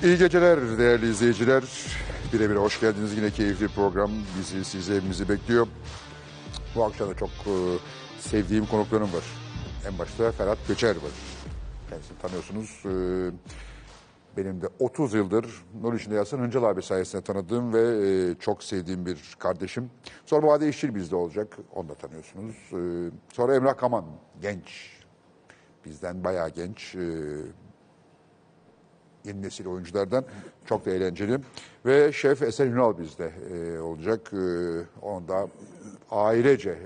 İyi geceler değerli izleyiciler. Birebir hoş geldiniz. Yine keyifli program bizi, sizi, evimizi bekliyor. Bu akşam da çok sevdiğim konuklarım var. En başta Ferhat Göçer var. Kendisini tanıyorsunuz. Benim de 30 yıldır Nur İçinde Yatsın Hıncal abi sayesinde tanıdığım ve çok sevdiğim bir kardeşim. Sonra Vade İşçil bizde olacak. Onu da tanıyorsunuz. Sonra Emrah Kaman, genç. Bizden bayağı genç. Yeni nesil oyunculardan çok da eğlenceli. Ve Şef Eser Ünal bizde olacak. Onu da ailece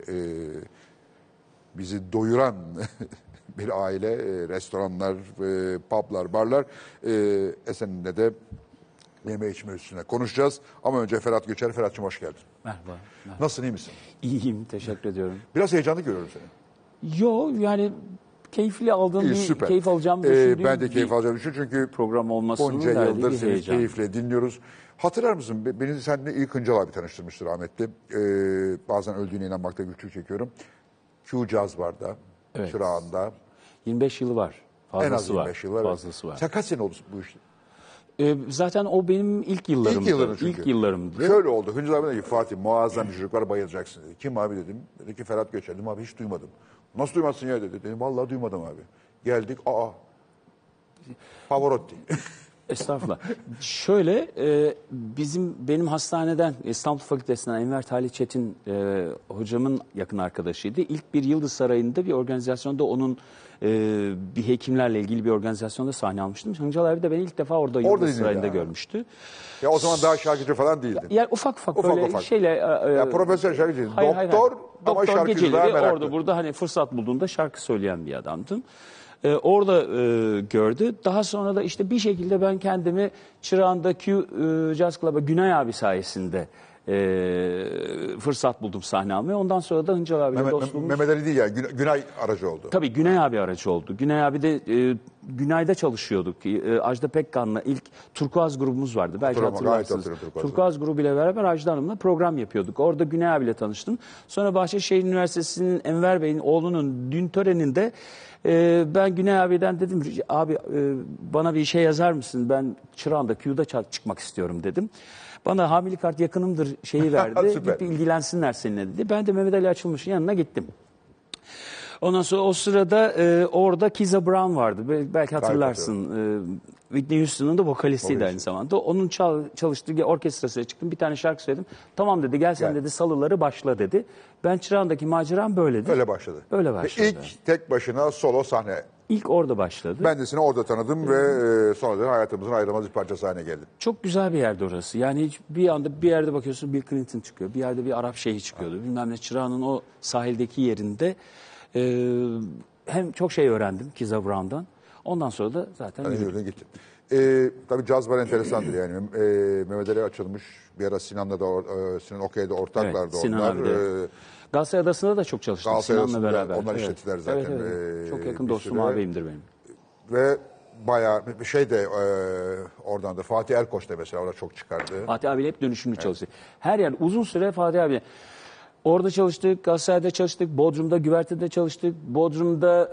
bizi doyuran bir aile. Restoranlar, publar, barlar. Esen'le de yeme içme üstüne konuşacağız. Ama önce Ferhat Göçer. Ferhat'cığım hoş geldin. Merhaba. Nasılsın, iyi misin? İyiyim, teşekkür ediyorum. Biraz heyecanlı görüyorum seni. Yo, yani keyifli aldığım süper. keyif alacağımı düşündüğüm ben de keyif alacağımı düşünüyorum çünkü program olmasının bunca verdiği yıldır bir seni heyecan. keyifle dinliyoruz. Hatırlar mısın? Beni seninle ilk Hıncal abi tanıştırmıştır rahmetli. Bazen öldüğüne inanmakta güçlük çekiyorum. Q Jazz Bar'da, Evet. Çırağan'da. 25 yılı var. Fazlası En az 25 yıl var. Fazlası var. Sen kaç sene oldu bu işte? Zaten o benim ilk yıllarımdı. İlk yılların çünkü. İlk yıllarımdı. Şöyle oldu. Hıncal abi dedi ki Fatih muazzam bir çocuk var, bayılacaksın dedi. Kim abi dedim. Dedi ki Ferhat Göçer. Dedim abi hiç duymadım. Nasıl duymazsın ya dedi. Dedim vallahi duymadım abi. Geldik Pavarotti. Estağfurullah. Şöyle benim hastaneden İstanbul Fakültesinden Enver Talih Çetin hocamın yakın arkadaşıydı. İlk bir Yıldız Sarayı'nda bir organizasyonda onun bir hekimlerle ilgili bir organizasyonda sahne almıştım. Hıncal abi de beni ilk defa orada Yıldız Sarayı'nda görmüştü. Ya o zaman daha şarkıcı falan değildin. Yani ufak böyle şeyle... ya profesör şarkıcı, doktor ama Doktor şarkıcı daha meraklı. Orada burada hani fırsat bulduğunda şarkı söyleyen bir adamdım. Orada gördü. Daha sonra da işte bir şekilde ben kendimi Çırağan'da Q Jazz Club'a Günay abi sayesinde fırsat buldum sahne almaya. Ondan sonra da Hıncal abiyle dostluğumuz... Mehmet Ali değil yani Günay aracı oldu. Tabii Günay abi aracı oldu. Günay abi de Günay'da çalışıyorduk. Ajda Pekkan'la ilk Turkuaz grubumuz vardı. Belki hatırlarsınız. Turkuaz grubuyla beraber Ajda Hanım'la program yapıyorduk. Orada Günay abiyle tanıştım. Sonra Bahçeşehir Üniversitesi'nin Enver Bey'in oğlunun düğün töreninde ben Günay abiden dedim abi bana bir şey yazar mısın? Ben Çırağan'da Q'da çıkmak istiyorum dedim. Bana hamilelik kart yakınımdır şeyi verdi. Git ilgilensinler seninle dedi. Ben de Mehmet Ali Açılmış'ın yanına gittim. Ondan sonra o sırada orada Kiza Brown vardı. Belki hatırlarsın. Whitney Houston'un da vokalistiydi aynı zamanda. Onun çalıştığı orkestrasına çıktım. Bir tane şarkı söyledim. Tamam dedi gel sen dedi salıları başla dedi. Ben Çırağan'daki maceram böyledir. Öyle başladı. Böyle başladı. İlk tek başına solo sahne. İlk orada başladı. Ben de seni orada tanıdım ve sonra da hayatımızın ayrılmaz bir parçası haline geldin. Çok güzel bir yerdi orası. Yani hiç bir anda bir yerde bakıyorsun Bill Clinton çıkıyor. Bir yerde bir Arap şeyhi çıkıyordu. Bilmem ne Çırağan'ın o sahildeki yerinde hem çok şey öğrendim Kiza Brown'dan. Ondan sonra da zaten yürüdüm. Gittim. Tabii caz bar enteresandır yani. Mehmet Ali Açılmış bir ara Sinan'la da Sinan Okey'de ortaklardı evet, Sinan onlar. Abi de. Galatasaray Adası'nda da çok çalıştık Sinan'la beraber. Onlar işlettiler zaten. Evet. Çok yakın dostum abimdir benim. Ve bayağı bir şey de oradan da Fatih Erkoç da mesela orada çok çıkardı. Fatih abiyle hep dönüşümlü çalıştık. Her yer uzun süre Fatih abiyle. Orada çalıştık, Galatasaray'da çalıştık, Bodrum'da, Güverte'de çalıştık. Bodrum'da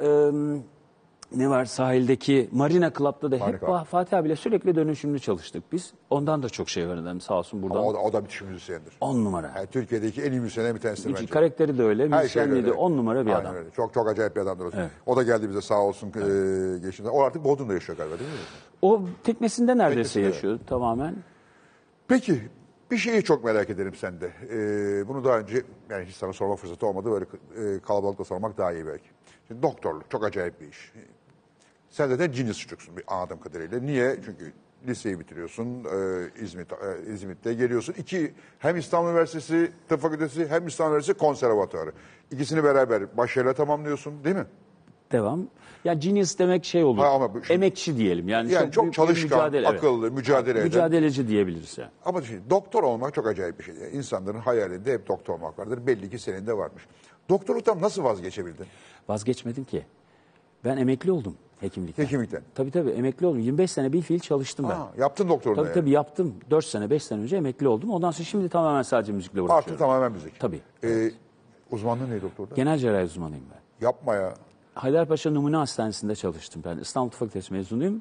ne var sahildeki Marina Club'da da hep Fatih abiyle sürekli dönüşümlü çalıştık biz. Ondan da çok şey öğrendim sağ olsun buradan. Ama o da müthiş müzisyendir. 10 numara. Yani Türkiye'deki en iyi müzisyenlerden bir tanesi bence. Karakteri de öyle, müzisyenliği de 10 numara bir adam. Öyle. Çok acayip bir adamdır. Evet. O da geldi bize sağ olsun geçtiğinde. O artık Bodrum'da yaşıyor galiba değil mi? O teknesinde neredeyse yaşıyor tamamen. Peki bir şeyi çok merak ederim sende. Bunu daha önce yani hiç sana sorma fırsatı olmadı. Böyle kalabalıkta sormak daha iyi belki. Şimdi doktorluk çok acayip bir iş. Sen zaten genius çocuksun bir anladığım kadarıyla. Niye? Çünkü liseyi bitiriyorsun, İzmit'te geliyorsun. Hem İstanbul Üniversitesi Tıp Fakültesi hem İstanbul Üniversitesi Konservatuarı. İkisini beraber başarıyla tamamlıyorsun değil mi? Devam. Ya genius demek şey olur. Emekçi diyelim. Yani çok çalışkan, akıllı, mücadele eden. Mücadeleci diyebiliriz yani. Ama şimdi doktor olmak çok acayip bir şey. Yani İnsanların hayalinde hep doktor olmak vardır. Belli ki senin de varmış. Doktorluktan nasıl vazgeçebildin? Vazgeçmedim ki. Ben emekli oldum hekimlikten. Hekimlikten. Tabii emekli oldum. 25 sene bir fiil çalıştım ben. Yaptın doktorluğunu Tabii yaptım. 4 sene 5 sene önce emekli oldum. Ondan sonra şimdi tamamen sadece müzikle uğraşıyorum. Artık tamamen müzik. Tabii. Uzmanlığın ne doktorda? Genel cerrahi uzmanıyım ben. Yapma ya. Haydarpaşa Numune Hastanesi'nde çalıştım ben. İstanbul Tıp Fakültesi mezunuyum.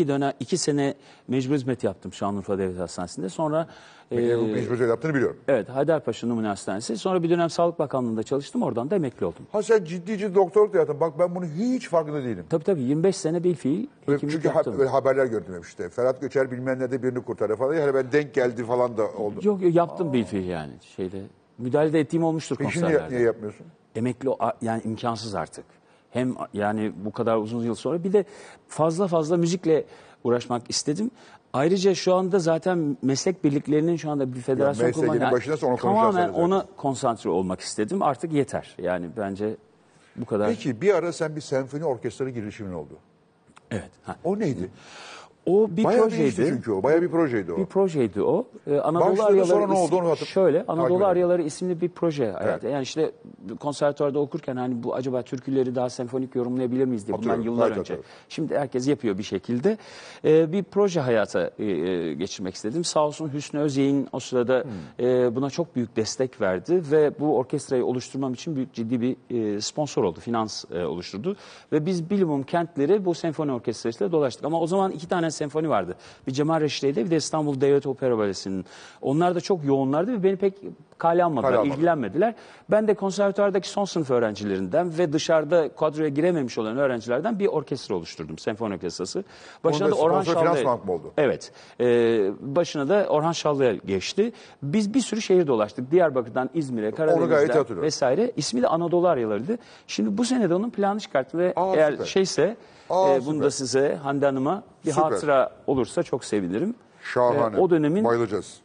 2 sene mecbur hizmet yaptım Şanlıurfa Devlet Hastanesi'nde. Sonra Mecbur hizmet yaptığını biliyorum. evet, Haydarpaşa Numune Hastanesi. Sonra bir dönem Sağlık Bakanlığı'nda çalıştım. Oradan da emekli oldum. Ha sen ciddi doktorluk da yaptın. Bak ben bunu hiç farkında değilim. Tabii 25 sene bilfiil hekimlik Çünkü yaptım. böyle haberler gördüm hep işte. Ferhat Göçer bilmem nerede birini kurtarır falan. Yani ben denk geldi falan da oldu. Yok yaptım bilfiil yani. Müdahale de ettiğim olmuştur Peki konserlerde. niye yapmıyorsun? Emekli yani imkansız artık. Hem yani bu kadar uzun yıl sonra bir de fazla müzikle uğraşmak istedim. Ayrıca şu anda zaten meslek birliklerinin şu anda bir federasyon kurmak, başındasın, onu tamamen konuşacağız ona konsantre olmak istedim. Artık yeter. Yani bence bu kadar. Peki bir ara sen bir senfoni orkestrası girişimin oldu. Evet. O neydi? O bir Bayağı projeydi. çünkü o. Bayağı bir projeydi o. Bir projeydi o. Anadolu Başladı, Aryaları sonra ne oldu onu hatırlıyorum. Şöyle Anadolu Takip Aryaları isimli bir proje hayatı. Evet. Yani işte konservatuvarda okurken hani bu acaba türküleri daha senfonik yorumlayabilir miyiz diye bundan Hatırlıyorum, yıllar gayet önce. hatırlıyorum. Şimdi herkes yapıyor bir şekilde. Bir proje hayata geçirmek istedim. Sağ olsun Hüsnü Özyay'ın o sırada buna çok büyük destek verdi ve bu orkestrayı oluşturmam için ciddi bir sponsor oldu, finans oluşturdu. Ve biz bilumum kentleri bu senfoni orkestrasıyla dolaştık. Ama o zaman 2 tane senfoni vardı. Bir Cemal Reşit'teydi, bir de İstanbul Devlet Opera Balesi'nin. Onlar da çok yoğunlardı ve beni pek kale almadılar, ilgilenmediler. Ben de konservatuvardaki son sınıf öğrencilerinden ve dışarıda kadroya girememiş olan öğrencilerden bir orkestra oluşturdum. Senfoni orkestrası. Başına da Orhan Şallı'ya. Evet. Başına da Orhan Şallı'ya geçti. Biz bir sürü şehir dolaştık. Diyarbakır'dan İzmir'e, Karadeniz'den vesaire. İsmi de Anadolu Aryaları'ydı. Şimdi bu sene de onun planını çıkarttım ve eğer süper. şeyse bunu da size Hande Hanım'a bir hatıra olursa çok sevinirim. Şahane. O dönemin bayılacağız.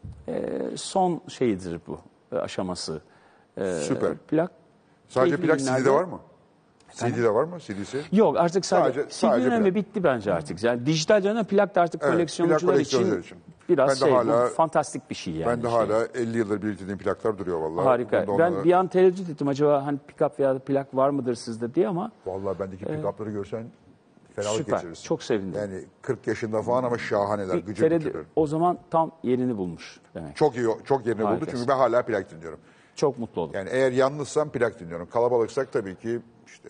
Son şeyidir bu aşaması. Süper. Plak. Sadece plak CD'de var mı? CD'de var mı? CD'si? Yok artık sadece CD dönemi bitti bence artık. Yani dijital dönem plak da artık koleksiyoncular için biraz fantastik bir şey yani. Ben de hala 50 yıldır biriktirdiğim plaklar duruyor vallahi. Harika. Ben bir an tereddüt ettim acaba hani pick-up veya plak var mıdır sizde diye ama. Vallahi bendeki pick-up'ları görsen fenalık süper, geçirirsin. çok sevindim. Yani 40 yaşında falan ama şahaneler. Gıcır. O zaman tam yerini bulmuş demek. Çok iyi, çok yerini buldu çünkü ben hala plak dinliyorum. Çok mutlu oldum. Yani eğer yalnızsam plak dinliyorum. Kalabalıksak tabii ki işte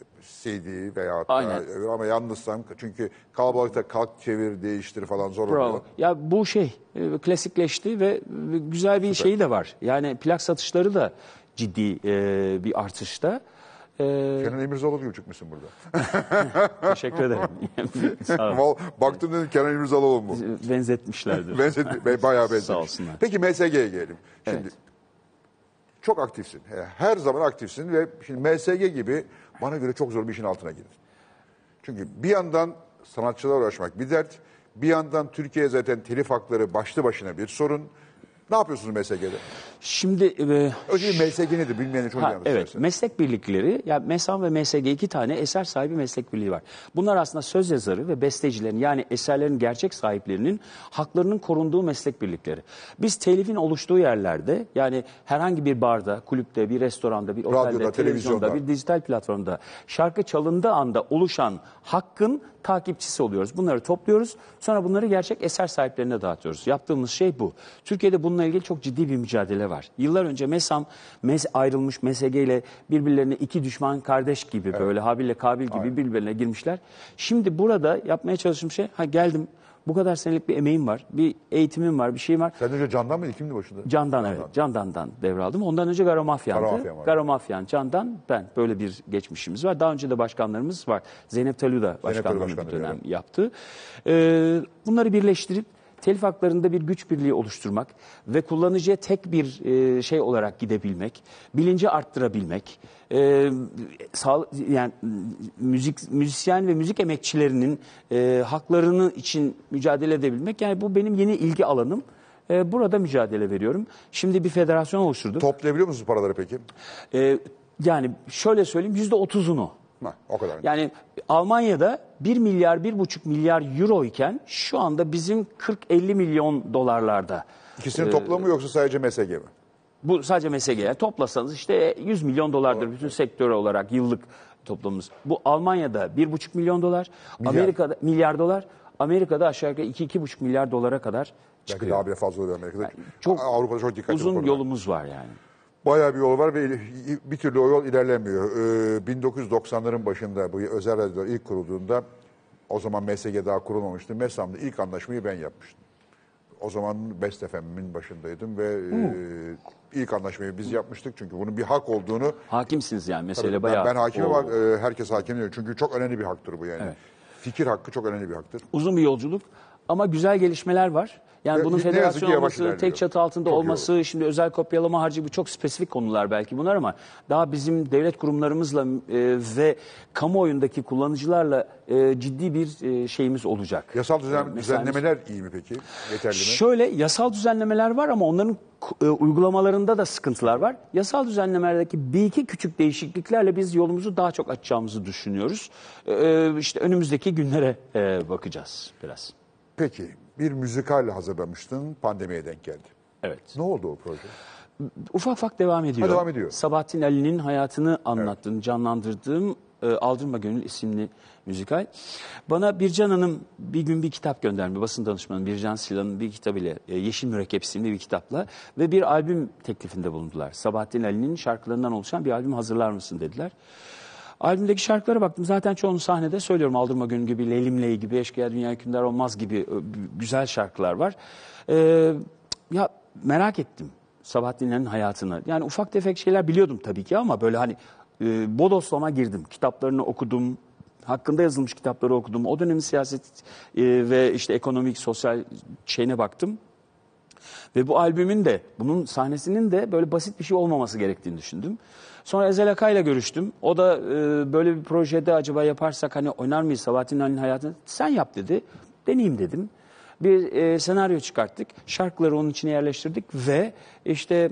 CD veya ama yalnızsam çünkü kalabalıkta kalk çevir değiştir falan zor oluyor. Ya bu klasikleşti ve güzel bir şeyi de var. Yani plak satışları da ciddi bir artışta. Kenan İmirzalıoğlu gibi çıkmışsın burada. Teşekkür ederim. Sağ ol. Baktım dedim Kenan İmirzalıoğlu mu? Benzetmişlerdir. Bayağı benzetmiş. Sağ olsunlar. Peki MSG'ye gelelim. Şimdi çok aktifsin. Her zaman aktifsin ve şimdi MSG gibi bana göre çok zor bir işin altına girdin. Çünkü bir yandan sanatçılarla uğraşmak bir dert, bir yandan Türkiye zaten telif hakları başlı başına bir sorun. Ne yapıyorsunuz MSG'de? Şimdi önce MSG nedir bilmeyen çok yanlış. Evet, meslek birlikleri, yani MESAM ve MSG 2 tane eser sahibi meslek birliği var. Bunlar aslında söz yazarı ve bestecilerin yani eserlerin gerçek sahiplerinin haklarının korunduğu meslek birlikleri. Biz telifin oluştuğu yerlerde yani herhangi bir barda, kulüpte, bir restoranda, bir otelde, radyoda, televizyonda, bir dijital platformda şarkı çalındığı anda oluşan hakkın takipçisi oluyoruz. Bunları topluyoruz. Sonra bunları gerçek eser sahiplerine dağıtıyoruz. Yaptığımız şey bu. Türkiye'de bununla ilgili çok ciddi bir mücadele var. Yıllar önce MESAM ayrılmış MSG ile birbirlerine iki düşman kardeş gibi böyle Habil ile Kabil gibi birbirlerine girmişler. Şimdi burada yapmaya çalıştığım şey geldim. Bu kadar senelik bir emeğim var. Bir eğitimim var, bir şeyim var. Sen önce Candan mıydı? Kimdi başında? Candan, evet. Candan'dan devraldım. Ondan önce Garomafyan'dı. Garomafyan, Candan, ben. Böyle bir geçmişimiz var. Daha önce de başkanlarımız var. Zeynep Talü da başkanlığını bir dönem yaptı. Bunları birleştirip telif haklarında bir güç birliği oluşturmak ve kullanıcıya tek bir şey olarak gidebilmek, bilinci arttırabilmek, yani müzisyen ve müzik emekçilerinin haklarını için mücadele edebilmek. Yani bu benim yeni ilgi alanım. Burada mücadele veriyorum. Şimdi bir federasyon oluşturduk. Toplayabiliyor musunuz paraları peki? Yani şöyle söyleyeyim %30'unu. O kadar. Yani Almanya'da 1 milyar, 1,5 milyar euro iken şu anda bizim 40-50 milyon dolarlarda. İkisinin toplamı yoksa sadece MSG mi? Bu sadece MSG. Yani toplasanız işte 100 milyon dolardır bütün sektör olarak yıllık toplamımız. Bu Almanya'da 1,5 milyon dolar, Amerika'da milyar dolar, Amerika'da aşağı yukarı 2-2,5 milyar dolara kadar çıkıyor. Belki daha bile fazla oluyor Amerika'da. Yani çok Avrupa'da çok dikkatli uzun yolumuz var yani. Bayağı bir yol var ve bir türlü o yol ilerlemiyor. 1990'ların başında bu özel radyolar ilk kurulduğunda, o zaman MSG daha kurulmamıştı. MESAM'da ilk anlaşmayı ben yapmıştım. O zaman Best FM'in başındaydım ve ilk anlaşmayı biz yapmıştık. Çünkü bunun bir hak olduğunu... Hakimsiniz yani mesele Tabii, bayağı. ben hakimim ama herkes hakim değil. Çünkü çok önemli bir haktır bu yani. Evet. Fikir hakkı çok önemli bir haktır. Uzun bir yolculuk ama güzel gelişmeler var. Yani bunun federasyon olması, tek çatı altında çok olması, şimdi özel kopyalama harcı, bu çok spesifik konular belki bunlar ama daha bizim devlet kurumlarımızla ve kamuoyundaki kullanıcılarla ciddi bir şeyimiz olacak. Yasal düzenlemeler iyi mi peki? Yeterli mi? Şöyle, yasal düzenlemeler var ama onların uygulamalarında da sıkıntılar var. Yasal düzenlemelerdeki bir iki küçük değişikliklerle biz yolumuzu daha çok açacağımızı düşünüyoruz. İşte önümüzdeki günlere bakacağız biraz. Peki, bir müzikal hazırlamıştın, pandemiye denk geldi. Evet. Ne oldu o proje? Ufak ufak devam ediyor. Devam ediyor. Sabahattin Ali'nin hayatını anlattığım, canlandırdığım Aldırma Gönül isimli müzikal. Bana Bircan Hanım bir gün bir kitap göndermiş. Basın danışmanı Bircan Sila'nın bir kitabıyla, Yeşil Mürekkep isimli bir kitapla ve bir albüm teklifinde bulundular. Sabahattin Ali'nin şarkılarından oluşan bir albüm hazırlar mısın dediler. Albümdeki şarkılara baktım. Zaten çoğunu sahnede söylüyorum. Aldırma Gönül gibi, Leylim Ley gibi, Eşkıya Dünya Hükümdar Olmaz gibi güzel şarkılar var. Ya merak ettim Sabahattin'in hayatını. Yani ufak tefek şeyler biliyordum tabii ki ama böyle hani bodoslama girdim. Kitaplarını okudum. Hakkında yazılmış kitapları okudum. O dönemin siyaset ve işte ekonomik, sosyal şeyine baktım. Ve bu albümün de, bunun sahnesinin de böyle basit bir şey olmaması gerektiğini düşündüm. Sonra Ezel Akay'la görüştüm. O da böyle bir projede acaba yaparsak hani oynar mıyız Sabahattin Ali'nin hayatını? Sen yap dedi. Deneyeyim dedim. Bir senaryo çıkarttık. Şarkıları onun içine yerleştirdik ve işte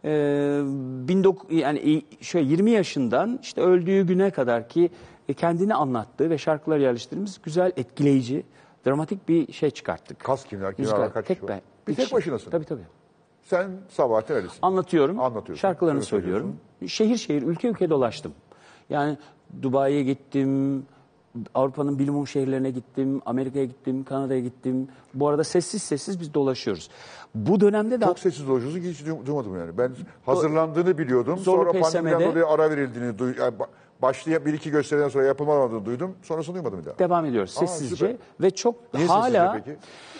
yani şöyle 20 yaşından işte öldüğü güne kadar ki kendini anlattığı ve şarkıları yerleştirdiğimiz güzel, etkileyici, dramatik bir şey çıkarttık. Kas kimler kaç kişi var? Bir tek başınasın. Tabii tabii. Sen Sabahattin Ali'sin. Anlatıyorum. Şarkılarını söylüyorum. Şehir şehir, ülke ülke dolaştım. Yani Dubai'ye gittim, Avrupa'nın bilimum şehirlerine gittim, Amerika'ya gittim, Kanada'ya gittim. Bu arada sessiz sessiz biz dolaşıyoruz. Bu dönemde de... Çok sessiz dolaşıyorsun ki hiç duymadım yani. Ben hazırlandığını biliyordum. Zorlu Sonra pandemiden PSM'de dolayı ara verildiğini duydum. Yani bir iki gösteriden sonra yapılmadığını duydum. Sonrasını duymadım bir daha. Devam ediyoruz sessizce. Süper. Ve çok Niye hala... sessizce peki?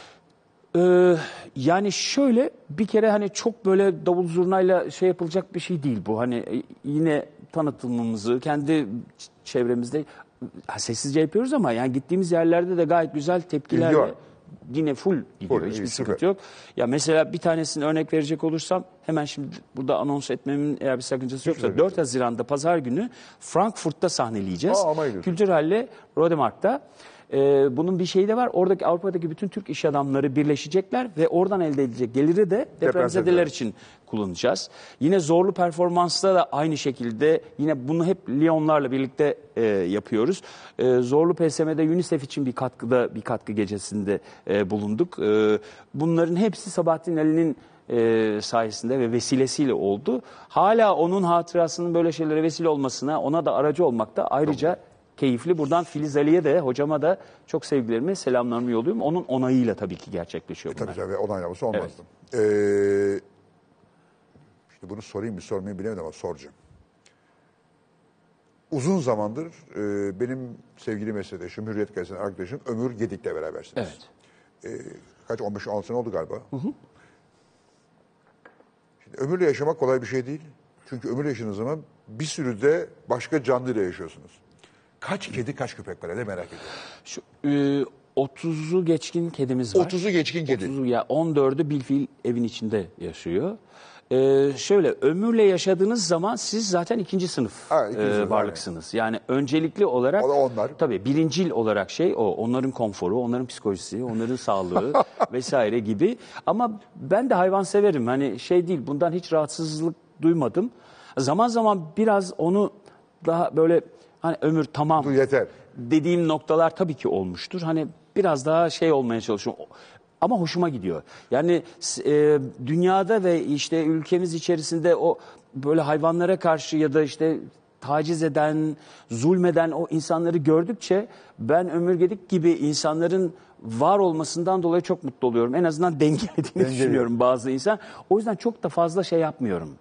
Yani şöyle bir kere hani çok böyle davul zurnayla şey yapılacak bir şey değil bu. Hani yine tanıtımımızı kendi çevremizde sessizce yapıyoruz ama yani gittiğimiz yerlerde de gayet güzel tepkilerle yine full gidiyor. Hiçbir sıkıntı yok. Ya mesela bir tanesini örnek verecek olursam hemen şimdi burada anons etmemin eğer bir sakıncası yoksa 4 Haziran'da pazar günü Frankfurt'ta sahneleyeceğiz. Kültürhalle Rodemark'ta. Bunun bir şeyi de var. Oradaki Avrupa'daki bütün Türk iş adamları birleşecekler ve oradan elde edilecek geliri de depremzedeler için kullanacağız. Yine Zorlu Performans'ta da aynı şekilde yine bunu hep Lyon'larla birlikte yapıyoruz. Zorlu PSM'de UNICEF için bir katkı gecesinde bulunduk. Bunların hepsi Sabahattin Ali'nin sayesinde ve vesilesiyle oldu. Hala onun hatırasının böyle şeylere vesile olmasına, ona da aracı olmakta ayrıca keyifli. Buradan Filiz Ali'ye de, hocama da çok sevgilerimi, selamlarımı yolluyorum. Onun onayıyla tabii ki gerçekleşiyor bunlar. Tabii onaylaması olmazdı. Evet. İşte bunu sorayım mı sormayayım bilemedim ama soracağım. Uzun zamandır benim sevgili meslektaşım, Hürriyet Gazetesi'nin arkadaşım Ömür Gedik'le berabersiniz. Evet. Kaç 15-16 sene oldu galiba. Şimdi ömürle yaşamak kolay bir şey değil. Çünkü ömürle yaşadığınız zaman bir sürü de başka canlıyla yaşıyorsunuz. Kaç kedi, kaç köpek var? Ne merak ediyorum. 30'u geçkin kedimiz var. 30'u geçkin kedi. 30'u ya 14'ü bilfiil evin içinde yaşıyor. Şöyle ömürle yaşadığınız zaman siz zaten ikinci sınıf varlıksınız. Yani öncelikli olarak onlar. Tabii birincil olarak şey o. Onların konforu, onların psikolojisi, onların sağlığı vesaire gibi. Ama ben de hayvan severim. Hani şey değil, bundan hiç rahatsızlık duymadım. Zaman zaman biraz onu daha böyle hani ömür tamam yeter dediğim noktalar tabii ki olmuştur. Hani biraz daha şey olmaya çalışıyorum. Ama hoşuma gidiyor. Yani dünyada ve işte ülkemiz içerisinde o böyle hayvanlara karşı ya da işte taciz eden, zulmeden o insanları gördükçe ben Ömür Gedik gibi insanların var olmasından dolayı çok mutlu oluyorum. En azından dengelediğini düşünüyorum bazı insan. O yüzden çok da fazla şey yapmıyorum.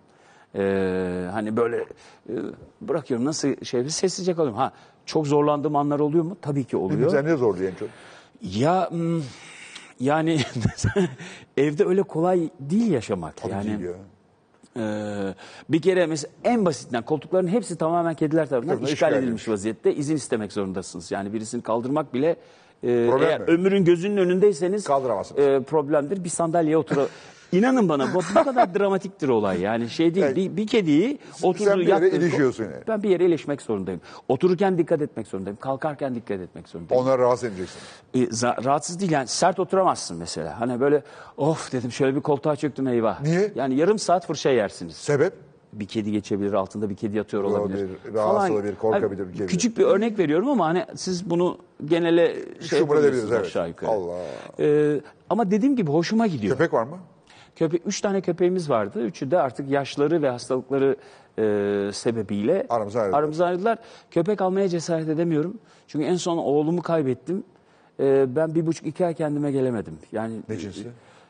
Hani böyle bırakıyorum nasıl sessizce kalıyorum. Ha, çok zorlandığım anlar oluyor mu? Tabii ki oluyor. Sen ne zorluyor en çok? Ya yani evde öyle kolay değil yaşamak. Tabii yani değil ya. Bir kere mesela en basitinden koltukların hepsi tamamen kediler tarafından Tabii, işgal işgal edilmiş vaziyette. İzin istemek zorundasınız. Yani birisini kaldırmak bile Problem eğer mi? ömrün gözünün önündeyseniz Kaldıramazsınız. problemdir. Bir sandalyeye İnanın bana bu kadar dramatiktir olay. Yani şey değil. Yani, bir kediyi oturduğu sen bir yere yattığı- ilişiyorsun yani. Ben bir yere ilişmek zorundayım. Otururken dikkat etmek zorundayım. Kalkarken dikkat etmek zorundayım. Onları rahatsız edeceksin. Rahatsız değil yani sert oturamazsın mesela. Hani böyle of dedim şöyle bir koltuğa çöktüm eyvah. Niye? Yani yarım saat fırça yersiniz. Sebep? Bir kedi geçebilir, altında bir kedi yatıyor olabilir. Rahatsız olabilir, korkabilir bir kedi. Küçük bir örnek veriyorum ama hani siz bunu genele Şumur yapabilirsiniz edebiliriz, evet. aşağı yukarı. Allah. Ama dediğim gibi hoşuma gidiyor. Köpek var mı? 3 tane köpeğimiz vardı. Üçü de artık yaşları ve hastalıkları sebebiyle aramızdan ayrıldılar. Köpek almaya cesaret edemiyorum. Çünkü en son oğlumu kaybettim. Ben 1,5-2 ay kendime gelemedim. Yani Ne cinsi?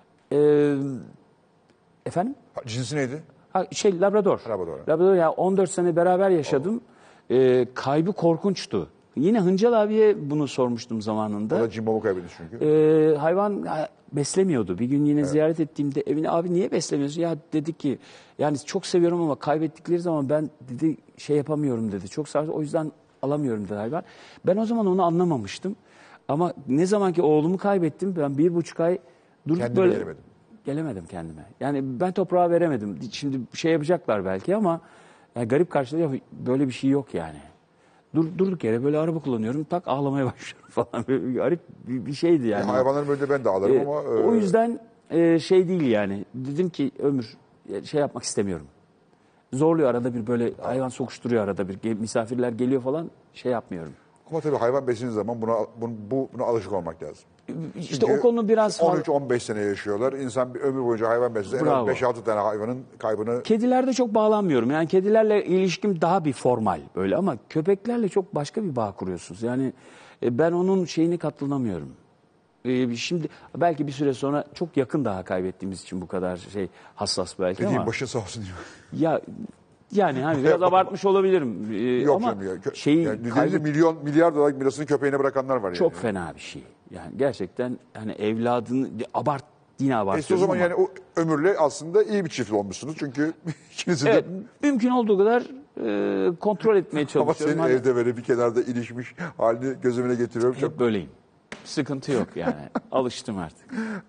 Efendim? Cinsi neydi? Labrador. Labrador. Labrador ya 14 sene beraber yaşadım. Kaybı korkunçtu. Yine Hıncal abiye bunu sormuştum zamanında. O da Cimbom'u kaybetti çünkü. Hayvan beslemiyordu. Bir gün yine ziyaret ettiğimde evine abi niye beslemiyorsun? Ya dedi ki yani çok seviyorum ama kaybettikleri zaman ben dedi şey yapamıyorum dedi. Çok sarı o yüzden alamıyorum dedi hayvan. Ben o zaman onu anlamamıştım. Ama ne zaman ki oğlumu kaybettim ben 1,5 ay durup Kendime böyle gelemedim. gelemedim kendime. Yani ben toprağa veremedim. Şimdi şey yapacaklar belki ama yani garip karşılıyor. Böyle bir şey yok yani. Durduk yere böyle araba kullanıyorum tak ağlamaya başlıyorum falan. Böyle bir garip bir şeydi yani. Hayvanların böyle ben de ağlarım ama... O yüzden şey değil yani. Dedim ki Ömür şey yapmak istemiyorum. Zorluyor arada bir böyle hayvan sokuşturuyor arada bir. Misafirler geliyor falan şey yapmıyorum. Ama tabii hayvan beslediğiniz zaman buna alışık olmak lazım. İşte Çünkü o konu biraz fazla. 13-15 sene yaşıyorlar. İnsan bir ömür boyunca hayvan beslese en az Bravo. 5-6 tane hayvanın kaybını... Kedilerde çok bağlanmıyorum. Yani kedilerle ilişkim daha bir formal böyle ama köpeklerle çok başka bir bağ kuruyorsunuz. Yani ben onun şeyini katlanamıyorum. Şimdi belki bir süre sonra çok yakın daha kaybettiğimiz için bu kadar şey hassas belki Dediğim ama. başın sağ olsun diyor. Ya yani hani biraz abartmış olabilirim. Yok ama canım ya. şeyi Yani milyar dolarlık mirasını köpeğine bırakanlar var yani. çok fena bir şey. Yani gerçekten hani evladını yine O abartıyorum zaman ama. yani o ömürle aslında iyi bir çift olmuşsunuz. Çünkü ikiniz Evet, de... mümkün olduğu kadar kontrol etmeye Ama çalışıyorum. senin evde böyle bir kenarda ilişmiş halini gözümüne getiriyorum. Çok Hep böyleyim. Sıkıntı yok yani. Alıştım artık.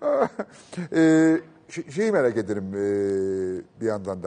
Şeyi merak ederim bir yandan da.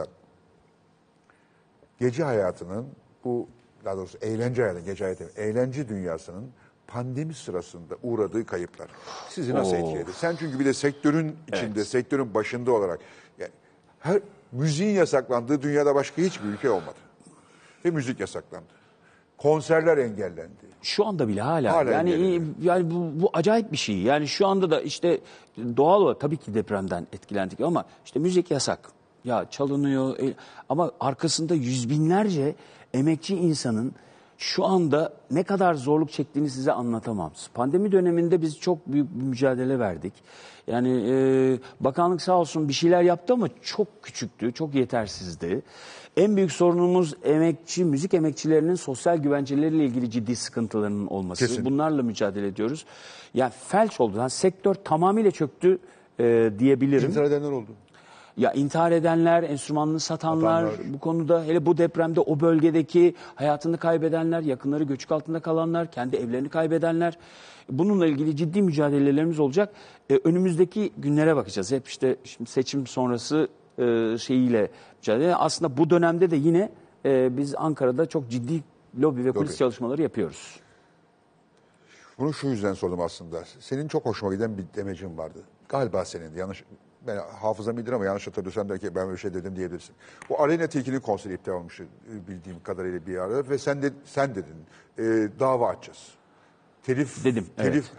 Gece hayatının daha doğrusu eğlence hayatının, gece hayatının, eğlence dünyasının pandemi sırasında uğradığı kayıplar. Sizi nasıl etkiledi? Sen çünkü bir de sektörün içinde, sektörün başında olarak yani müziğin yasaklandığı dünyada başka hiçbir ülke olmadı. Ve müzik yasaklandı. Konserler engellendi. Şu anda bile hala Hala yani bu acayip bir şey. Yani şu anda da işte doğal olarak tabii ki depremden etkilendik ama işte müzik yasak. Ya çalınıyor ama arkasında yüz binlerce emekçi insanın şu anda ne kadar zorluk çektiğini size anlatamam. Pandemi döneminde biz çok büyük bir mücadele verdik. Yani bakanlık sağ olsun bir şeyler yaptı ama çok küçüktü, çok yetersizdi. En büyük sorunumuz müzik emekçilerinin sosyal güvenceleriyle ilgili ciddi sıkıntılarının olması. Kesin. Bunlarla mücadele ediyoruz. Yani felç oldu. Yani sektör tamamıyla çöktü diyebilirim. İntihar edenler oldu. Ya intihar edenler, enstrümanını satanlar, bu konuda hele bu depremde o bölgedeki hayatını kaybedenler, yakınları göçük altında kalanlar, kendi evlerini kaybedenler. Bununla ilgili ciddi mücadelelerimiz olacak. Önümüzdeki günlere bakacağız. Hep işte şimdi seçim sonrası şeyiyle mücadele. Aslında bu dönemde de yine biz Ankara'da çok ciddi lobi ve kulis çalışmaları yapıyoruz. Bunu şu yüzden sordum aslında. Senin çok hoşuma giden bir demecin vardı. Galiba senin yanlış, ben hafızam iyidir ama yanlış hatırlıyorsan belki ben böyle şey dedim diyebilirsin. Bu Aleyna Tilki'nin konseri iptal olmuştu bildiğim kadarıyla bir ara ve sen dedin dava açacağız. Telif dedim. Evet.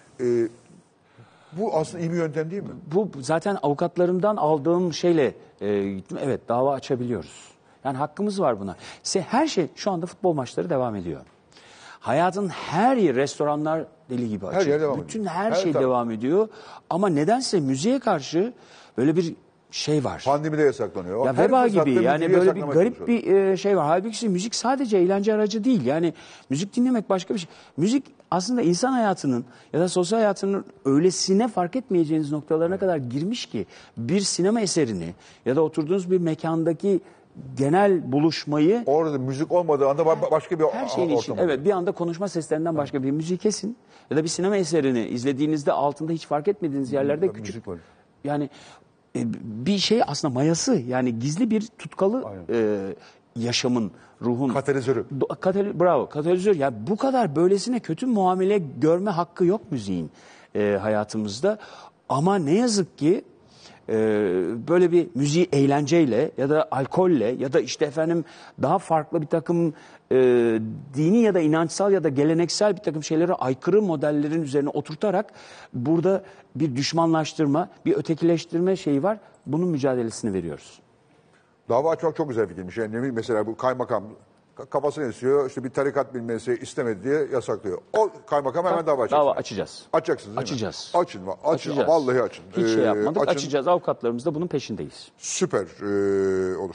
Bu aslında iyi bir yöntem değil mi? Bu zaten avukatlarımdan aldığım şeyle gittim. Evet, dava açabiliyoruz. Yani hakkımız var buna. Her şey şu anda futbol maçları devam ediyor. Hayatın her yeri, restoranlar deli gibi açık. Her yer devam Bütün ediyor. her şey tabii. devam ediyor. Ama nedense müziğe karşı böyle bir şey var. Pandemide yasaklanıyor. Ya veba gibi yani böyle bir garip bir şey var. Halbuki müzik sadece eğlence aracı değil. Yani müzik dinlemek başka bir şey. Müzik aslında insan hayatının ya da sosyal hayatının öylesine fark etmeyeceğiniz noktalarına kadar girmiş ki bir sinema eserini ya da oturduğunuz bir mekandaki genel buluşmayı orada müzik olmadığı anda başka bir her şeyin için evet bir anda konuşma seslerinden başka bir müziği kesin ya da bir sinema eserini izlediğinizde altında hiç fark etmediğiniz yerlerde küçük yani bir şey aslında mayası yani gizli bir tutkalı yaşamın ruhun katalizörü. Bravo katalizör ya bu kadar böylesine kötü muamele görme hakkı yok müziğin hayatımızda ama ne yazık ki böyle bir müziği eğlenceyle ya da alkolle ya da işte efendim daha farklı bir takım dini ya da inançsal ya da geleneksel bir takım şeylere aykırı modellerin üzerine oturtarak burada bir düşmanlaştırma, bir ötekileştirme şeyi var. Bunun mücadelesini veriyoruz. Dava açmak çok güzel fikirmiş. Yani mesela bu kaymakam kafasını esiyor, işte bir tarikat bilmesi istemedi diye yasaklıyor. O kaymakam hemen dava açacak. Dava açacağız. Açacaksınız değil açacağız. Mi? Açın. Açacağız. Vallahi açın. Hiç şey yapmadık. Açacağız. Avukatlarımız da bunun peşindeyiz. Süper olur.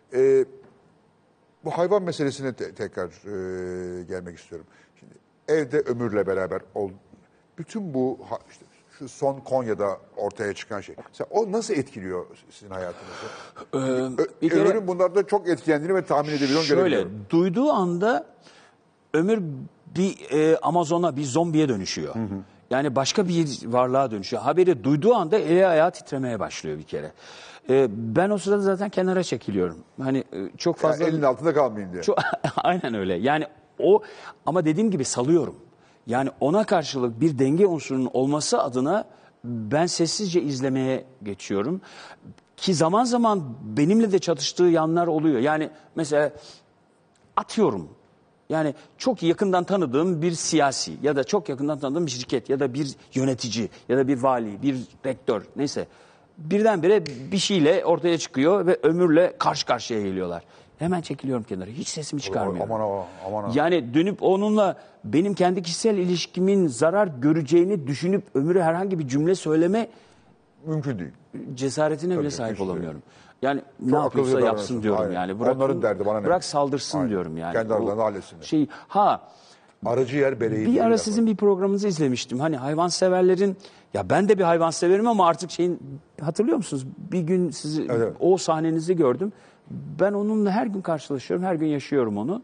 Bu hayvan meselesine tekrar gelmek istiyorum. Şimdi evde Ömür'le beraber bütün bu işte şu son Konya'da ortaya çıkan şey. Mesela o nasıl etkiliyor sizin hayatınızı? Ömür'ün bunlarda çok etkilendiğini ve tahmin edebiliyorum. Şöyle duyduğu anda Ömür bir Amazon'a bir zombiye dönüşüyor. Yani başka bir varlığa dönüşüyor. Haberi duyduğu anda eli ayağı titremeye başlıyor bir kere. Ben o sırada zaten kenara çekiliyorum. Hani çok fazla... elinin altında kalmayayım diye. Aynen öyle. Yani o ama dediğim gibi salıyorum. Yani ona karşılık bir denge unsurunun olması adına ben sessizce izlemeye geçiyorum. Ki zaman zaman benimle de çatıştığı yanlar oluyor. Yani mesela atıyorum. Yani çok yakından tanıdığım bir siyasi ya da çok yakından tanıdığım bir şirket ya da bir yönetici ya da bir vali, bir rektör neyse birdenbire bir şeyle ortaya çıkıyor ve Ömür'le karşı karşıya geliyorlar. Hemen çekiliyorum kenara. Hiç sesimi çıkarmıyorum. Aman. Yani dönüp onunla benim kendi kişisel ilişkimin zarar göreceğini düşünüp Ömür'e herhangi bir cümle söyleme mümkün değil. Cesaretine bile sahip olamıyorum. Yani çok ne yapıyorsa yapsın diyorum. Aynen. Yani. Onların derdi bana ne? Bırak saldırsın Aynen. diyorum yani. Kendi aralarında halletsinler. Aracı yer beleği. Bir ara sizin bir programınızı izlemiştim. Hani hayvanseverlerin ya ben de bir hayvanseverim ama artık hatırlıyor musunuz? Bir gün sizi o sahnenizi gördüm. Ben onunla her gün karşılaşıyorum. Her gün yaşıyorum onu.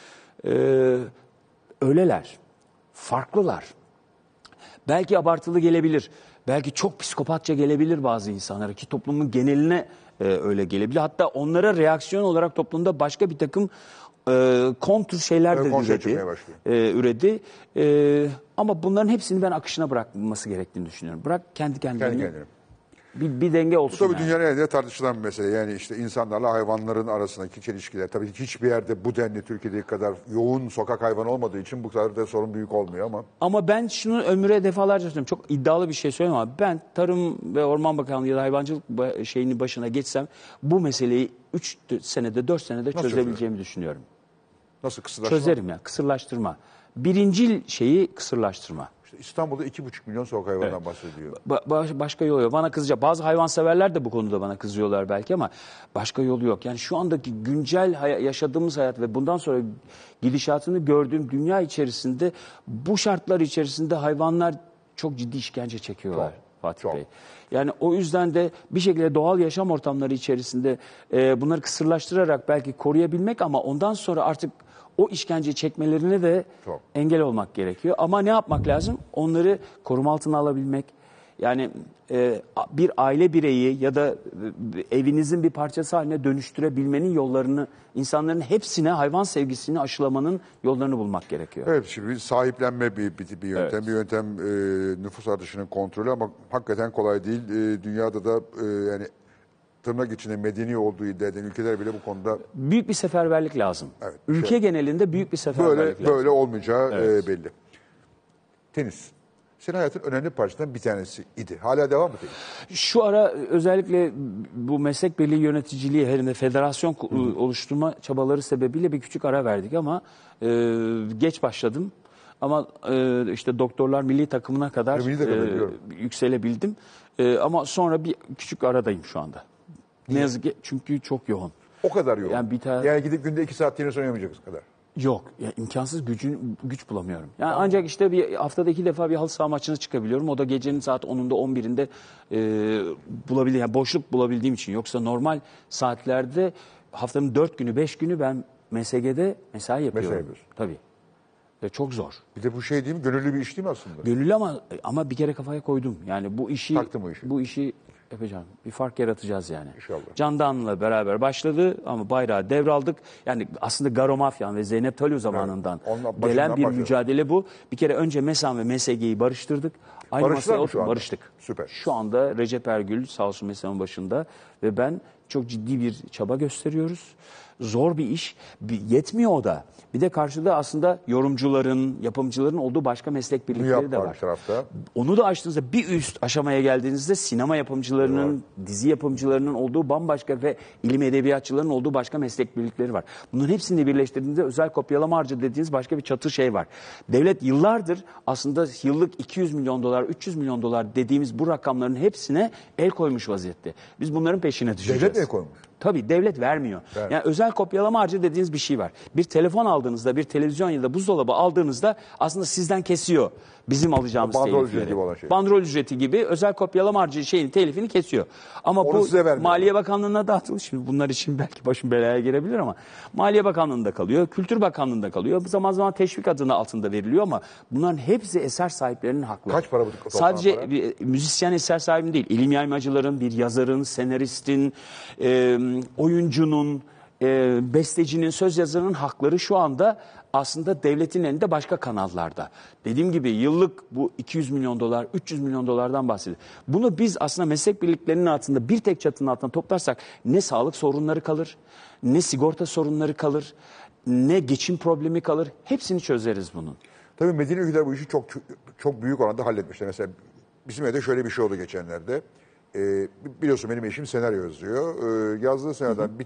Öyleler. Farklılar. Belki abartılı gelebilir. Belki çok psikopatça gelebilir bazı insanlara ki toplumun geneline öyle gelebilir. Hatta onlara reaksiyon olarak toplumda başka bir takım kontur şeyler de üredi. Ama bunların hepsini ben akışına bırakılması gerektiğini düşünüyorum. Bırak kendi kendine. Bir denge olsun. Bu tabii dünyanın elinde tartışılan bir mesele. Yani işte insanlarla hayvanların arasındaki çelişkiler. Tabii ki hiçbir yerde bu denli Türkiye'deki kadar yoğun sokak hayvanı olmadığı için bu kadar da sorun büyük olmuyor ama. Ama ben şunu Ömür'e defalarca söylüyorum. Çok iddialı bir şey söylüyorum ama ben Tarım ve Orman Bakanlığı ya da hayvancılık şeyinin başına geçsem bu meseleyi 3 senede 4 senede çözebileceğimi düşünüyorum. Nasıl kısırlaştırma? Çözerim ya kısırlaştırma. Birincil şeyi kısırlaştırma. İşte İstanbul'da 2,5 milyon sokak hayvandan bahsediyor. Başka yolu yok. Bana kızacak. Bazı hayvanseverler de bu konuda bana kızıyorlar belki ama başka yolu yok. Yani şu andaki güncel yaşadığımız hayat ve bundan sonra gidişatını gördüğüm dünya içerisinde bu şartlar içerisinde hayvanlar çok ciddi işkence çekiyorlar. Fatih Bey. Yani o yüzden de bir şekilde doğal yaşam ortamları içerisinde bunları kısırlaştırarak belki koruyabilmek ama ondan sonra artık o işkenceyi çekmelerine de engel olmak gerekiyor. Ama ne yapmak lazım? Onları koruma altına alabilmek. Yani bir aile bireyi ya da evinizin bir parçası haline dönüştürebilmenin yollarını, insanların hepsine hayvan sevgisini aşılamanın yollarını bulmak gerekiyor. Evet, şimdi sahiplenme bir yöntem. Evet. Bir yöntem nüfus artışının kontrolü ama hakikaten kolay değil. Dünyada da yani tırnak içinde medeni olduğu iddia eden ülkeler bile bu konuda... Büyük bir seferberlik lazım. Evet, ülke genelinde büyük bir seferberlik lazım. Böyle olmayacağı belli. Tenis. Senin hayatın önemli parçalarından bir tanesi idi. Hala devam mı tenis? Şu ara özellikle bu meslek birliği yöneticiliği herinde federasyon oluşturma çabaları sebebiyle bir küçük ara verdik ama geç başladım. Ama işte doktorlar milli takımına kadar yükselebildim. Ama sonra bir küçük aradayım şu anda. Ne yazık ki, çünkü çok yoğun. O kadar yoğun. Yani Yani gidip günde 2 saat tenis oynayamayacağız kadar. Yok. Ya imkansız, güç bulamıyorum. Yani ancak işte bir haftada 2 defa bir halı saha maçına çıkabiliyorum. O da gecenin saat 10'unda 11'inde bulabildiğim, yani boşluk bulabildiğim için. Yoksa normal saatlerde haftanın 4 günü 5 günü ben MSG'de mesai yapıyorum. Mesai yapıyorsun. Tabii. Ve çok zor. Bir de bu şey değil mi? Gönüllü bir iş değil mi aslında? Gönüllü ama bir kere kafaya koydum. Yani Taktım o işi. bu işi yapacağım. Bir fark yaratacağız yani. İnşallah. Candan'la beraber başladı ama bayrağı devraldık. Yani aslında Garo Mafyan ve Zeynep Talio zamanından gelen bir mücadele bu. Bir kere önce MESAN ve MSG'yi barıştırdık. Aynı masaya oturup barıştık. Süper. Şu anda Recep Ergül sağ olsun MESAN'ın başında ve ben çok ciddi bir çaba gösteriyoruz. Zor bir iş. Yetmiyor o da. Bir de karşıda aslında yorumcuların, yapımcıların olduğu başka meslek birlikleri de var. Onu da açtığınızda bir üst aşamaya geldiğinizde sinema yapımcılarının, dizi yapımcılarının olduğu bambaşka ve ilim edebiyatçılarının olduğu başka meslek birlikleri var. Bunların hepsini birleştirdiğinizde özel kopyalama harcı dediğiniz başka bir çatı şey var. Devlet yıllardır aslında yıllık 200 milyon dolar, 300 milyon dolar dediğimiz bu rakamların hepsine el koymuş vaziyette. Biz bunların peşine düşeceğiz. Devlet el koymuş? Tabii devlet vermiyor. Evet. Yani özel kopyalama harcı dediğiniz bir şey var. Bir telefon aldığınızda, bir televizyon ya da buzdolabı aldığınızda aslında sizden kesiyor bizim alacağımız telifleri. Bandrol ücreti gibi özel kopyalama harcı telifini kesiyor. Ama onu bu Maliye Bakanlığı'na dağıtılmış. Şimdi bunlar için belki başım belaya girebilir ama Maliye Bakanlığı'nda kalıyor, Kültür Bakanlığı'nda kalıyor. Bu zaman zaman teşvik adına altında veriliyor ama bunların hepsi eser sahiplerinin hakları. Kaç para bu? Sadece müzisyen eser sahibi değil. İlim yaymacıların, bir yazarın, senaristin, oyuncunun, bestecinin, söz yazarının hakları şu anda aslında devletin elinde başka kanallarda. Dediğim gibi yıllık bu 200 milyon dolar, 300 milyon dolardan bahsediyor. Bunu biz aslında meslek birliklerinin altında bir tek çatının altında toplarsak ne sağlık sorunları kalır, ne sigorta sorunları kalır, ne geçim problemi kalır. Hepsini çözeriz bunun. Tabii medeni ülkeler bu işi çok büyük oranda halletmişler. Mesela bizim evde şöyle bir şey oldu geçenlerde. Biliyorsun benim eşim senaryo yazıyor. Yazdığı senaryodan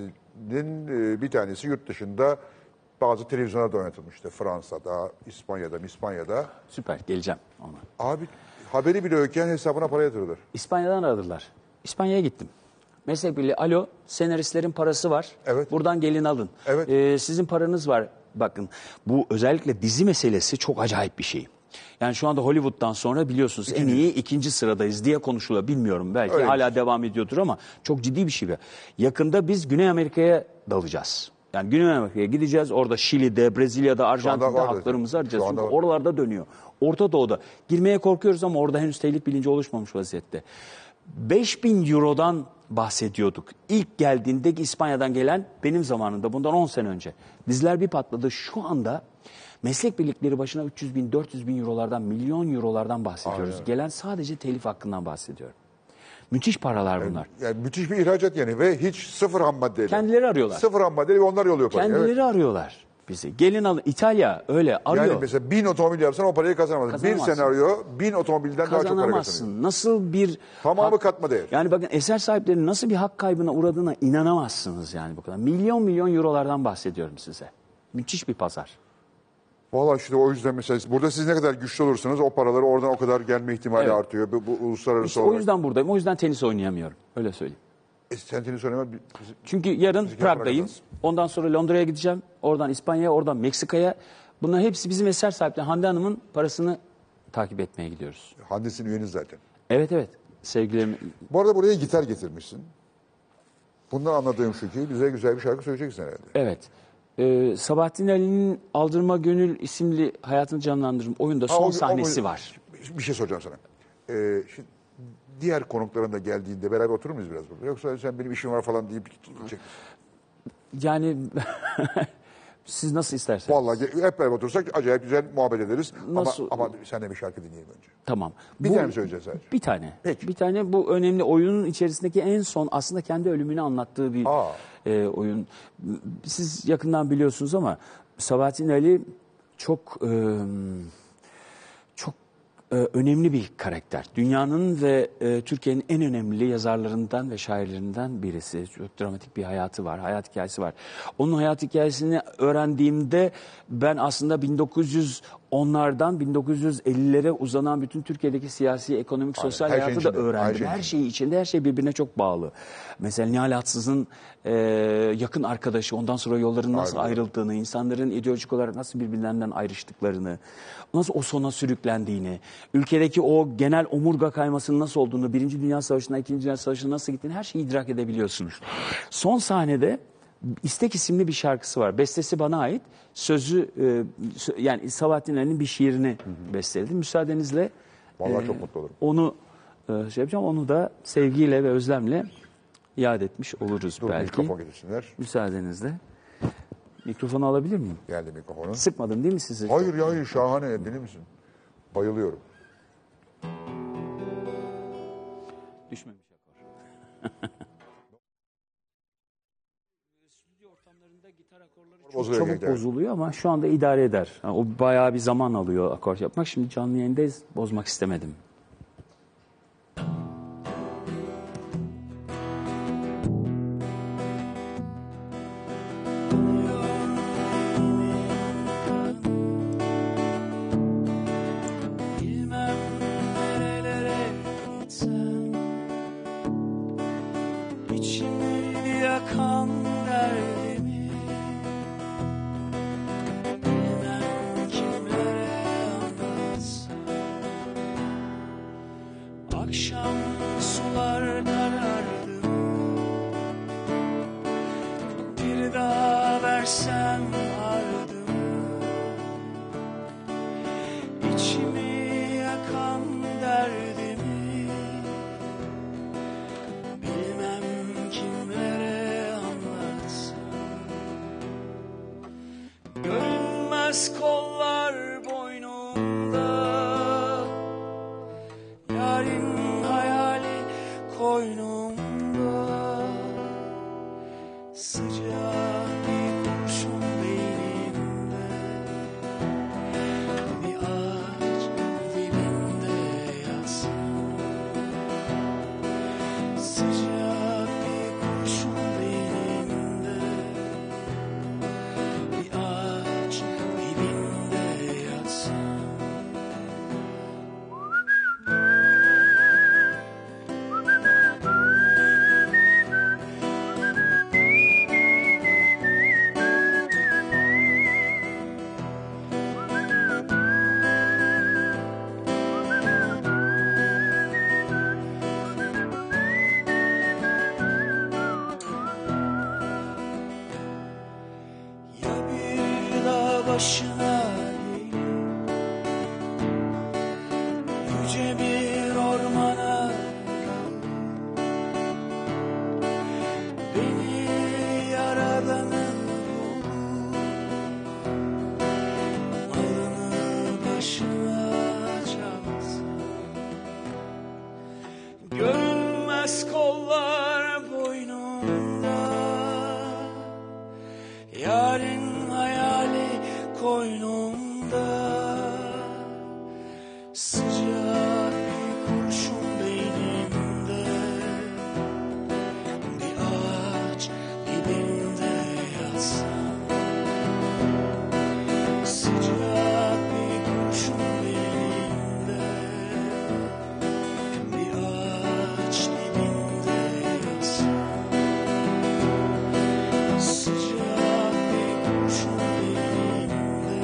bir tanesi yurt dışında bazı televizyonlarda oynatılmıştı. Fransa'da, İspanya'da. Süper, geleceğim ona. Abi haberi bile yokken hesabına para yatırılır. İspanya'dan aradılar. İspanya'ya gittim. Meslek birliği, alo, senaristlerin parası var. Evet. Buradan gelin alın. Evet. Sizin paranız var. Bakın, bu özellikle dizi meselesi çok acayip bir şey. Yani şu anda Hollywood'dan sonra biliyorsunuz en iyi 2. sıradayız diye konuşuluyor. Bilmiyorum, belki öyle hala devam ediyordur ama çok ciddi bir şey. Yakında biz Güney Amerika'ya dalacağız. Yani Güney Amerika'ya gideceğiz. Orada Şili'de, Brezilya'da, Arjantin'de haklarımızı arayacağız. Çünkü oralarda dönüyor. Orta Doğu'da. Girmeye korkuyoruz ama orada henüz telif bilinci oluşmamış vaziyette. 5.000 Euro'dan bahsediyorduk. İlk geldiğinde İspanya'dan gelen benim zamanımda, bundan 10 sene önce. Diziler bir patladı. Şu anda meslek birlikleri başına 300 bin, 400 bin Euro'lardan, milyon Euro'lardan bahsediyoruz. Aynen. Gelen sadece telif hakkından bahsediyorum. Müthiş paralar bunlar. Yani müthiş bir ihracat yani ve hiç sıfır ham maddeyle. Kendileri arıyorlar. Sıfır ham maddeyle ve onlar yolluyor parayı. Kendileri arıyorlar bizi. Gelin alın. İtalya öyle arıyor. Yani mesela 1000 otomobil yapsan o parayı kazanamazsın. Bir senaryo 1000 otomobilden daha çok para kazanıyor. Nasıl bir... Tamamı katma değer. Yani bakın eser sahiplerinin nasıl bir hak kaybına uğradığına inanamazsınız yani bu kadar. Milyon Euro'lardan bahsediyorum size. Müthiş bir pazar. Valla işte o yüzden mesela burada siz ne kadar güçlü olursanız o paraları oradan o kadar gelme ihtimali artıyor. Bu uluslararası işte olarak. O yüzden buradayım. O yüzden tenis oynayamıyorum. Öyle söyleyeyim. Sen tenis oynamam. Çünkü yarın Prag'dayım. Ondan sonra Londra'ya gideceğim. Oradan İspanya'ya, oradan Meksika'ya. Bunların hepsi bizim eser sahipleri. Hande Hanım'ın parasını takip etmeye gidiyoruz. Hande'sin üyeniz zaten. Evet. Sevgilerim. Bu arada buraya gitar getirmişsin. Bundan anladığım şu ki bize güzel bir şarkı söyleyeceksin herhalde. Evet. Sabahattin Ali'nin Aldırma Gönül isimli hayatını canlandırdığım oyunda son sahnesi var. Bir şey soracağım sana. Şimdi diğer konukların da geldiğinde beraber oturur muyuz biraz burada? Yoksa sen benim işim var falan deyip gidecek. Yani siz nasıl isterseniz. Vallahi hep beraber otursak acayip güzel muhabbet ederiz. Ama sen de bir şarkı dinleyelim önce. Tamam. Bir tane mi söyleyeceğiz sadece? Bir tane. Peki. Bir tane bu önemli oyunun içerisindeki en son aslında kendi ölümünü anlattığı bir oyun. Siz yakından biliyorsunuz ama Sabahattin Ali çok önemli bir karakter. Dünyanın ve Türkiye'nin en önemli yazarlarından ve şairlerinden birisi. Çok dramatik bir hayatı var, hayat hikayesi var. Onun hayat hikayesini öğrendiğimde ben aslında onlardan 1950'lere uzanan bütün Türkiye'deki siyasi, ekonomik, sosyal hayatı da öğrendim. Her şeyi içinde, her şey birbirine çok bağlı. Mesela Nihal Atsız'ın yakın arkadaşı, ondan sonra yolların nasıl ayrıldığını, insanların ideolojik olarak nasıl birbirlerinden ayrıştıklarını, nasıl o sona sürüklendiğini, ülkedeki o genel omurga kaymasının nasıl olduğunu, Birinci Dünya Savaşı'na, İkinci Dünya Savaşı'na nasıl gittiğini her şeyi idrak edebiliyorsunuz. Son sahnede İstek isimli bir şarkısı var. Bestesi bana ait. Sözü yani Sabahattin Ali'nin bir şiirini besteledim. Müsaadenizle vallahi çok mutlu olurum. Onu şey yapacağım. Onu da sevgiyle ve özlemle yad etmiş oluruz Dur, belki. mikrofon getirsinler. Müsaadenizle. Mikrofonu alabilir miyim? Geldi mikrofonu. Sıkmadım değil mi sizi? Hayır şahane, deli misin? Bayılıyorum. Düşmemiş akor. Stüdyo ortamlarında gitar akorları çok çabuk bozuluyor ama şu anda idare eder. Yani o bayağı bir zaman alıyor akor yapmak. Şimdi canlı yayındayız, bozmak istemedim. Akşam sular karardı, bir daha versem ardımı, içimi yakan derdimi, bilmem kimlere anlatsam. Görünmez kollar boynumda, yarın koynumda, sıcak bir kurşun beynimde, bir ağaç dibinde yatsam. Sıcak bir kurşun beynimde, bir ağaç dibinde yatsam. Başına değil, yüce bir ormana, beni yaradanın alını başına çalsın. Görünmez kollar boynumda, yarın hayali koynumda, sıcak bir kurşun beynimde, bir ağaç dibinde yatsam. Sıcak bir kurşun beynimde, bir ağaç dibinde yatsam. Sıcak bir kurşun beynimde,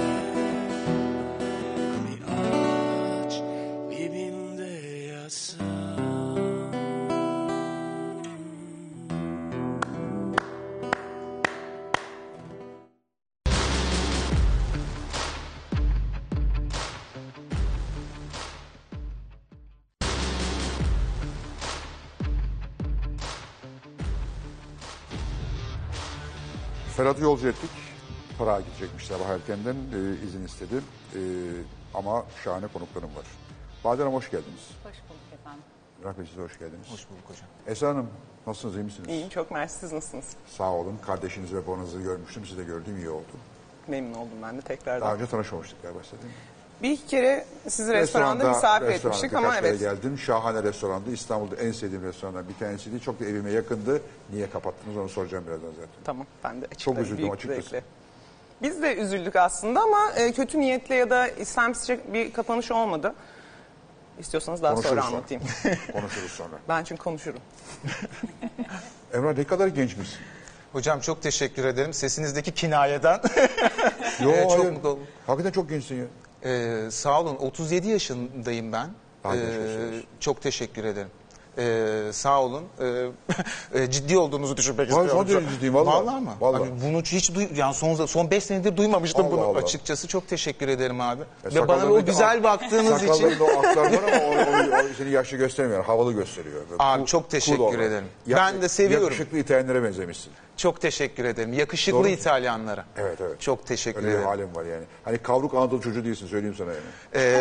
bir ağaç dibinde yatsam. Ferhat'ı yolcu ettik. Prag'a gidecekmiş sabah erkenden, izin istedi. Ama şahane konuklarım var. Bahadır Hanım hoş geldiniz. Hoş bulduk efendim. Rahmet size hoş geldiniz. Hoş bulduk hocam. Esra Hanım nasılsınız, iyi misiniz? İyiyim, çok mersi. Siz nasılsınız? Sağ olun. Kardeşinizi ve babanızı görmüştüm. Sizi de gördüğüm iyi oldu. Memnun oldum ben de tekrardan. Daha önce tanışmamıştık galiba size, değil mi? Bir iki kere sizi restoranda misafir etmiştik ama birkaç kere evet. geldim. Şahane restoranda. İstanbul'da en sevdiğim restorandan bir tanesiydi. Çok da evime yakındı. Niye kapattınız onu soracağım birazdan zaten. Tamam, ben de Çok üzüldüm büyük açıkçası. zevkle. Biz de üzüldük aslında ama kötü niyetle ya da istemsizce bir kapanış olmadı. İstiyorsanız daha sonra anlatayım. Konuşuruz sonra. Ben çünkü konuşurum. Emrah ne kadar gençmişsin. Hocam çok teşekkür ederim. Sesinizdeki kinayeden. Yo, çok hayır. mutlu oldum. Hakikaten çok gençsin ya. Sağ olun. 37 yaşındayım ben. Daha genç gösteriyorsun. Çok teşekkür ederim. Sağ olun. Ciddi olduğunuzu düşünmek Hayır, istiyorum. son derece ciddiyim, vallahi. Vallahi mı? Vallahi. Abi, bunu hiç yani son 5 senedir duymamıştım Allah bunu Allah. açıkçası. Çok teşekkür ederim abi. Ve Sakallarındaki bana o güzel baktığınız için. Sakallarında o aklar var ama o seni yaşlı göstermiyor. Havalı gösteriyor. Böyle Abi çok teşekkür olarak. ederim. Ben de seviyorum. Yakışıklı İtalyanlara benzemişsin. Çok teşekkür ederim. Yakışıklı Doğru. İtalyanlara. Evet evet. Çok teşekkür Öyle bir ederim. halim var yani. Hani kavruk Anadolu çocuğu değilsin söyleyeyim sana yani.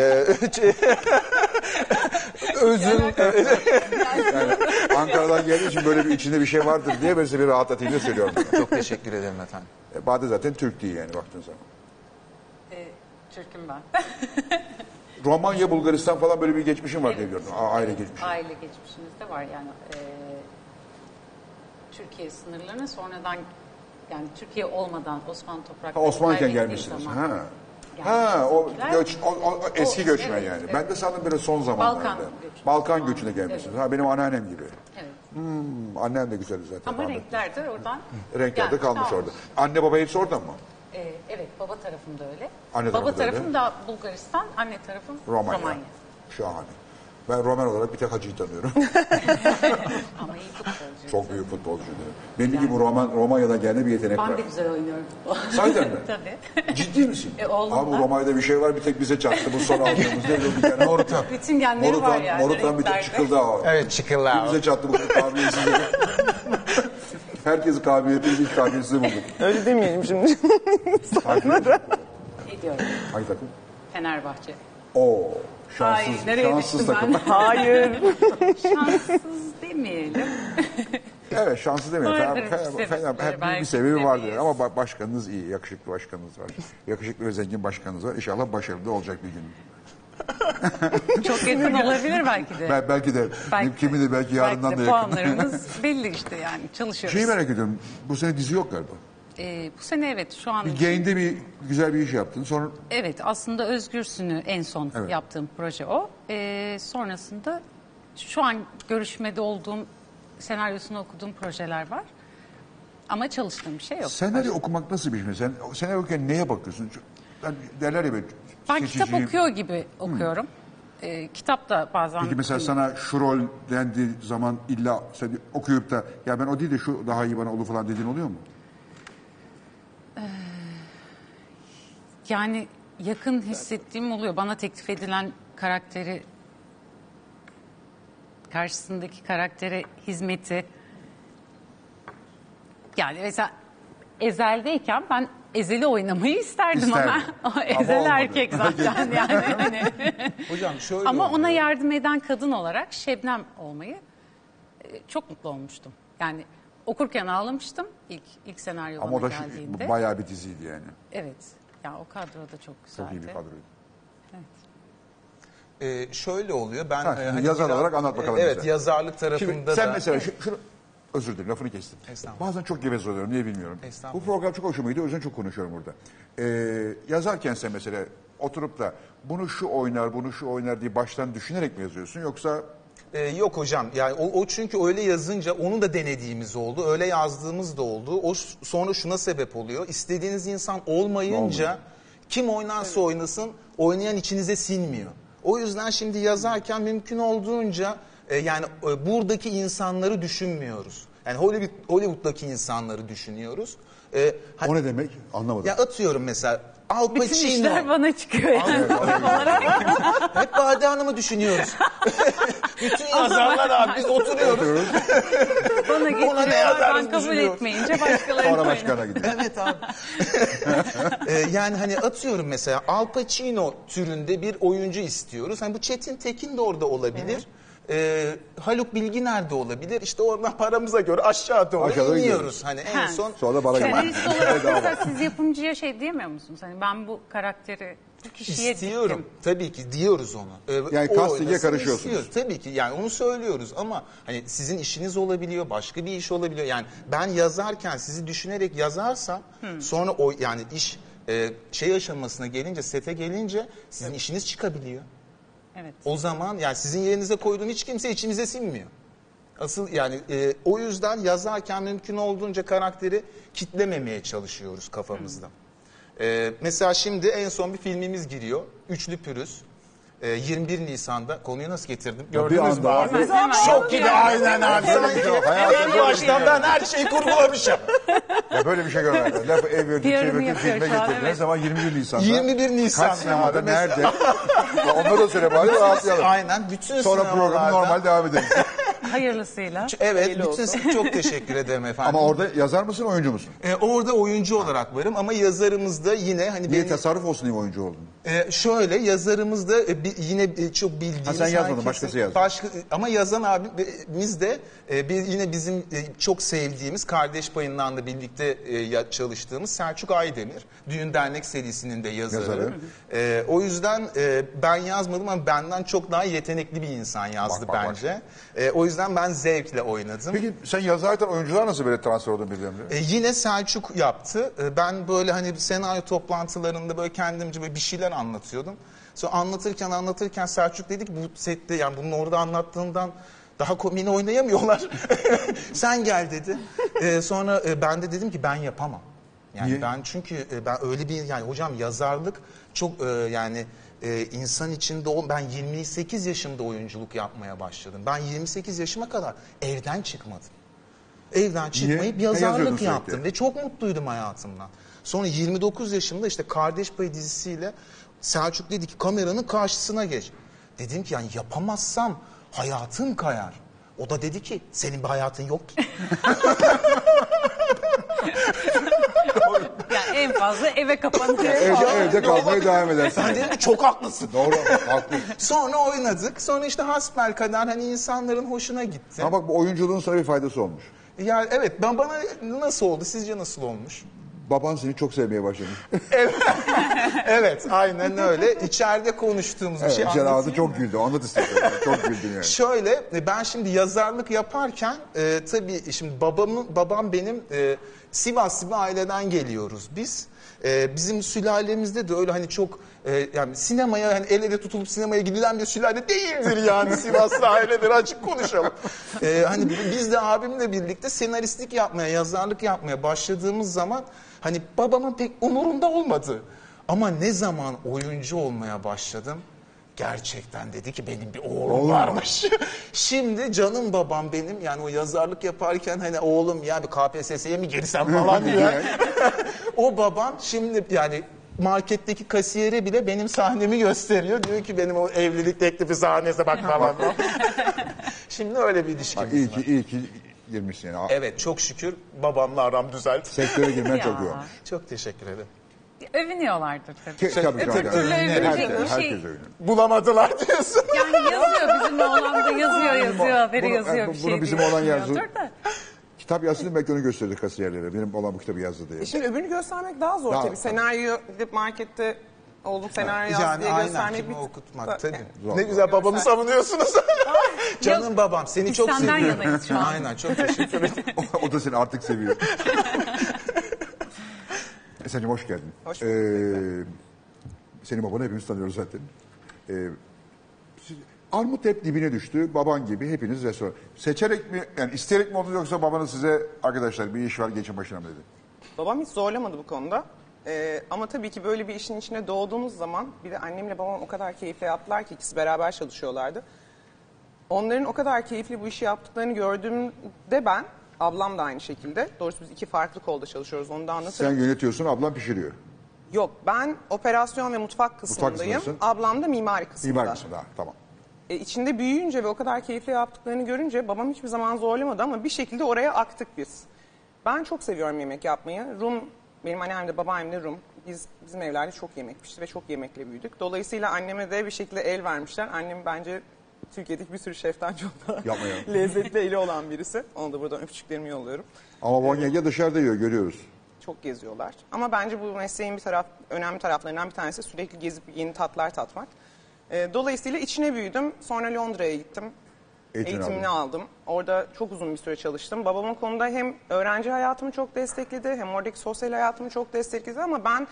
Özüm. Yani Ankara'dan geldiği için böyle bir içinde bir şey vardır diye ben size bir rahatlatayım diye söylüyorum. Çok teşekkür ederim efendim. Bade zaten Türk değil yani baktığın zaman. Türk'üm ben. Romanya, Bulgaristan falan böyle bir geçmişim var diye gördüm. Aile geçmişim. Aile geçmişimiz de var yani. Türkiye sınırlarına sonradan, yani Türkiye olmadan Osmanlı toprakları Osmanlıken kaybettiği gelmişsiniz. zaman Ha. gelmiş Ha, o, bizimkiler. göç, o eski O, göçmen evet, yani. evet. Ben de sandım böyle son zamanlarda. Balkan göçü. Balkan göçüne gelmişsiniz. Ha, benim anneannem gibi. Evet. Annem de güzeldi zaten. Ama rahmetli. renkler de oradan Renkler de gelmiş, kalmış kalmış. orada. Anne baba hepsi oradan mı? Evet, baba tarafım da öyle. Anne Baba tarafı da öyle. tarafım da Bulgaristan, anne tarafım Romanya. Romanya. Şahane. Ben Roman olarak bir tek Hacı'yı tanıyorum. Ama iyi futbolcu. Çok büyük futbolcu. Belli ki bu Romanya'dan gelme bir yetenek Ben var. de güzel oynuyorum futbol. Sahiden mi? Tabii. Ciddi misin? oğlum Abi bu var. Romanya'da bir şey var bir tek bize çattı. Bu son aldığımız ne bir tane Morutan. Bütün genleri var yani. Morutan bir tek renklerde. çıkıldı ha. Evet çıkırlar. Bize çattı bu kabiliyetsizliği. Herkesi kabiliyetli, hiç kabiliyetsiz bulduk. Öyle demeyelim şimdi. Ediyorum. Hangi takım? Fenerbahçe. Oo, şanssız, Ay, nereye şanssız düştüm takım. ben? Hayır. Şanssız demeyelim. Evet, şanssız demeyelim. Vardır bir sebepleri, Hep bir belki sebebi vardır. bilemeyiz. Ama başkanınız iyi, yakışıklı başkanınız var. Yakışıklı ve zengin başkanınız var. İnşallah başarılı olacak bir gün. Çok yakın olabilir belki de. Belki de, kim bilir belki yarından belki da de yakın. puanlarımız belli işte yani çalışıyoruz. Şeyi merak ediyorum, bu sene dizi yok galiba. Bu sene evet şu an Bir Gain'de bir güzel bir iş yaptın. Sonra evet aslında Özgürsün'ü en son Evet. yaptığım proje o. Sonrasında şu an görüşmede olduğum, senaryosunu okuduğum projeler var. Ama çalıştığım bir şey yok. senaryo okumak nasıl bir şey? Sen senaryo okurken neye bakıyorsun? Yani derler ya böyle Ben seçici. kitap okuyor gibi okuyorum. Kitap da bazen... Peki mesela sana şu rol dendiği zaman illa sen okuyup da ya ben o değil de şu daha iyi bana olur falan dediğin oluyor mu? Yani yakın hissettiğim oluyor. Bana teklif edilen karakteri, karşısındaki karaktere hizmeti. Yani mesela Ezel'deyken ben Ezel'i oynamayı isterdim ama Ama Ezel olmadı. erkek zaten yani. Hani. Hocam şöyle Ama oluyor. ona yardım eden kadın olarak Şebnem olmayı çok mutlu olmuştum. Yani okurken ağlamıştım ilk senaryo Ama bana o da geldiğinde. bayağı bir diziydi yani. Evet. Ya o kadro da çok güzeldi. Çok iyi bir kadroydu. Şöyle oluyor. Ben yazar olarak anlat bakalım Evet, bize. yazarlık tarafında Şimdi sen da mesela şunu özür dilerim lafını kestim. Estağfurullah. Bazen çok geveze oluyorum niye bilmiyorum. Estağfurullah. Bu program çok hoşuma gidiyor o yüzden çok konuşuyorum burada. Yazarken sen mesela oturup da bunu şu oynar bunu şu oynar diye baştan düşünerek mi yazıyorsun yoksa Yok hocam. Yani o çünkü öyle yazınca onu da denediğimiz oldu. Öyle yazdığımız da oldu. O sonra şuna sebep oluyor. İstediğiniz insan olmayınca kim oynarsa oynasın oynayan içinize sinmiyor. O yüzden şimdi yazarken mümkün olduğunca yani buradaki insanları düşünmüyoruz. Yani Hollywood'daki insanları düşünüyoruz. o ne demek anlamadım. Ya atıyorum mesela Al Bütün Pacino. işler bana çıkıyor yani. Hep Bade Hanım'ı düşünüyoruz. Bütün yazarlar abi biz oturuyoruz. Bana Ona ne getiriyorlar yazarız ben kabul düşünüyoruz. etmeyince başkaları Sonra koyuyor. başkana gidiyor. Evet abi. Yani hani atıyorum mesela Al Pacino türünde bir oyuncu istiyoruz. Hani bu Çetin Tekin de orada olabilir. Haluk Bilginer de olabilir. İşte oradan paramıza göre aşağı doğru Aşağıda iniyoruz. Hani en son Sonra bana Senarist olarak mesela siz yapımcıya şey diyemiyor musunuz? Hani ben bu karakteri bu kişiye istiyorum. diktim. Tabii ki diyoruz onu. Yani O casting'e oynasın karışıyorsunuz. istiyoruz. Tabii ki yani onu söylüyoruz ama hani sizin işiniz olabiliyor, başka bir iş olabiliyor. Yani ben yazarken sizi düşünerek yazarsam sonra o yani iş şey aşamasına gelince, sete gelince sizin işiniz çıkabiliyor. Evet. O zaman yani sizin yerinize koyduğum hiç kimse içimize sinmiyor. Asıl yani o yüzden yazarken mümkün olduğunca karakteri kitlememeye çalışıyoruz kafamızda. Mesela şimdi en son bir filmimiz giriyor. Üçlü Pürüz. 21 Nisan'da. Konuyu nasıl getirdim? Gördünüz mü abi? Hemen Şok gibi aynen abi. Sanki en baştan ben her şeyi kurgulamışım. Ya böyle bir şey görmedim. Lafı ev verdik, PR'ını çevirdik, yapıyor filme şu an, getirdiniz evet. ama 21 Nisan'da. 21 Nisan'da Kaç sinemada, abi mesela. nerede? Ya onları da söyle bari rahatlayalım. Aynen. Bütün Sonra programı sinemalarda- normal devam edelim. Hayırlısıyla. Evet. Çok teşekkür ederim efendim. Ama orada yazar mısın, oyuncu musun? Orada oyuncu olarak varım ama yazarımızda yine hani Niye benim, tasarruf olsun diye oyuncu oldun? şöyle yazarımızda yine çok bildiğimiz Ha, sen yazmadın, herkesin- başkası yazdı. Ama yazan abimiz de yine bizim çok sevdiğimiz Kardeş Payı'ndan birlikte çalıştığımız Selçuk Aydemir. Düğün Dernek serisinin de yazarı. O yüzden ben yazmadım ama benden çok daha yetenekli bir insan yazdı Bak. bence. O yüzden ben zevkle oynadım. Peki sen yazarken oyuncular nasıl böyle transfer oldun birdenbire? Yine Selçuk yaptı. Ben böyle hani senaryo toplantılarında böyle kendimce böyle bir şeyler anlatıyordum. Sonra anlatırken Selçuk dedi ki bu sette yani bunun orada anlattığından daha komiğini oynayamıyorlar. Sen gel dedi. Sonra ben de dedim ki ben yapamam. Yani Niye? ben çünkü ben öyle bir yani hocam yazarlık çok yani insan içinde ben 28 yaşımda oyunculuk yapmaya başladım. Ben 28 yaşıma kadar evden çıkmadım. Evden çıkmayıp Ne yazarlık yazıyordun yaptım sürekli? ve çok mutluydum hayatımdan. Sonra 29 yaşımda işte Kardeş Payı dizisiyle Selçuk dedi ki kameranın karşısına geç. Dedim ki yani yapamazsam hayatım kayar. O da dedi ki senin bir hayatın yok ki. Yani en fazla eve kapanacak. Evde kalmaya devam edersin. Ben dedim ki çok haklısın. Doğru, haklı. Sonra oynadık. Sonra işte hasbelkader hani insanların hoşuna gitti. Ama bak bu oyunculuğun sana bir faydası olmuş. Yani evet bana nasıl oldu? Sizce nasıl olmuş? Baban seni çok sevmeye başlamış. Evet aynen öyle. İçeride konuştuğumuz bir Evet, şey Cenab-ı anlatayım. çok güldü. Anlat istedim. Çok güldün yani. Şöyle ben şimdi yazarlık yaparken tabii şimdi babam benim Sivaslı bir aileden geliyoruz biz. Bizim sülalemizde de öyle hani çok yani sinemaya hani el ele tutulup sinemaya gidilen bir sülale değildir yani Sivaslı aileleri açık konuşalım. Hani biz de abimle birlikte senaristlik yapmaya, yazarlık yapmaya başladığımız zaman hani babamın pek umurunda olmadı. Ama ne zaman oyuncu olmaya başladım gerçekten dedi ki benim bir oğlum varmış. Şimdi canım babam benim yani o yazarlık yaparken hani oğlum ya bir KPSS'ye mi girsem falan diyor. O babam şimdi yani marketteki kasiyere bile benim sahnemi gösteriyor. Diyor ki benim o evlilik teklifi sahnesine bak falan. Şimdi öyle bir ilişkimiz İyi var. ki, iyi ki girmişsin yani. Evet çok şükür babamla aram düzeldi. Sektöre girmen çok iyi Ya. olmuş. Çok teşekkür ederim. Övünüyorlardır tabii. Tabii şu an. türlü övünecek bir şey. Herkes övünür. Bulamadılar diyorsun. Yani yazıyor bizim oğlan da yazıyor haberi Bunu- yazıyor bir bunu şey. bizim diye oğlan yazdı. düşünüyordur da. Kitap yazsın belki onu gösterir kasiyerlere. Benim olan bu kitabı yazdı diye. Şimdi öbürünü göstermek daha zor Daha- tabii. Senaryo gidip markette oğlum senaryo yaz Yani diye aynen göstermek kimi okutmak Yani tabii. Zor. Ne güzel babamı savunuyorsunuz. Canım babam seni Biz çok senden seviyorum. yanayız şu an. Aynen çok teşekkür ederim. O da seni artık seviyor. Esen'cim hoş geldin. Hoş bulduk. Senin babanı hepimiz tanıyoruz zaten. Armut hep dibine düştü. Baban gibi hepiniz restoran. Seçerek mi, yani isteyerek mi oldu yoksa babanız size arkadaşlar bir iş var geçin başına mı dedi? Babam hiç zorlamadı bu konuda. Ama tabii ki böyle bir işin içine doğduğumuz zaman bir de annemle babam o kadar keyifle yaptılar ki ikisi beraber çalışıyorlardı. Onların o kadar keyifli bu işi yaptıklarını gördüğümde ben, ablam da aynı şekilde. Doğrusu biz iki farklı kolda çalışıyoruz onu da anlatırım. Sen yönetiyorsun, ablan pişiriyor. Yok ben operasyon ve mutfak kısmındayım. kısmındasın. Ablam da mimari kısmında. İmar kısmında, tamam. İçinde büyüyünce ve o kadar keyifli yaptıklarını görünce babam hiçbir zaman zorlamadı ama bir şekilde oraya aktık biz. Ben çok seviyorum yemek yapmayı. Benim annem de babaannem de Rum. Bizim evlerde çok yemek pişti ve çok yemekle büyüdük. Dolayısıyla anneme de bir şekilde el vermişler. Annem bence Türkiye'deki bir sürü şeften çok daha Yapma ya. lezzetli eli olan birisi. Ona da buradan öpücüklerimi yolluyorum. Ama Bonya'ya dışarıda yiyor, görüyoruz. Çok geziyorlar. Ama bence bu mesleğin önemli taraflarından bir tanesi sürekli gezip yeni tatlar tatmak. Dolayısıyla içine büyüdüm. Sonra Londra'ya gittim. Eğitimini aldım. Orada çok uzun bir süre çalıştım. Babam o konuda hem öğrenci hayatımı çok destekledi hem oradaki sosyal hayatımı çok destekledi ama ben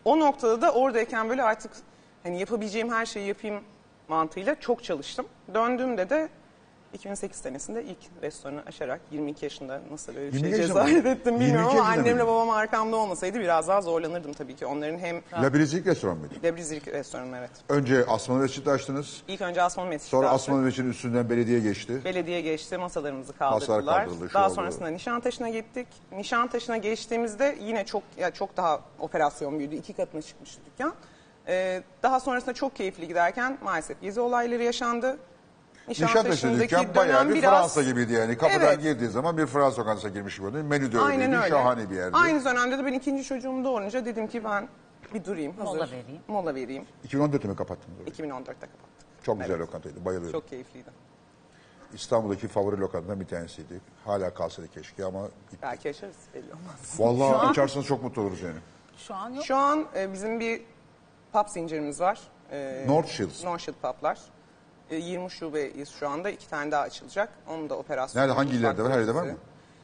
O noktada da oradayken böyle artık hani yapabileceğim her şeyi yapayım mantığıyla çok çalıştım. Döndüğümde de 2008 senesinde ilk restoranı açarak 22 yaşında nasıl öyle bir 22 şey yaşında mı? cesaret ettim 22 bilmiyorum ama yaşında annemle mıydın? babam arkamda olmasaydı biraz daha zorlanırdım tabii ki. Onların hem Labrizik restoran mıydı? Debrizilik restoranı evet. Önce Asmalı Mescid'de açtınız. İlk önce Asmalı Mescid'de Sonra açtık. Asmalı Mescid'in üstünden belediye geçti. Belediye geçti, masalarımızı Masalar kaldırdılar. kaldırıldı, şu Daha oldu. sonrasında Nişantaşı'na gittik. Nişantaşı'na geçtiğimizde yine çok daha operasyon büyüdü. 2 katına çıkmıştı dükkan. Daha sonrasında çok keyifli giderken maalesef gezi olayları yaşandı. Nişantaşı'nda dükkan bayağı bir Fransa gibiydi yani. Kapıdan girdiği zaman bir Fransız lokantasına girmiş gibi oldu. Menü de Aynen öyleydi. öyle. Şahane bir yerdi. Aynı dönemde de ben ikinci çocuğumu doğurunca dedim ki ben bir durayım. Hazır. Mola vereyim. Mola vereyim. 2014'te mi kapattınız orayı? 2014'te kapattık. Çok güzel lokantaydı. Bayılıyorum. Çok keyifliydi. İstanbul'daki favori lokantadan bir tanesiydi. Hala kalsaydı keşke ama gitti. Belki yaşarız belli olmaz. Vallahi açarsanız çok mutlu oluruz yani. Şu an yok. Şu an bizim bir pub zincirimiz var. North Shields. North Shield Pub'lar. 20 şubeyiz şu anda. 2 tane daha açılacak. Onun da operasyonu. Nerede, hangi illerde var? Her yerde var mı?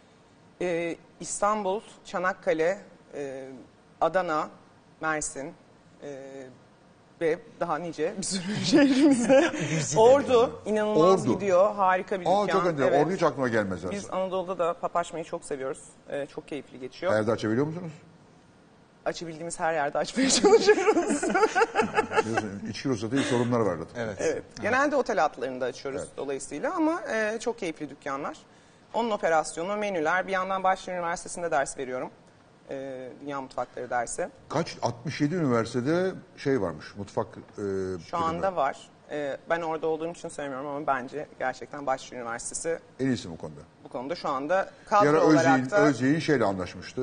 İstanbul, Çanakkale, Adana, Mersin ve daha nice bir sürü şehrimizde. Ordu inanılmaz Ordu. gidiyor. Harika bir dükkan. Aa çok önemli. Evet. Ordu hiç aklıma gelmez aslında. Biz Anadolu'da da pub açmayı çok seviyoruz. Çok keyifli geçiyor. Evde açabiliyor musunuz? Açabildiğimiz her yerde açmaya çalışıyoruz. Biliyorsun, İçki ruhsatı iyi sorunlar vardı. Evet. Genelde otel hatlarında açıyoruz dolayısıyla ama çok keyifli dükkanlar. Onun operasyonu, menüler. Bir yandan Bahçeşehir Üniversitesi'nde ders veriyorum. Dünya mutfakları dersi. Kaç? 67 üniversitede şey varmış. Mutfak Şu anda var. Ben orada olduğum için söylemiyorum ama bence gerçekten Bahçeşehir Üniversitesi en iyisi bu konuda. bu konuda şu anda Bir kadro ara olarak da Özyeğin şeyle anlaşmıştı.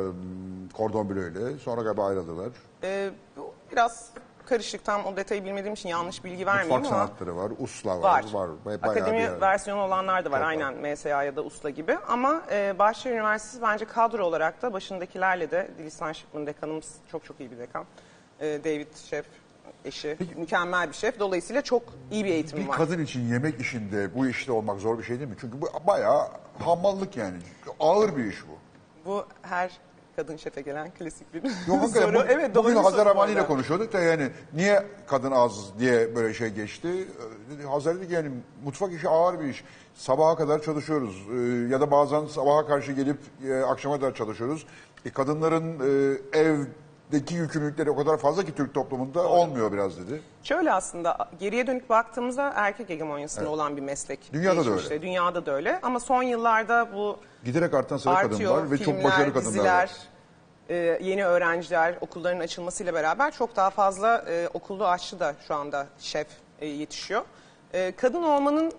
Cordon Bleu'yle. Sonra galiba ayrıldılar. bu biraz karışık. Tam o detayı bilmediğim için yanlış bilgi vermeyeyim Mutfak ama sanatları var. USLA var. Bayağı Akademi bir yer. versiyonu olanlar da var. Çok var. Aynen MSA ya da USLA gibi. Ama Bahçeşehir Üniversitesi bence kadro olarak da başındakilerle de Dilistan Şıklı'nın dekanımız çok iyi bir dekan. David Şef eşi mükemmel bir şef. Dolayısıyla çok iyi bir eğitimi Bir var. kadın için yemek işinde bu işte olmak zor bir şey değil mi? Çünkü bu bayağı hamallık yani. Ağır bir iş bu. Bu her kadın şefe gelen klasik bir Yok hakikaten soru. Evet, doğru bugün bir Hazar soru Amani ile orada. konuşuyorduk da yani niye kadın az diye böyle şey geçti. Hazar dedi ki yani mutfak işi ağır bir iş. Sabaha kadar çalışıyoruz ya da bazen sabaha karşı gelip akşama kadar çalışıyoruz. Kadınların evdeki yükümlülükleri o kadar fazla ki Türk toplumunda olmuyor biraz dedi. Şöyle aslında geriye dönük baktığımızda erkek hegemonyasında olan bir meslek. Dünyada da geçmişte. öyle. Dünyada da öyle. Ama son yıllarda bu Giderek artan sayı kadın artıyor. var ve çok Filmler, başarılı kadınlar diziler, var. yeni öğrenciler, okulların açılmasıyla beraber çok daha fazla okulda aşçı da şu anda şef yetişiyor. Kadın olmanın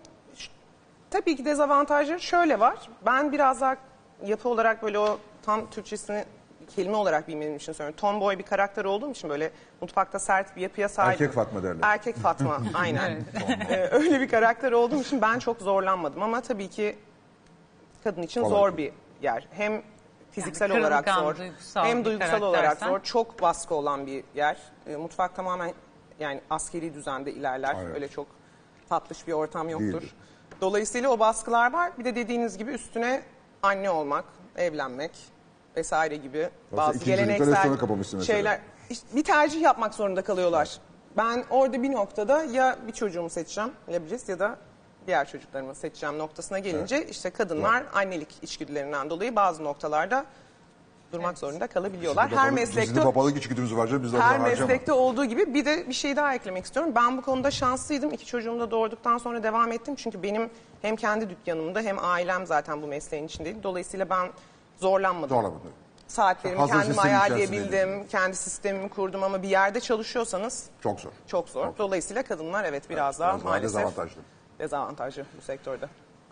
tabii ki dezavantajları şöyle var. Ben biraz daha yapı olarak böyle o tam Türkçesini kelime olarak bilmediğim için söylüyorum. Tomboy bir karakter olduğum için böyle mutfakta sert bir yapıya sahip. Erkek Fatma derler. Erkek Fatma aynen. Öyle bir karakter olduğum için ben çok zorlanmadım ama tabii ki kadın için Kolay zor bir yer. Hem fiziksel Yani olarak kırılgan, zor duygusal hem bir duygusal olarak karaktersen. zor. Çok baskı olan bir yer. Mutfak tamamen yani askeri düzende ilerler. Aynen. Öyle çok tatlış bir ortam yoktur. Değildir. Dolayısıyla o baskılar var. Bir de dediğiniz gibi üstüne anne olmak, evlenmek vesaire gibi bazı ikinci çocukta restoran geleneksel kapamışsın mesela. şeyler. İşte bir tercih yapmak zorunda kalıyorlar. Ben orada bir noktada ya bir çocuğumu seçeceğim Labris ya da diğer çocuklarımı seçeceğim noktasına gelince işte kadınlar annelik içgüdülerinden dolayı bazı noktalarda durmak zorunda kalabiliyorlar. Her meslekte Bizim de babalık içgüdümüz var canım. Biz de o her zaman harcama. meslekte olduğu gibi bir de bir şey daha eklemek istiyorum. Ben bu konuda şanslıydım. 2 çocuğumu da doğurduktan sonra devam ettim. Çünkü benim hem kendi dükkanımda hem ailem zaten bu mesleğin içindeydi. Dolayısıyla ben zorlanmadım. Zorlamadı. Saatlerimi Hazır kendim sistemin ayarlayabildim. içerisindeydin. Kendi sistemimi kurdum ama bir yerde çalışıyorsanız Çok zor. çok zor. Dolayısıyla kadınlar evet biraz daha Biraz daha maalesef dezavantajlı. dezavantajlı bu sektörde.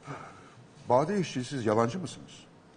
Bade işçi siz yalancı mısınız?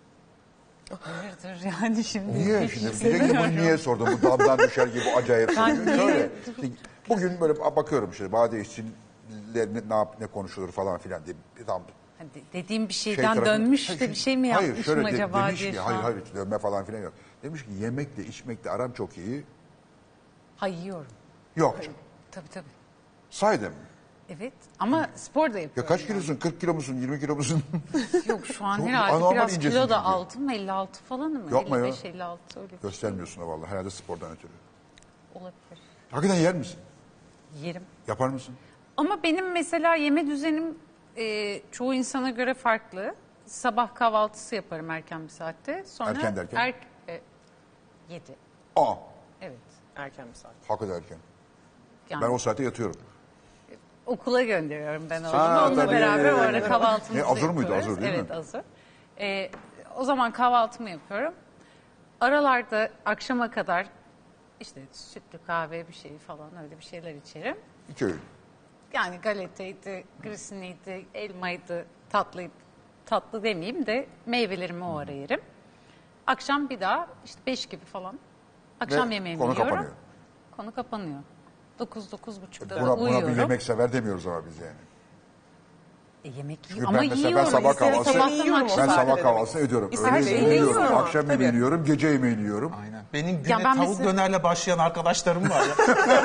Hayırdır yani şimdi. Niye şimdi? Diyecek ki bunu niye sordun? Bu damdan düşer gibi acayip soruyor. Söyle. Bugün böyle bakıyorum işte bade işçilerine ne konuşulur falan filan diye. Tam Hadi dediğim bir şeyden tarafı- dönmüş Hayır, de bir şey mi hayır, yapmışım şöyle acaba demiş diye ki, şu hayır an. hayır dönme falan filan yok. Demiş ki yemekle içmekle aram çok iyi. Ha yiyorum. Yok canım. Tabii. Saydım. Evet ama spor da Ya yapıyorum. kaç kilosun? 40 kilo musun? 20 kilo musun? Yok şu an Çok herhalde anormal biraz incesin kilo da çünkü. aldım. 56 falanım. Yapma ya. 55-56 öyle. Göstermiyorsun da vallahi herhalde spordan ötürü. Olabilir. Hakikaten yer misin? Yerim. Yapar mısın? Ama benim mesela yeme düzenim çoğu insana göre farklı. Sabah kahvaltısı yaparım erken bir saatte. Sonra Erken derken? 7. Aa, Evet. Erken bir saat. hakikaten erken. Yani Ben o saate yatıyorum. okula gönderiyorum ben oğlumu. Ha, Onunla tabii, beraber evet, o ara evet. kahvaltımızı Azur muydu? yapıyoruz. Azur değil mi? Evet, azur. O zaman kahvaltımı yapıyorum. Aralarda akşama kadar işte sütlü kahve bir şey falan öyle bir şeyler içerim. 2 öğün. Yani galeteydi, grisiniydi, elmaydı, tatlıydı. Tatlı demeyeyim de meyvelerimi o ara yerim. Akşam bir daha işte 5 gibi falan akşam Ve yemeğimi konu yiyorum. kapanıyor. Konu kapanıyor. 9-9.30'da Buna uyuyorum. bir yemek sever demiyoruz ama biz yani. Yemek Çünkü yiyor ama ben mesela yiyorum. sabah İsterim kahvaltısı, sabahtan akşama. ben sabah kahvaltısını ediyorum. İster Öğle şey yemeği yiyorum, yiyorum. akşam yemeğini yiyorum, gece yemeğini yiyorum. Aynen. Benim güne Ya ben tavuk mesela- dönerle başlayan arkadaşlarım var ya.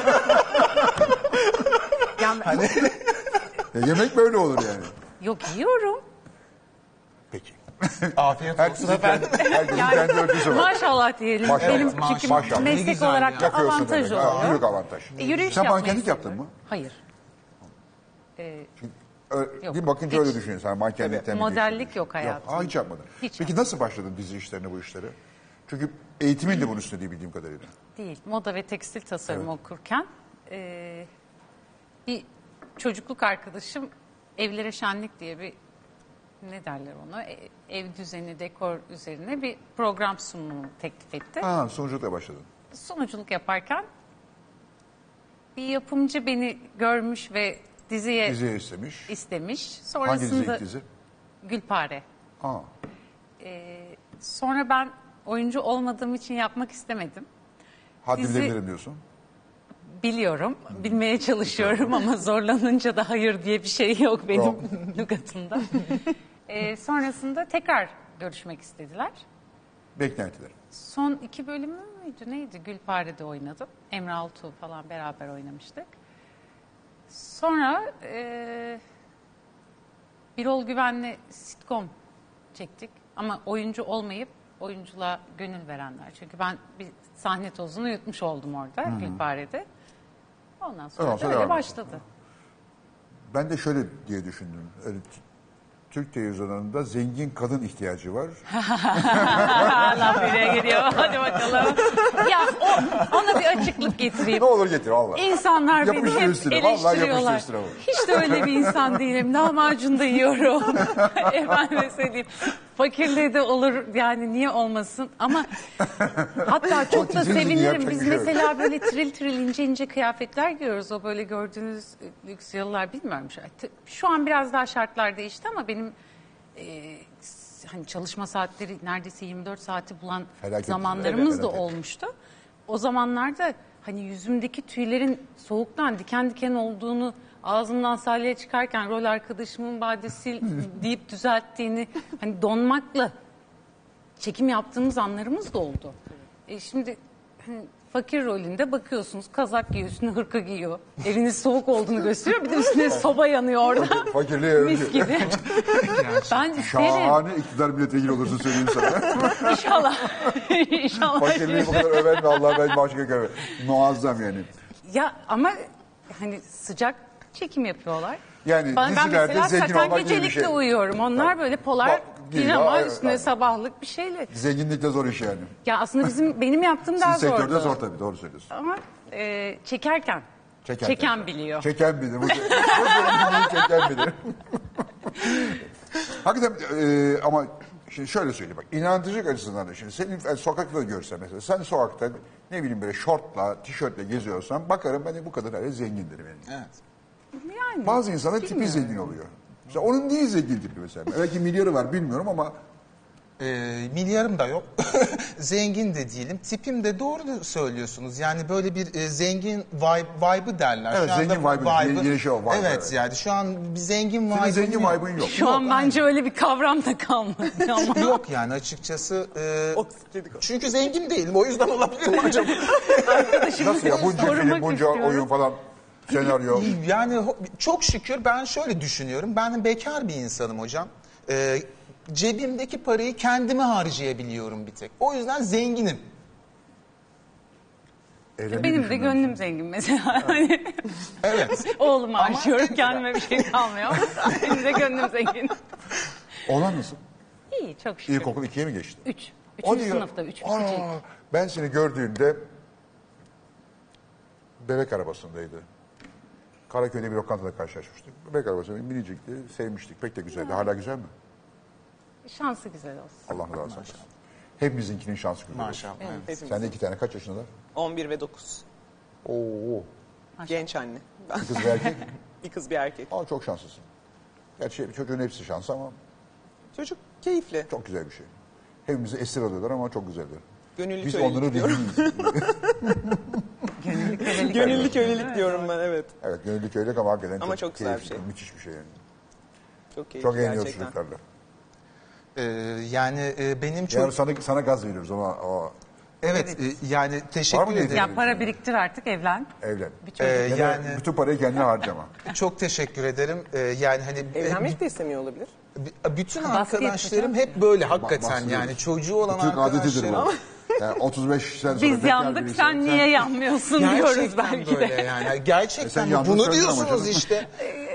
Yani, Yemek böyle olur yani. yok yiyorum. Peki. Afiyet olsun Herkesin efendim. herkesin kendi ölçüsü var. Maşallah diyelim. Maşallah, Benim maşallah. çünkü Ne meslek güzel olarak ya. da Yapıyorsun avantaj demek. Ha, oluyor. büyük avantaj. Yürüyüş Sen yapmayı mankenlik yaptın seviyorum. mı? Hayır. Yok, Bir bakınca hiç. öyle düşünüyorsun. Sen mankenlikten mi Modellik geçtin? yok hayatımda. Hiç yapmadın. Hiç Peki nasıl başladın dizi işlerine, bu işlere? Çünkü eğitimin de bunun üstüne değil bildiğim kadarıyla. Değil. Moda ve tekstil tasarımı okurken bir çocukluk arkadaşım Evlere Şenlik diye bir ne derler ona ev düzeni, dekor üzerine bir program sunumunu teklif etti. Ha, sonuçta başladın. Sunuculuk yaparken bir yapımcı beni görmüş ve diziye Diziye istemiş. istemiş. Hangi dizi Sonrasında ilk dizi? Gülpare. Aa, Sonra ben oyuncu olmadığım için yapmak istemedim. haddini Dizi- bilirim diyorsun. Biliyorum, bilmeye çalışıyorum ama zorlanınca da hayır diye bir şey yok benim Bravo. lügatımda. Sonrasında tekrar görüşmek istediler. Beklentiler. Son 2 bölümü müydü neydi? Gülpare'de oynadım. Emre Altuğ falan beraber oynamıştık. Sonra Birol Güven'le sitcom çektik. Ama oyuncu olmayıp oyunculuğa gönül verenler. Çünkü ben bir sahne tozunu yutmuş oldum orada Gülpare'de. Ondan sonra Ondan sonra da öyle devam başladı. Ben de şöyle diye düşündüm. Öyle Türk televizyonlarında zengin kadın ihtiyacı var. Allah buraya geliyor. Hadi bakalım. Ya ona bir açıklık getireyim. Ne olur getir Allah. İnsanlar beni Yapıştır hep üstüne, vallahi yapıştır eleştiriyorlar. üstüne bu. Hiç de öyle bir insan değilim. Lahmacun da yiyorum. Efendim söyleyeyim. Fakirliği de olur yani niye olmasın ama hatta çok da titizliği sevinirim. yapacak Biz bir şey yok. mesela böyle tril tril ince ince kıyafetler giyiyoruz. O böyle gördüğünüz lüks yıllar bilmiyorum. Şu an biraz daha şartlar değişti ama benim hani çalışma saatleri neredeyse 24 saati bulan Felaket. zamanlarımız da Evet. olmuştu. O zamanlarda hani yüzümdeki tüylerin soğuktan diken diken olduğunu ağzımdan salya çıkarken rol arkadaşımın badesi deyip düzelttiğini hani donmakla çekim yaptığımız anlarımız da oldu. Şimdi hani fakir rolünde bakıyorsunuz kazak giyiyor, üstüne hırka giyiyor. Eviniz soğuk olduğunu gösteriyor. Bir de üstüne soba yanıyor orada. Fakirliğe övgü. Mis gibi. Ben isterim. Şahane iktidar milletvekili olursun söyleyeyim sana. İnşallah. İnşallah. Fakirliği bu kadar öven de Allah ben başka görmem. Muazzam yani. Ya ama hani sıcak çekim yapıyorlar. Yani ben dizilerde mesela zengin saten olmak gibi bir gecelikte şey. uyuyorum. Onlar Tabii. böyle polar Bak, giyiyor, pijama evet, üstüne tabii. sabahlık bir şeyle. Zenginlik de zor iş yani. Ya aslında benim yaptığım daha Sizin zordu. sektörde zor tabii, doğru söylüyorsun. Ama çekerken. Çeken biliyor. Çeken bilir. Bu zenginliği çeken bilir. Hakikaten ama şimdi şöyle söyleyeyim bak. İnandırıcılık açısından da şimdi senin sokakta da görsen mesela. Sen sokakta ne bileyim böyle şortla, tişörtle geziyorsan bakarım ben bu kadar öyle zengindir benim. Evet. Yani, Bazı insanın tipi zengin oluyor. Mesela onun niye zengin tipi mesela? Belki milyarı var bilmiyorum ama Milyarım da yok. Zengin de değilim. Tipim de doğru söylüyorsunuz. Yani böyle bir zengin vibe'ı derler. Evet, zengin vibe'ı, yeni şey o, vibe, evet, evet. yani şu an bir zengin senin vibe'ın zengin yok. vibe'ın yok. Şu an bence öyle bir kavram da kalmadı ama. Yok yani açıkçası. Çünkü zengin değilim. O yüzden olabilir mi acaba? Nasıl ya bunca Sormak film, bunca istiyorum. oyun falan, senaryo. Yani çok şükür ben şöyle düşünüyorum. Ben bekar bir insanım hocam. Cebimdeki parayı kendime harcayabiliyorum bir tek. O yüzden zenginim. Eğlenmeyi Benim de düşünüyor gönlüm musun? zengin mesela. Hani Evet. oğlumu harcıyorum, kendime bir şey kalmıyor ama benim de gönlüm zengin. Oğlan nasıl? İyi, çok şükür. İlkokul 2'ye mi geçti? 3. O Üçüncü diyor, sınıfta, 3 "Ana, bitecek. ben seni gördüğümde bebek arabasındaydı. Karaköy'de bir lokantada karşılaşmıştık. Bebek arabasında minicikti, sevmiştik. Pek de güzeldi. Hala güzel mi? Şansı güzel olsun. Allah razı olsun. Hepimizinkinin şansı güzel olsun. Maşallah. Evet. Hepimiz. Sen de 2 tane kaç yaşındalar? 11 ve 9. Oo, Genç anne. Ben- bir kız bir erkek. bir kız bir erkek. Aa, çok şanslısın. Gerçi çocuğun hepsi şans ama Çocuk keyifli. çok güzel bir şey. Hepimizi esir alıyorlar ama çok güzeldir. Gönüllü Biz kölelik onları diyorum. rehiyiz. Gönüllü kölelik diyorum ben, evet. Evet, gönüllü köylük ama hakikaten Ama çok güzel bir keyifli, şey. müthiş bir şey yani. Çok keyifli Çok eğleniyoruz gerçekten. çocuklarla. Yani benim çok... Yani sana gaz veriyoruz ama Evet, yani Var mı teşekkür dediğin? ederim. Ya para biriktir artık, evlen. evlen. Bir çocuk. Ya da Yani bütün parayı kendine harcama. çok teşekkür ederim. Yani hani Evlenmek de istemiyor olabilir. bütün Baskı arkadaşlarım yapacağım. hep böyle hakikaten Bahsediyoruz. yani çocuğu olan Türk adetidir arkadaşlarım. bu. Yani 35 sene sonra Biz bekar yandık, birisi. sen niye yanmıyorsun diyoruz Gerçekten belki böyle de. yani. Sen Gerçekten yandın bunu söyledin ama diyorsunuz canım. işte.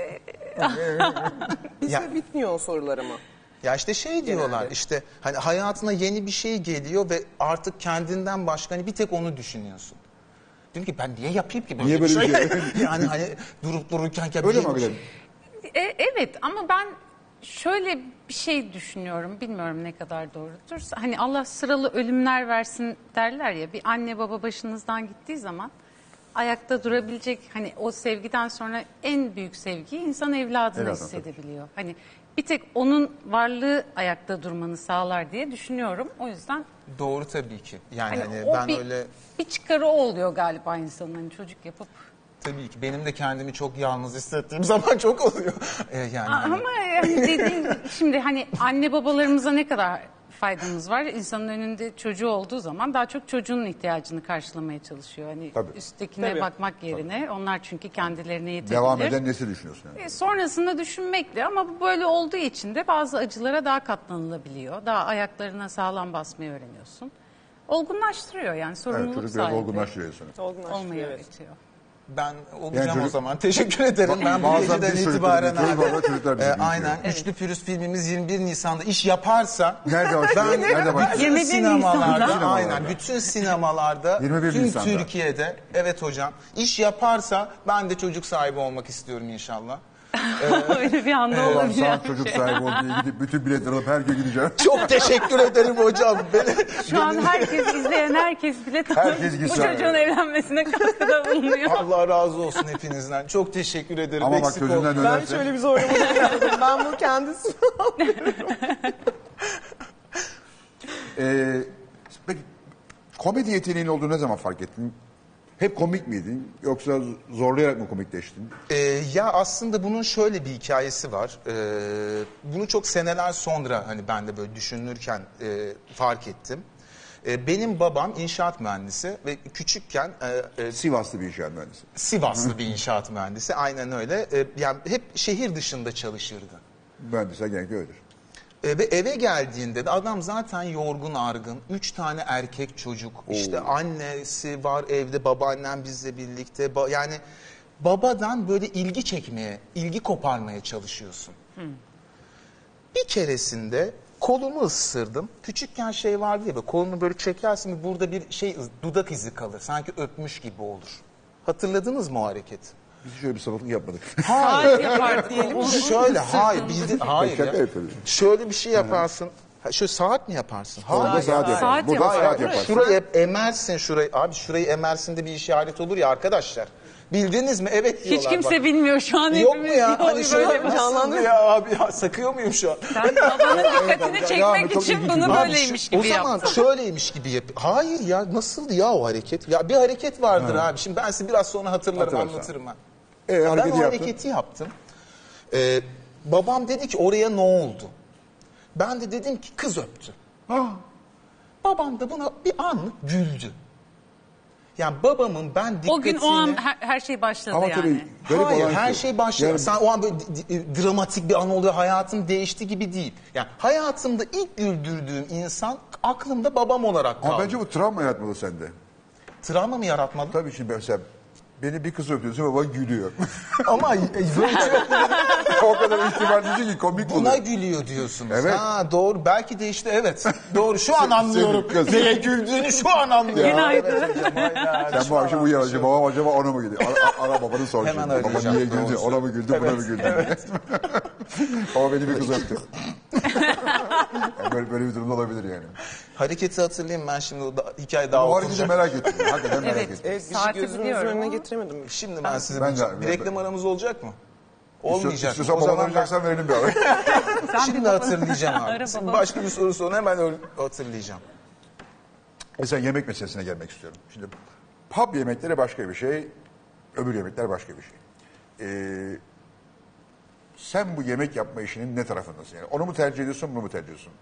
Bizde Ya- bitmiyor o sorular ama. Ya işte şey diyorlar Genelde. işte hani hayatına yeni bir şey geliyor ve artık kendinden başka hani bir tek onu düşünüyorsun. Diyorum ki ben niye yapayım ki böyle Niye böyle bir şey? yani hani durup dururken ya Öyle bir mi hakikaten? Evet, ama ben şöyle bir şey düşünüyorum, bilmiyorum ne kadar doğrudur. Hani Allah sıralı ölümler versin derler ya, bir anne baba başınızdan gittiği zaman ayakta durabilecek, hani o sevgiden sonra en büyük sevgiyi insan evladına Evladım, hissedebiliyor. Hani bir tek onun varlığı ayakta durmanı sağlar diye düşünüyorum. O yüzden Doğru tabii ki. Yani hani o ben bir, öyle bir çıkarı o oluyor galiba insanın, hani çocuk yapıp. tabii ki benim de kendimi çok yalnız hissettiğim zaman çok oluyor. Yani hani- Ama yani dediğin, şimdi hani anne babalarımıza ne kadar faydamız var? İnsanın önünde çocuğu olduğu zaman daha çok çocuğun ihtiyacını karşılamaya çalışıyor. Hani Tabii. üsttekine Tabii. bakmak yerine onlar çünkü kendilerine yetebilir. Devam eden nesil düşünüyorsun yani. Sonrasında düşünmekle, ama bu böyle olduğu için de bazı acılara daha katlanılabiliyor. Daha ayaklarına sağlam basmayı öğreniyorsun. Olgunlaştırıyor yani, Evet, sorumluluk çocuk biraz sahibi olgunlaştırıyor insanı. Olgunlaştırıyor, olmayı evet. öğretiyor. Ben olacağım Yani çocuk- o zaman. Teşekkür ederim. Ben bu Bazen geceden biz çocuklar itibaren büyütüyoruz, abi. bazen çocuklar bizi büyütüyor. Aynen. Üçlü Pürüz filmimiz 21 Nisan'da iş yaparsa Nerede başlıyor? Nerede başlıyor? bütün 21 sinemalarda, Nisan'da. aynen bütün sinemalarda 21 tüm Nisan'da. Türkiye'de evet hocam iş yaparsa ben de çocuk sahibi olmak istiyorum inşallah. Öyle bir anda Ulan olabilir. sana çocuk sahibi ol diye gidip bütün biletleri alıp her gün gideceğim. Çok teşekkür ederim hocam. Şu an herkes, izleyen herkes bile Herkes bu gitsin. çocuğun evlenmesine katkıda bulunuyor. Allah razı olsun hepinizden. Çok teşekkür ederim. Ama bak Eksik gözünden olmayın. Ben dönerse. şöyle bir zorlama yapmadım. Ben bunu kendisi. Peki komedi yeteneğin olduğunu ne zaman fark ettin? Hep komik miydin yoksa zorlayarak mı komikleştin? Ya aslında bunun şöyle bir hikayesi var. Bunu çok seneler sonra hani ben de böyle düşünürken fark ettim. Benim babam inşaat mühendisi ve küçükken Sivaslı bir inşaat mühendisi. Sivaslı bir inşaat mühendisi. Aynen öyle. Yani hep şehir dışında çalışırdı. Mühendisler genellikle öyledir. Ve eve geldiğinde de adam zaten yorgun argın. 3 tane erkek çocuk. İşte annesi var evde, babaannem bizle birlikte. Yani babadan böyle ilgi çekmeye, ilgi koparmaya çalışıyorsun. Bir keresinde kolumu ısırdım. Küçükken şey vardı ya, böyle kolunu böyle çekersin, burada bir şey dudak izi kalır. Sanki öpmüş gibi olur. Hatırladınız mı o hareketi? Biz şöyle bir sapıklık yapmadık. Saat yapar diyelim. Şöyle hayır hayır Şaka ya. yapıyoruz. Şöyle bir şey yaparsın. Şöyle saat mi yaparsın? Orada saat yaparsın. Saat Burada yapar. saat yaparsın. Şurayı emersin şurayı. Abi şurayı emersin de bir işaret olur ya arkadaşlar. Bildiniz mi? Evet diyorlar. Hiç kimse bak. bilmiyor şu an, Yok mu hepimiz ya? diyor, Hani şöyle böyle nasıl canlandırıyor. ya abi ya, sakıyor muyum şu an? Sen babanın dikkatini Ya, çekmek çok için ilginç bunu bir- Abi böyleymiş o gibi zaman yaptın. şöyleymiş gibi yap. Hayır ya, nasıldı ya o hareket? Ya bir hareket vardır abi. Şimdi ben size biraz sonra hatırlarım, Hatırlarsan. anlatırım ben. Ben Hareketi o yaptın. hareketi yaptım. Babam dedi ki oraya ne oldu? Ben de dedim ki kız öptü. Babam da buna bir anlık güldü. Yani babamın ben dikkatini... O gün o an her şey başladı Ama yani. tabii garip Hayır, olan her şu. şey başlıyor. Yani Sen o an böyle dramatik bir an oluyor, hayatım değişti gibi değil. Yani hayatımda ilk güldürdüğüm insan aklımda babam olarak kaldı. Ama bence bu travma yaratmalı sende. travma mı yaratmalı? Tabii şimdi mesela beni bir kız öpüyorsun baba gülüyor. Ama O kadar ihtimal dışı ki komik buna oluyor. gülüyor diyorsunuz. Evet. Ha doğru. Belki de işte evet. Doğru. Şu an anlıyorum. Senin kız. Neye güldüğünü şu an anlıyorum. Günaydın. Evet hocam, hayda, Sen şu bu an akşam uyuyacaksın. Babam acaba ona mı gidiyor? Ara babanı sor. Hemen şimdi. Baba arayacağım. niye güldü? Doğru Ona mı güldü? Buna mı güldü? Ama beni bir kız öptü. Yani böyle bir durumda olabilir yani. Hareketi hatırlayayım ben şimdi hikaye daha O hareketi okunacak. merak ettim. Hakikaten merak Evet. ettim. Evet, bir şey Saati gözümüzün biliyorum önüne ama- getiremedim. Şimdi ben size Ben de- bir reklam aramız olacak mı? Olmayacak. İstiyorsan O babanı zaman arayacaksan verelim bir ara. şimdi hatırlayacağım Ara abi. Şimdi baba. başka bir soru sonra hemen hatırlayacağım. Mesela yemek meselesine gelmek istiyorum. Şimdi pub yemekleri başka bir şey, öbür yemekler başka bir şey. Sen bu yemek yapma işinin ne tarafındasın? Yani onu mu tercih ediyorsun, bunu mu tercih ediyorsun?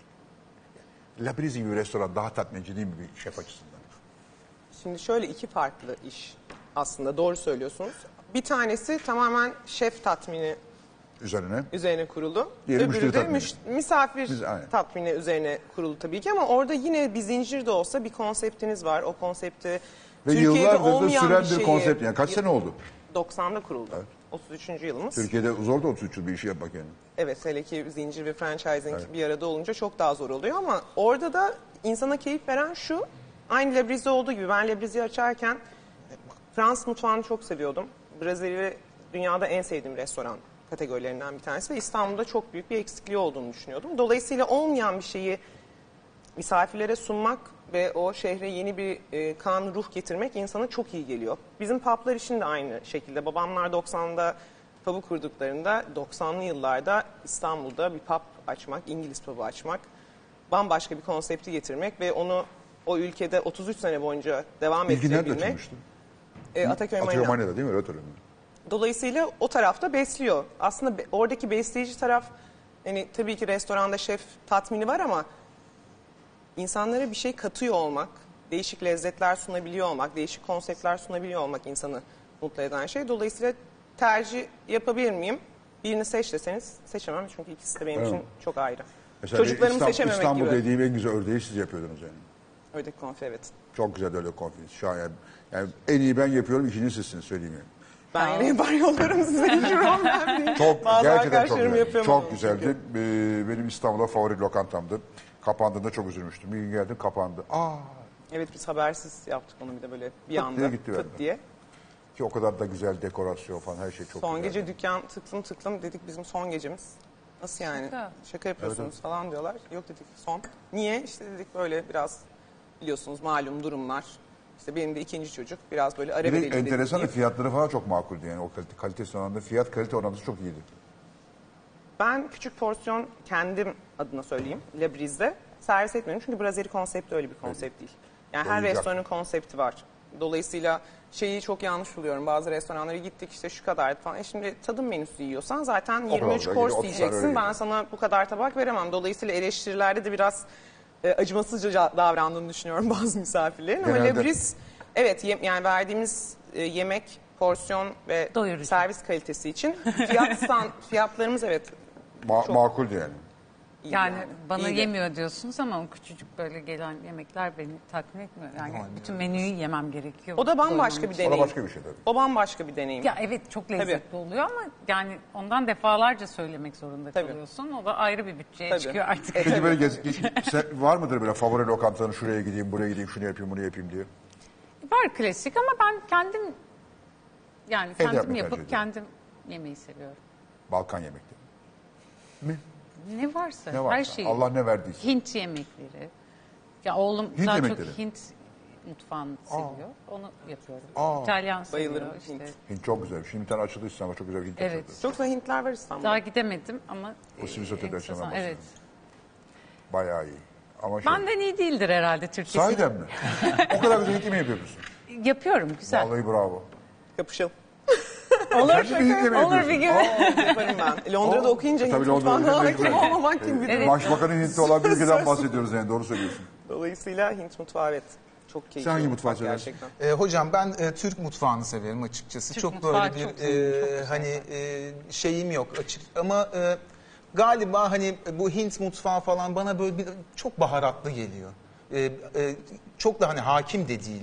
Labrizzi gibi bir restoran daha tatminci değil mi bir şef açısından? Şimdi şöyle iki farklı iş aslında, doğru söylüyorsunuz. Bir tanesi tamamen şef tatmini Üzerine. üzerine kurulu. Diğeri müşteri Öbürü de tatmini. misafir Aynen. tatmini üzerine kurulu tabii ki, ama orada yine bir zincir de olsa bir konseptiniz var. O konsepti Ve Türkiye'de yıllardır da olmayan süren bir bir şeyi... konsept. Yani kaç sene oldu? 90'da kuruldu. 33. yılımız. Türkiye'de zor da 33 yıl bir işi yapmak yani. Evet, hele ki zincir ve franchising bir arada olunca çok daha zor oluyor, ama orada da insana keyif veren şu: aynı Labrizzi olduğu gibi ben Labrizzi açarken Fransız mutfağını çok seviyordum. Brezilya dünyada en sevdiğim restoran kategorilerinden bir tanesi ve İstanbul'da çok büyük bir eksikliği olduğunu düşünüyordum. Dolayısıyla olmayan bir şeyi misafirlere sunmak ve o şehre yeni bir kan, ruh getirmek insana çok iyi geliyor. Bizim publar için de aynı şekilde. Babamlar 90'da pub'u kurduklarında 90'lı yıllarda İstanbul'da bir pub açmak, İngiliz pub'u açmak, bambaşka bir konsepti getirmek ve onu o ülkede 33 sene boyunca devam İlki nerede ettirebilmek. açılmıştı? Atakköy Marina. Atıyorum Manya'da değil mi? Öyle hatırlıyorum. Dolayısıyla o tarafta besliyor. Aslında oradaki besleyici taraf, yani tabii ki restoranda şef tatmini var, ama insanlara bir şey katıyor olmak, değişik lezzetler sunabiliyor olmak, değişik konseptler sunabiliyor olmak insanı mutlu eden şey. Dolayısıyla tercih yapabilir miyim? Birini seç deseniz seçemem, çünkü ikisi de benim için çok ayrı. Mesela Çocuklarımı seçememek İstanbul gibi. dediğim en güzel ördeği siz yapıyordunuz yani. Öyle konfi, evet. Çok güzel öyle konferans. Şahane. Yani en iyi ben yapıyorum, ikinci sizsiniz söyleyeyim yani. Ben yine yapar yollarım size. Hiç problem değil. Çok, Bazı gerçekten çok arkadaşlarım güzel. yapıyor Çok ama güzeldi. Benim İstanbul'da favori lokantamdı. Kapandığında çok üzülmüştüm. Bir gün geldim kapandı. Evet, biz habersiz yaptık onu bir de böyle bir diye anda gitti tık verdi. diye. Ki o kadar da güzel dekorasyon falan her şey çok Son güzel. gece dükkan tıklım tıklım, dedik bizim son gecemiz. Nasıl yani? Şaka. Şaka yapıyorsunuz Evet, falan diyorlar. Yok dedik, son. Niye? İşte dedik böyle biraz, biliyorsunuz malum durumlar. İşte benim de ikinci çocuk, biraz böyle ara Bir de vereli enteresan da dedik. fiyatları falan çok makuldü yani. O kalitesi oranında fiyat kalite orantısı çok iyiydi. Ben küçük porsiyon kendim adına söyleyeyim, Labrizzi'de servis etmiyorum. Çünkü Brasserie konsepti öyle bir konsept değil. Yani her Doyacak. restoranın konsepti var. Dolayısıyla şeyi çok yanlış buluyorum. Bazı restoranlara gittik, işte şu kadar falan. Şimdi tadım menüsü yiyorsan zaten 23 kadar, course 30 tane öyle yiyeceksin. Ben geliyor. sana bu kadar tabak veremem. Dolayısıyla eleştirilerde de biraz acımasızca davrandığını düşünüyorum bazı misafirlerin. Ama Genelde- Labrizzi, evet, yani verdiğimiz yemek, porsiyon ve Doyurucu. servis kalitesi için fiyatlarımız evet Makuldü yani. iyi Yani bana İyiydi. yemiyor diyorsunuz ama o küçücük böyle gelen yemekler beni tatmin etmiyor. Yani bütün menüyü yemem gerekiyor. O da bambaşka doymam bir için. O da deneyim. başka bir şey tabii. O bambaşka bir deneyim. Ya evet, çok lezzetli oluyor ama yani ondan defalarca söylemek zorunda Tabii. kalıyorsun. O da ayrı bir bütçeye Tabii. çıkıyor artık. Peki böyle var mıdır böyle favori lokantanın şuraya gideyim, buraya gideyim, şunu yapayım, bunu yapayım diye? Var klasik ama ben kendim yapmayı yapıp tercih kendim yemeyi seviyorum. Balkan yemekleri. Ne varsa, Ne varsa, her şeyi. Allah ne verdiyse. Hint yemekleri. Ya oğlum Hint daha yemekleri. çok Hint mutfağını seviyor. Onu yapıyorum. Aa. İtalyan Bayılırım seviyor işte. Hint. Hint çok güzel. Şimdi bir tane açıldı İstanbul'da çok güzel bir Hint Evet. açıldı. Çok güzel Hintler var İstanbul'da. Daha gidemedim ama O Sivis Otel'de en kısa yaşanan zaman- evet. Bayağı iyi. Ama şey, Benden iyi değildir herhalde Türkiye'de. sahiden mi? O kadar güzel Hint yemeği yapıyor musun? Yapıyorum, güzel. Vallahi bravo. Yapışalım. Olur, Sen de bir Hint yemeği olur bir yapıyorsun. gün. Yaparım ben. Londra'da okuyunca Tabii Hint Londra'da mutfağına okuyunca hakim mecburen. olmamak gibi bir Evet. durum. Başbakanın Hintli olan bir ülkeden bahsediyoruz yani doğru söylüyorsun. Dolayısıyla Hint mutfağı evet çok keyifli. Sen hangi bir mutfağı mutfak seversin? gerçekten. Hocam ben Türk mutfağını severim açıkçası. Türk çok mutfağı böyle bir çok severim, çok güzel. hani şeyim yok açık ama galiba hani bu Hint mutfağı falan bana böyle çok baharatlı geliyor. Çok da hani hakim de değilim.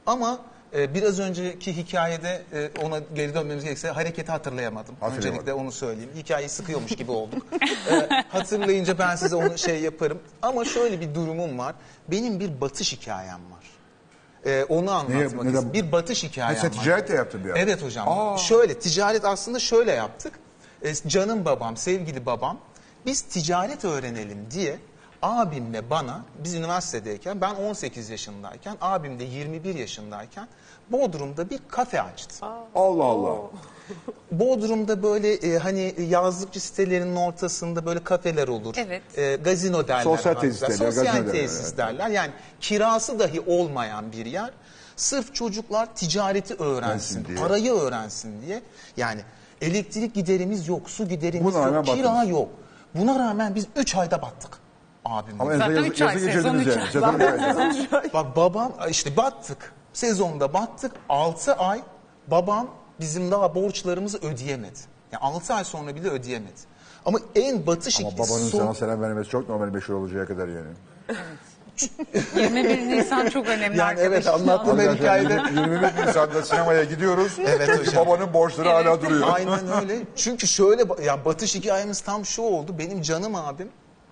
Ama biraz önceki hikayede ona geri dönmemiz gerekirse hareketi hatırlayamadım. Öncelikle onu söyleyeyim. Hikayeyi sıkıyormuş gibi olduk. Hatırlayınca ben size onu yaparım. Ama şöyle bir durumum var. Benim bir batış hikayem var. Onu anlatmak istiyorum. Bir batış hikayem Sen var. ticaret de yaptın bir ara. Evet hocam. Şöyle ticaret aslında şöyle yaptık. Canım babam, sevgili babam biz ticaret öğrenelim diye abimle bana, biz üniversitedeyken, ben 18 yaşındayken, abim de 21 yaşındayken Bodrum'da bir kafe açtı. Allah Allah. Bodrum'da böyle hani yazlıkçı sitelerinin ortasında böyle kafeler olur. Evet. Gazino derler. Sosyal tesis derler, Sosyal gazino tesis derler, derler. Yani kirası dahi olmayan bir yer. Sırf çocuklar ticareti öğrensin, diye. parayı öğrensin diye. Yani elektrik giderimiz yok, su giderimiz Buna rağmen yok, kira battınız. yok. Buna rağmen biz 3 ayda battık. Abim. Ama Zaten yazı 3 ay, geçirdiniz sezon yani. 3 ay. Sezon yani. Bak babam işte battık. Sezonda battık. 6 ay babam bizim daha borçlarımızı ödeyemedi. Yani 6 ay sonra bile ödeyemedi. Ama en batış Ama babanın sana selam vermesi çok normal, meşhur olacağı kadar yani. 21 Nisan çok önemli Yani evet, arkadaşım. anlattığım her hikayede. 21 Nisan'da sinemaya gidiyoruz. Evet Çünkü hocam. babanın borçları hala duruyor. Aynen öyle. Çünkü şöyle yani batış hikayemiz tam şu oldu. Benim canım abim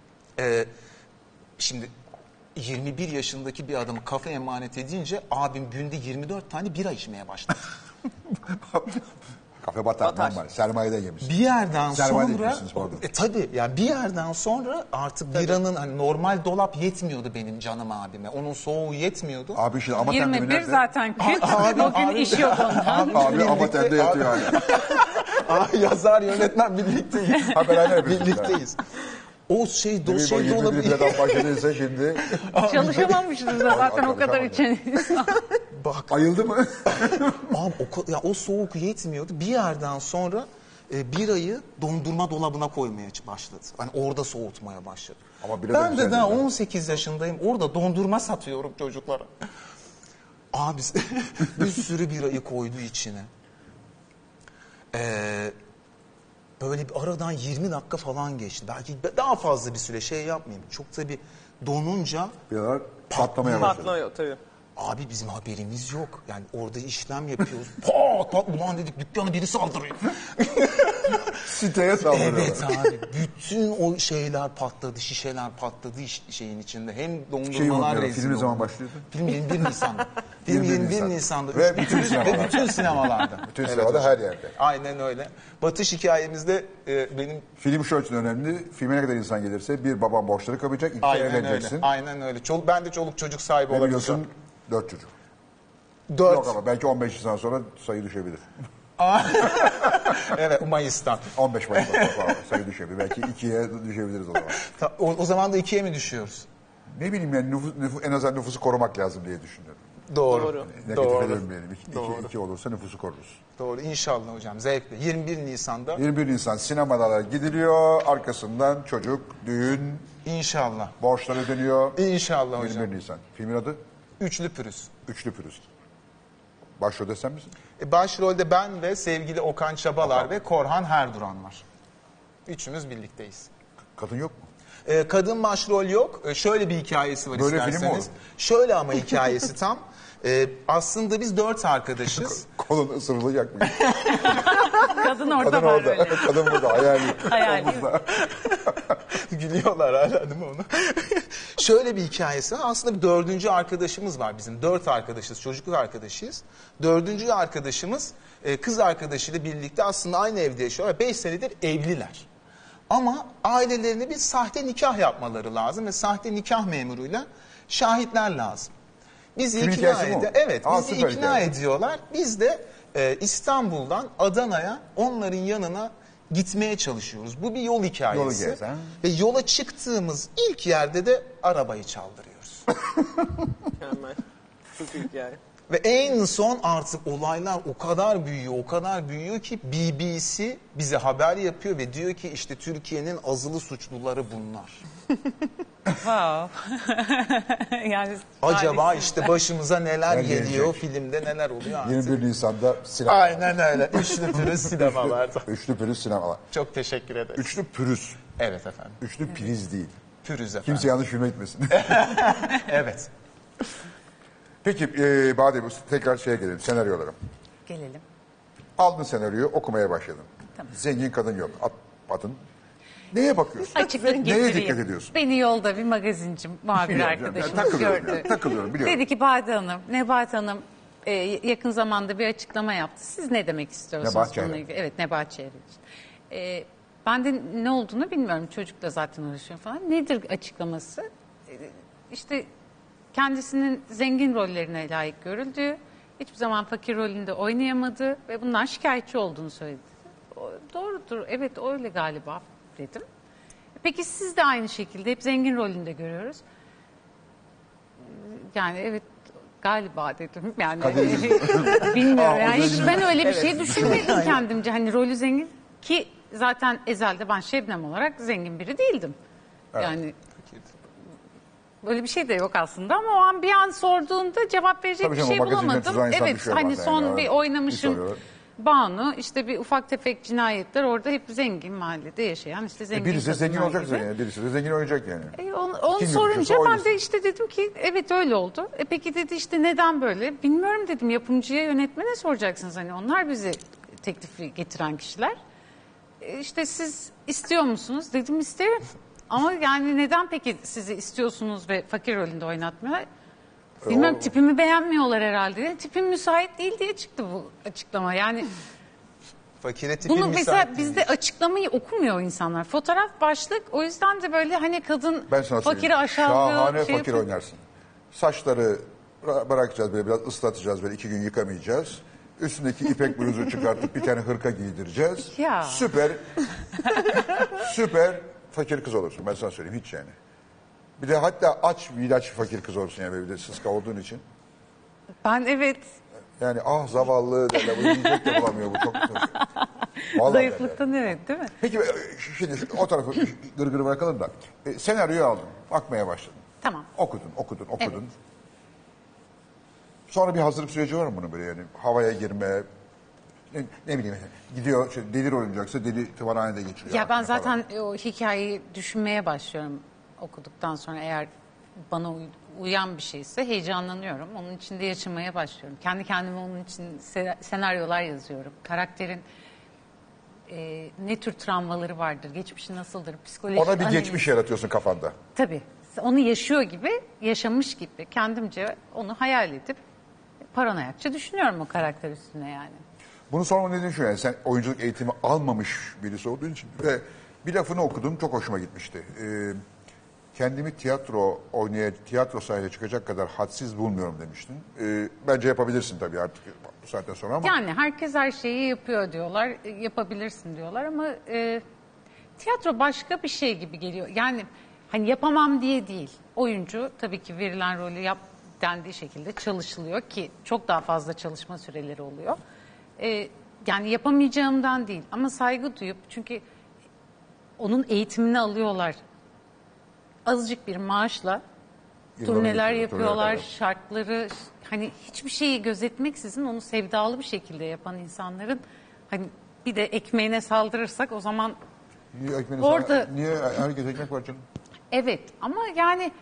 şimdi 21 yaşındaki bir adamı kafe emanet edince abim günde 24 tane bira içmeye başladı. Kafe batar, normal. Sermayeden yemiş. Bir yerden Sermaye sonra etmişsiniz, pardon. tabii yani bir yerden sonra artık biranın hani normal dolap yetmiyordu benim canım abime. Onun soğuğu yetmiyordu. Abi şimdi Amatem'de 21 nerede? zaten küt. O gün iş yok ondan. Abi Amatem'de yatıyor hala. Yazar yönetmen birlikteyiz. Haberhane yapıyorsunuz. Birlikteyiz. O dosya 21 dolabı. liradan başladıysa şimdi Çalışamamışız da zaten o kadar içen insan. Bak ayıldı mı? abi o soğuk yetmiyordu. Bir yerden sonra birayı dondurma dolabına koymaya başladı. Hani orada soğutmaya başladı. Ama bira da ben de güzel daha değil mi? 18 yaşındayım. Orada dondurma satıyorum çocuklara. Abi bir sürü birayı koydu içine. Böyle bir aradan 20 dakika falan geçti. Belki daha fazla bir süre yapmayayım. Çok tabii donunca Biralar patlamaya başladı. Patlıyor tabii. abi bizim haberimiz yok. Yani orada işlem yapıyoruz. Pat pat ulan dedik dükkanı biri saldırıyor. Siteye saldırıyorlar. Evet abi bütün o şeyler patladı, şişeler patladı şeyin içinde. Hem dondurmalar rezil Film ne oldu. zaman başlıyordu? Film 21 Nisan'da. Film 21 21 Nisan. Nisan'da. Ve bütün sinemalarda. Ve bütün sinemalarda. Bütün sinemada her yerde. Aynen öyle. Batış hikayemizde benim Film şu açıdan önemli. Filme ne kadar insan gelirse bir babam borçları kapayacak, iki aynen öyle. evleneceksin. Aynen öyle. Ben de çoluk çocuk sahibi Ne olabileceğim. biliyorsun? 4 çocuk. 4. Yok ama belki 15 Nisan sonra sayı düşebilir. Evet Mayıs'tan. 15 Mayıs'ta falan sayı düşebilir. Belki 2'ye düşebiliriz o zaman. O zaman da 2'ye mi düşüyoruz? Ne bileyim yani en azından nüfusu korumak lazım diye düşünüyorum. Doğru. Negatif edilmeyelim. 2 olursa nüfusu koruruz. Doğru. İnşallah hocam. Zevkle. 21 Nisan'da 21 Nisan sinemalara gidiliyor. Arkasından çocuk, düğün, İnşallah. borçlar ödeniyor. İnşallah hocam. 21 Nisan. Filmin adı? Üçlü pürüz. Üçlü Pürüz. Başrolde sen misin? Başrolde ben ve sevgili Okan Çabalar ve Korhan Herduran var. Üçümüz birlikteyiz. Kadın yok mu? Kadın başrol yok. Şöyle bir hikayesi var Böyle film mi isterseniz. olur? Şöyle ama hikayesi tam. Aslında biz 4 arkadaşız. Kolun ısırılacak mı? Kadın orada Kadın var orada. öyle. Kadın burada. Hayali. Hayali. Omuzda. Gülüyorlar hala değil mi onu? Şöyle bir hikayesi var. Aslında bir 4. arkadaşımız var bizim. 4 arkadaşız, çocukluk arkadaşıyız. 4. arkadaşımız kız arkadaşıyla birlikte aslında aynı evde yaşıyorlar. 5 senedir evliler. Ama ailelerine bir sahte nikah yapmaları lazım ve sahte nikah memuruyla şahitler lazım. Bizi Kimin ikna hikayesi bu? Evet, Aa, bizi süper ikna hikaye. ediyorlar. Biz de İstanbul'dan Adana'ya onların yanına gitmeye çalışıyoruz. Bu bir yol hikayesi. Yol hikayesi, ha? Ve yola çıktığımız ilk yerde de arabayı çaldırıyoruz. Mükemmel. Çok iyi hikaye. Ve en son artık olaylar o kadar büyüyor ki BBC bize haber yapıyor ve diyor ki işte Türkiye'nin azılı suçluları bunlar. Wow. Yani Acaba işte başımıza neler Ne geliyor, gelecek? filmde neler oluyor artık. 21 Nisan'da sinema. Aynen öyle. Üçlü pürüz sinemalarda. Üçlü Pürüz sinemalar. Çok teşekkür ederim. Üçlü Pürüz. Evet efendim. Üçlü Priz değil. Pürüz efendim. Kimse yanlış filme gitmesin. Evet. Peki Bade, tekrar şeye gelelim, senaryolara. Gelelim. Aldın senaryoyu, okumaya başladın. Tamam. Zengin kadın yok, adın. Neye bakıyorsun? Açıklık Neye getireyim. dikkat ediyorsun? Beni yolda bir magazinci, muhabir Biliyorum, arkadaşımız takılıyorum gördü. ya, takılıyorum, biliyorum. Dedi ki Bade Hanım, Nebahat Hanım yakın zamanda bir açıklama yaptı. Siz ne demek istiyorsunuz Nebahat bununla Çehre. ilgili? Evet, Nebahat Çehre için. Ben de ne olduğunu bilmiyorum. Çocuk da zaten uğraşıyor falan. Nedir açıklaması? İşte kendisinin zengin rollerine layık görüldüğü, hiçbir zaman fakir rolünde oynayamadığı ve bundan şikayetçi olduğunu söyledi. Doğrudur, evet öyle galiba dedim. Peki siz de aynı şekilde hep zengin rolünde görüyoruz. Yani evet galiba dedim. Yani bilmiyorum. Yani hiç ben öyle bir şey düşünmedim kendimce. Hani rolü zengin ki zaten ezelde ben Şebnem olarak zengin biri değildim. Yani böyle bir şey de yok aslında ama o an bir an sorduğunda cevap verecek Tabii bir canım, şey o magazinler bulamadım. tuzağı insan Evet düşüyor hani bazen son yani. bir Bir oynamışım soruyorlar. Banu, işte bir ufak tefek cinayetler, orada hep zengin mahallede yaşayan işte zengin Birisi de zengin kadınlar olacak gibi. yani, birisi de zengin oynayacak yani. Onu Kim sorunca yapıyorsa ben oynasın. de işte dedim ki evet öyle oldu. Peki dedi işte neden böyle? Bilmiyorum dedim, yapımcıya, yönetmene soracaksınız, hani onlar bizi teklifi getiren kişiler. İşte siz istiyor musunuz? Dedim isterim. Ama yani neden peki sizi istiyorsunuz ve fakir rolünde oynatmıyorlar? Bilmem, tipimi beğenmiyorlar herhalde. Tipim müsait değil diye çıktı bu açıklama. Yani Fakire tipin bunu müsait mesela değil. bizde açıklamayı okumuyor insanlar. Fotoğraf başlık, o yüzden de böyle hani kadın Ben sana fakiri söyleyeyim. aşağılıyor. Şahane şey fakir yapıyor. oynarsın. Saçları bırakacağız böyle, biraz ıslatacağız, böyle 2 gün yıkamayacağız. Üstündeki ipek bluzu çıkartıp bir tane hırka giydireceğiz. Ya. Süper. Süper fakir kız olursun, ben sana söyleyeyim, hiç yani. Bir de hatta aç bir ilaç fakir kız olursun yani, böyle bir de sıska olduğun için. Ben evet Yani ah zavallı derler, bunu yiyecek de bulamıyor bu çok. Vallahi derler. zayıflıktan evet değil mi? Peki şimdi o tarafı gırgırı bırakalım da. Senaryoyu aldın, bakmaya başladın. Tamam. Okudun. Evet. Sonra bir hazırlık süreci var mı bunun, böyle yani havaya girme, ne bileyim, gidiyor işte, deli oynayacaksa deli tımarhanede geçiriyor. Ya ben aklına zaten falan. o hikayeyi düşünmeye başlıyorum okuduktan sonra, eğer bana uyan bir şeyse heyecanlanıyorum. Onun içinde yaşamaya başlıyorum. Kendi kendime onun için senaryolar yazıyorum. Karakterin ne tür travmaları vardır, geçmişi nasıldır, psikolojik Ona bir analiz. geçmiş yaratıyorsun kafanda. Tabii. Onu yaşıyor gibi, yaşamış gibi kendimce onu hayal edip paranoyakça düşünüyorum o karakter üstüne yani. Bunu sorma nedeni şu, yani sen oyunculuk eğitimi almamış birisi olduğun için ve bir lafını okudum, çok hoşuma gitmişti. Kendimi tiyatro sahneye çıkacak kadar hadsiz bulmuyorum demiştin. Bence yapabilirsin tabii artık bu saatten sonra ama. Yani herkes her şeyi yapıyor diyorlar, yapabilirsin diyorlar ama tiyatro başka bir şey gibi geliyor. Yani hani yapamam diye değil. Oyuncu tabii ki verilen rolü yap dendiği şekilde çalışılıyor ki çok daha fazla çalışma süreleri oluyor. Yani yapamayacağımdan değil ama saygı duyup, çünkü onun eğitimini alıyorlar. Azıcık bir maaşla turneler yapıyorlar, şartları, hani hiçbir şeyi gözetmeksizin onu sevdalı bir şekilde yapan insanların hani bir de ekmeğine saldırırsak o zaman Niye ekmeğini orada- niye herkes ekmek var canım? evet, ama yani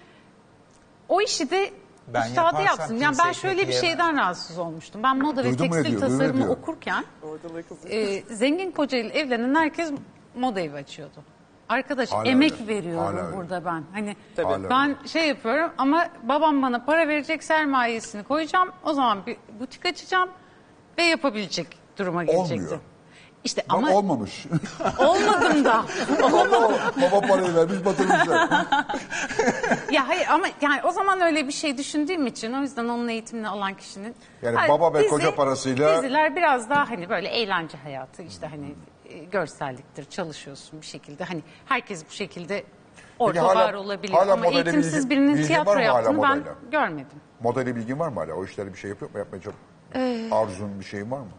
o işi de Ben üstadı yaparsam yapsın. Yani kimse ben şöyle ekmek bir şeyden rahatsız olmuştum. Ben moda ve Duydun mu ne tekstil diyor, duydun mu ne tasarımı diyor? okurken Orada kızıyor. zengin kocayla evlenen herkes moda evi açıyordu. Arkadaş Hala emek öyle. veriyorum Hala öyle. burada ben. Hani Hala ben şey yapıyorum ama babam bana para verecek, sermayesini koyacağım. O zaman bir butik açacağım ve yapabilecek duruma gelecekti. Olmuyor. İşte Bak ama olmamış. olmadım da. Baba parayı vermiş, batırmışlar. Ya hayır ama yani o zaman öyle bir şey düşündüğüm için, o yüzden onun eğitimini alan kişinin. Yani baba ve koca parasıyla- Diziler biraz daha hani böyle eğlence hayatı, işte hani görselliktir, çalışıyorsun bir şekilde. Hani herkes bu şekilde orada hala- var olabiliyor hala ama modeli eğitimsiz bilgin- birinin bilgin tiyatro var mı hala yaptığını ben modayla? görmedim. Modeli bilgin var mı hala? O işleri bir şey yapıyor mu? Yapmaya çok arzun bir şeyin var mı?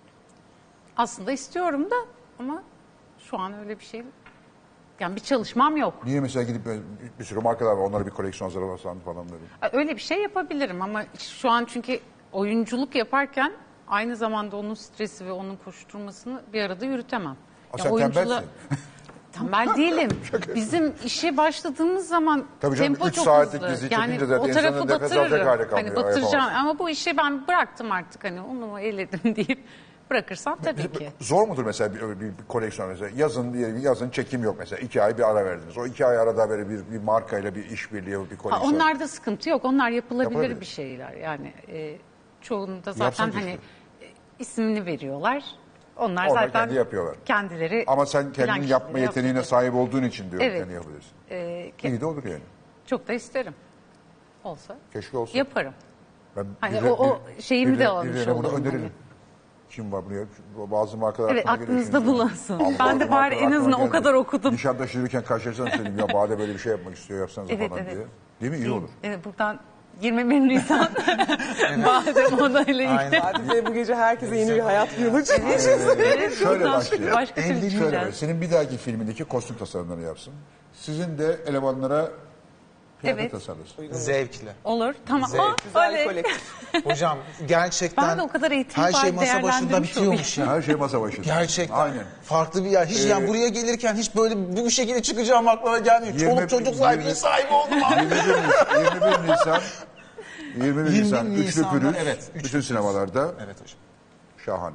Aslında istiyorum da ama şu an öyle bir şey, yani bir çalışmam yok. Niye mesela gidip bir sürü markalar var, onlara bir koleksiyon hazırlasan falan böyle. Öyle bir şey yapabilirim ama şu an çünkü oyunculuk yaparken aynı zamanda onun stresi ve onun koşturmasını bir arada yürütemem. Sen tembelsin. Tembel değilim. Bizim işe başladığımız zaman Tabii canım, tempo 3 çok saatlik hızlı. dizi Yani çekince zaten o insanın tarafı nefes alacak batırırım. hali kalmıyor, Hani batıracağım yapamazsın. ama bu işi ben bıraktım artık, hani onu eledim deyip bırakırsam tabii ki. Zor mudur mesela bir koleksiyon mesela? Yazın diyelim, yazın çekim yok mesela. 2 ay bir ara verdiniz. O 2 ay arada böyle bir markayla bir işbirliği, bir koleksiyon. Onlarda sıkıntı yok. Onlar yapılabilir Yapılabilir. bir şeyler. Yani çoğunda Yapsın zaten keşke. hani ismini veriyorlar. Onlar Onlar zaten kendi yapıyorlar. kendileri. Ama sen plan kendin yapma kişileri yeteneğine yapıyor. sahip olduğun için diyorum Evet. kendi yapabilirsin. Ke- İyi de olur yani. Çok da isterim. Olsa Keşke olsa. yaparım. Ben Hani birileri- o şeyimi de birileri- almış birilerine bunu olurum öneririm. hani. Kim var bunu yap? Bazı markalar Evet, aklıma geliyor aklınızda şimdi. bulunsun. Allah Ben de Allah, bari en aklıma azından o geldi. kadar okudum. Nişanda yürürken karşılaşsam söyleyeyim ya Bade böyle bir şey yapmak istiyor, yapsanız Evet, falan evet. diye. Değil mi? İyi olur. Evet, buradan 21 Nisan Badem Oda'yla ilgili. Fatih Bey bu gece herkese yeni bir hayat yolu Evet, Şöyle buradan başlayalım. Başka türlü Şöyle diyeceğiz. böyle, senin bir dahaki filmindeki kostüm tasarımlarını yapsın. Sizin de elemanlara kıyafet Evet. tasarlasın. Zevkle. Olur. Tamam. Zevk. Aa, Güzel oley. kolektif. Hocam gerçekten Ben de o kadar eğitim her şey var, masa başında değerlendirmiş bitiyormuş ya. Her şey masa başı. Gerçekten. Aynen. Farklı bir yer. Hiç yani buraya gelirken hiç böyle bu şekilde çıkacağım aklıma gelmiyor. 20 Çoluk çocuk sahibi, 20 iş sahibi oldum abi. 21 Nisan 21 Nisan üçlü Nisan'da, pürüz evet, üçlü bütün sinemalarda. Evet hocam. Şahane.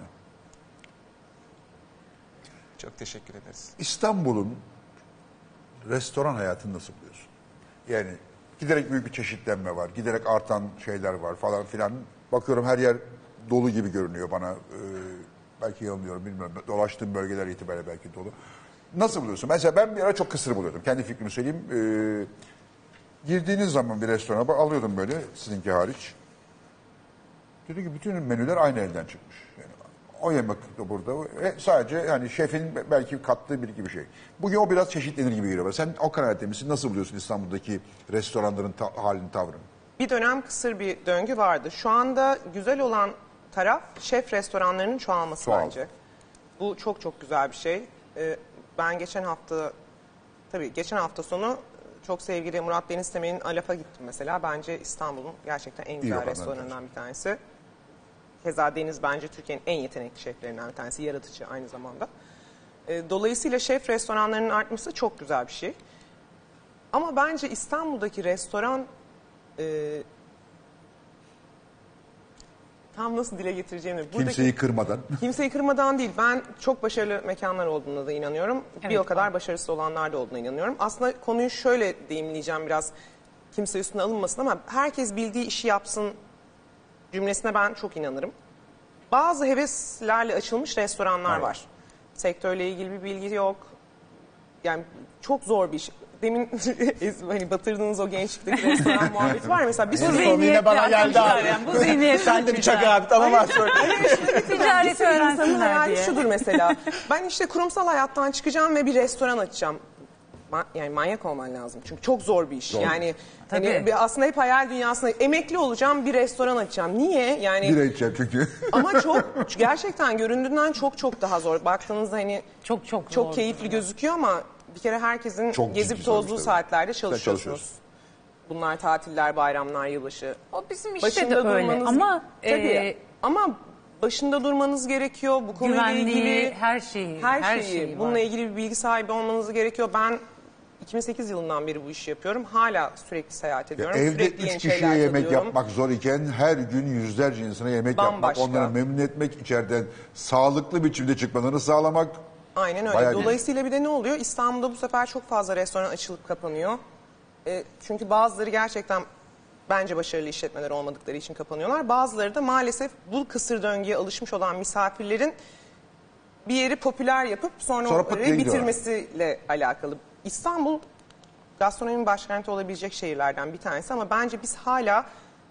Çok teşekkür ederiz. İstanbul'un restoran hayatını nasıl buluyorsun? Yani giderek büyük bir çeşitlenme var. Giderek artan şeyler var falan filan. Bakıyorum her yer dolu gibi görünüyor bana. Belki yanılıyorum bilmiyorum. Dolaştığım bölgeler itibariyle belki dolu. Nasıl buluyorsun? Mesela ben bir ara çok kısır buluyordum. Kendi fikrimi söyleyeyim. Girdiğiniz zaman bir restorana alıyordum böyle sizinki hariç. Dedi ki bütün menüler aynı elden çıkmış. Yani o yemek de burada. Sadece yani şefin belki kattığı bir iki bir şey. Bugün o biraz çeşitlenir gibi geliyor. Sen o kanaatte misin? Nasıl buluyorsun İstanbul'daki restoranların halini, tavrını? Bir dönem kısır bir döngü vardı. Şu anda güzel olan taraf şef restoranlarının çoğalması Çoğaldı. bence. Bu çok çok güzel bir şey. Ben geçen hafta sonu çok sevgili Murat Deniz Temel'in Alaf'a gittim mesela. Bence İstanbul'un gerçekten en güzel yapanlar restoranlarından bir tanesi. Keza Deniz bence Türkiye'nin en yetenekli şeflerinden bir tanesi. Yaratıcı aynı zamanda. Dolayısıyla şef restoranlarının artması çok güzel bir şey. Ama bence İstanbul'daki restoran tam nasıl dile getireceğimi... Kimseyi kırmadan. Kimseyi kırmadan değil. Ben çok başarılı mekanlar olduğuna da inanıyorum. Bir o kadar başarısız olanlar da olduğuna inanıyorum. Aslında konuyu şöyle deyimleyeceğim biraz. Kimse üstüne alınmasın ama herkes bildiği işi yapsın cümlesine ben çok inanırım. Bazı heveslerle açılmış restoranlar var. Sektörle ilgili bir bilgi yok. Yani çok zor bir iş. Demin hani batırdığınız o gençlikteki restoran muhabbeti var ya, mesela bir sürü Yine bana geldi abi. Yani bu zihniyetle Sen de bir çakı abi tamam abi söyle. ticaret insanın öğrensinler hayali diye. şudur mesela. Ben işte kurumsal hayattan çıkacağım ve bir restoran açacağım. Yani manyak olman lazım. Çünkü çok zor bir iş. Yani hani Tabii. aslında hep hayal dünyasında emekli olacağım, bir restoran açacağım. Niye? Yani Bira içeceğim çünkü. ama çok gerçekten göründüğünden çok daha zor. Baktığınızda hani Çok çok keyifli gözüküyor ama bir kere herkesin Çok gezip ciddi tozduğu sonuçta. saatlerde çalışıyorsun. çalışıyorsunuz. Bunlar tatiller, bayramlar, yılbaşı. O bizim işte de öyle ama tabii. Ama başında durmanız gerekiyor. Bu konuyla güvenliği, ilgili her şeyi bununla var. ilgili bir bilgi sahibi olmanız gerekiyor. Ben 2008 yılından beri bu işi yapıyorum. Hala sürekli seyahat ediyorum. Evde Sürekli 3 yeni kişiye şeyler yemek tadıyorum. yapmak zor iken her gün yüzlerce insana yemek Bambaşka. yapmak, onları memnun etmek, içeriden sağlıklı biçimde çıkmalarını sağlamak. Aynen öyle. Bayağı Dolayısıyla bir de ne oluyor? İstanbul'da bu sefer çok fazla restoran açılıp kapanıyor. Çünkü bazıları gerçekten bence başarılı işletmeler olmadıkları için kapanıyorlar. Bazıları da maalesef bu kısır döngüye alışmış olan misafirlerin bir yeri popüler yapıp sonra Sonra pıt orayı diye gidiyorlar. bitirmesiyle alakalı. İstanbul gastronomi başkenti olabilecek şehirlerden bir tanesi ama bence biz hala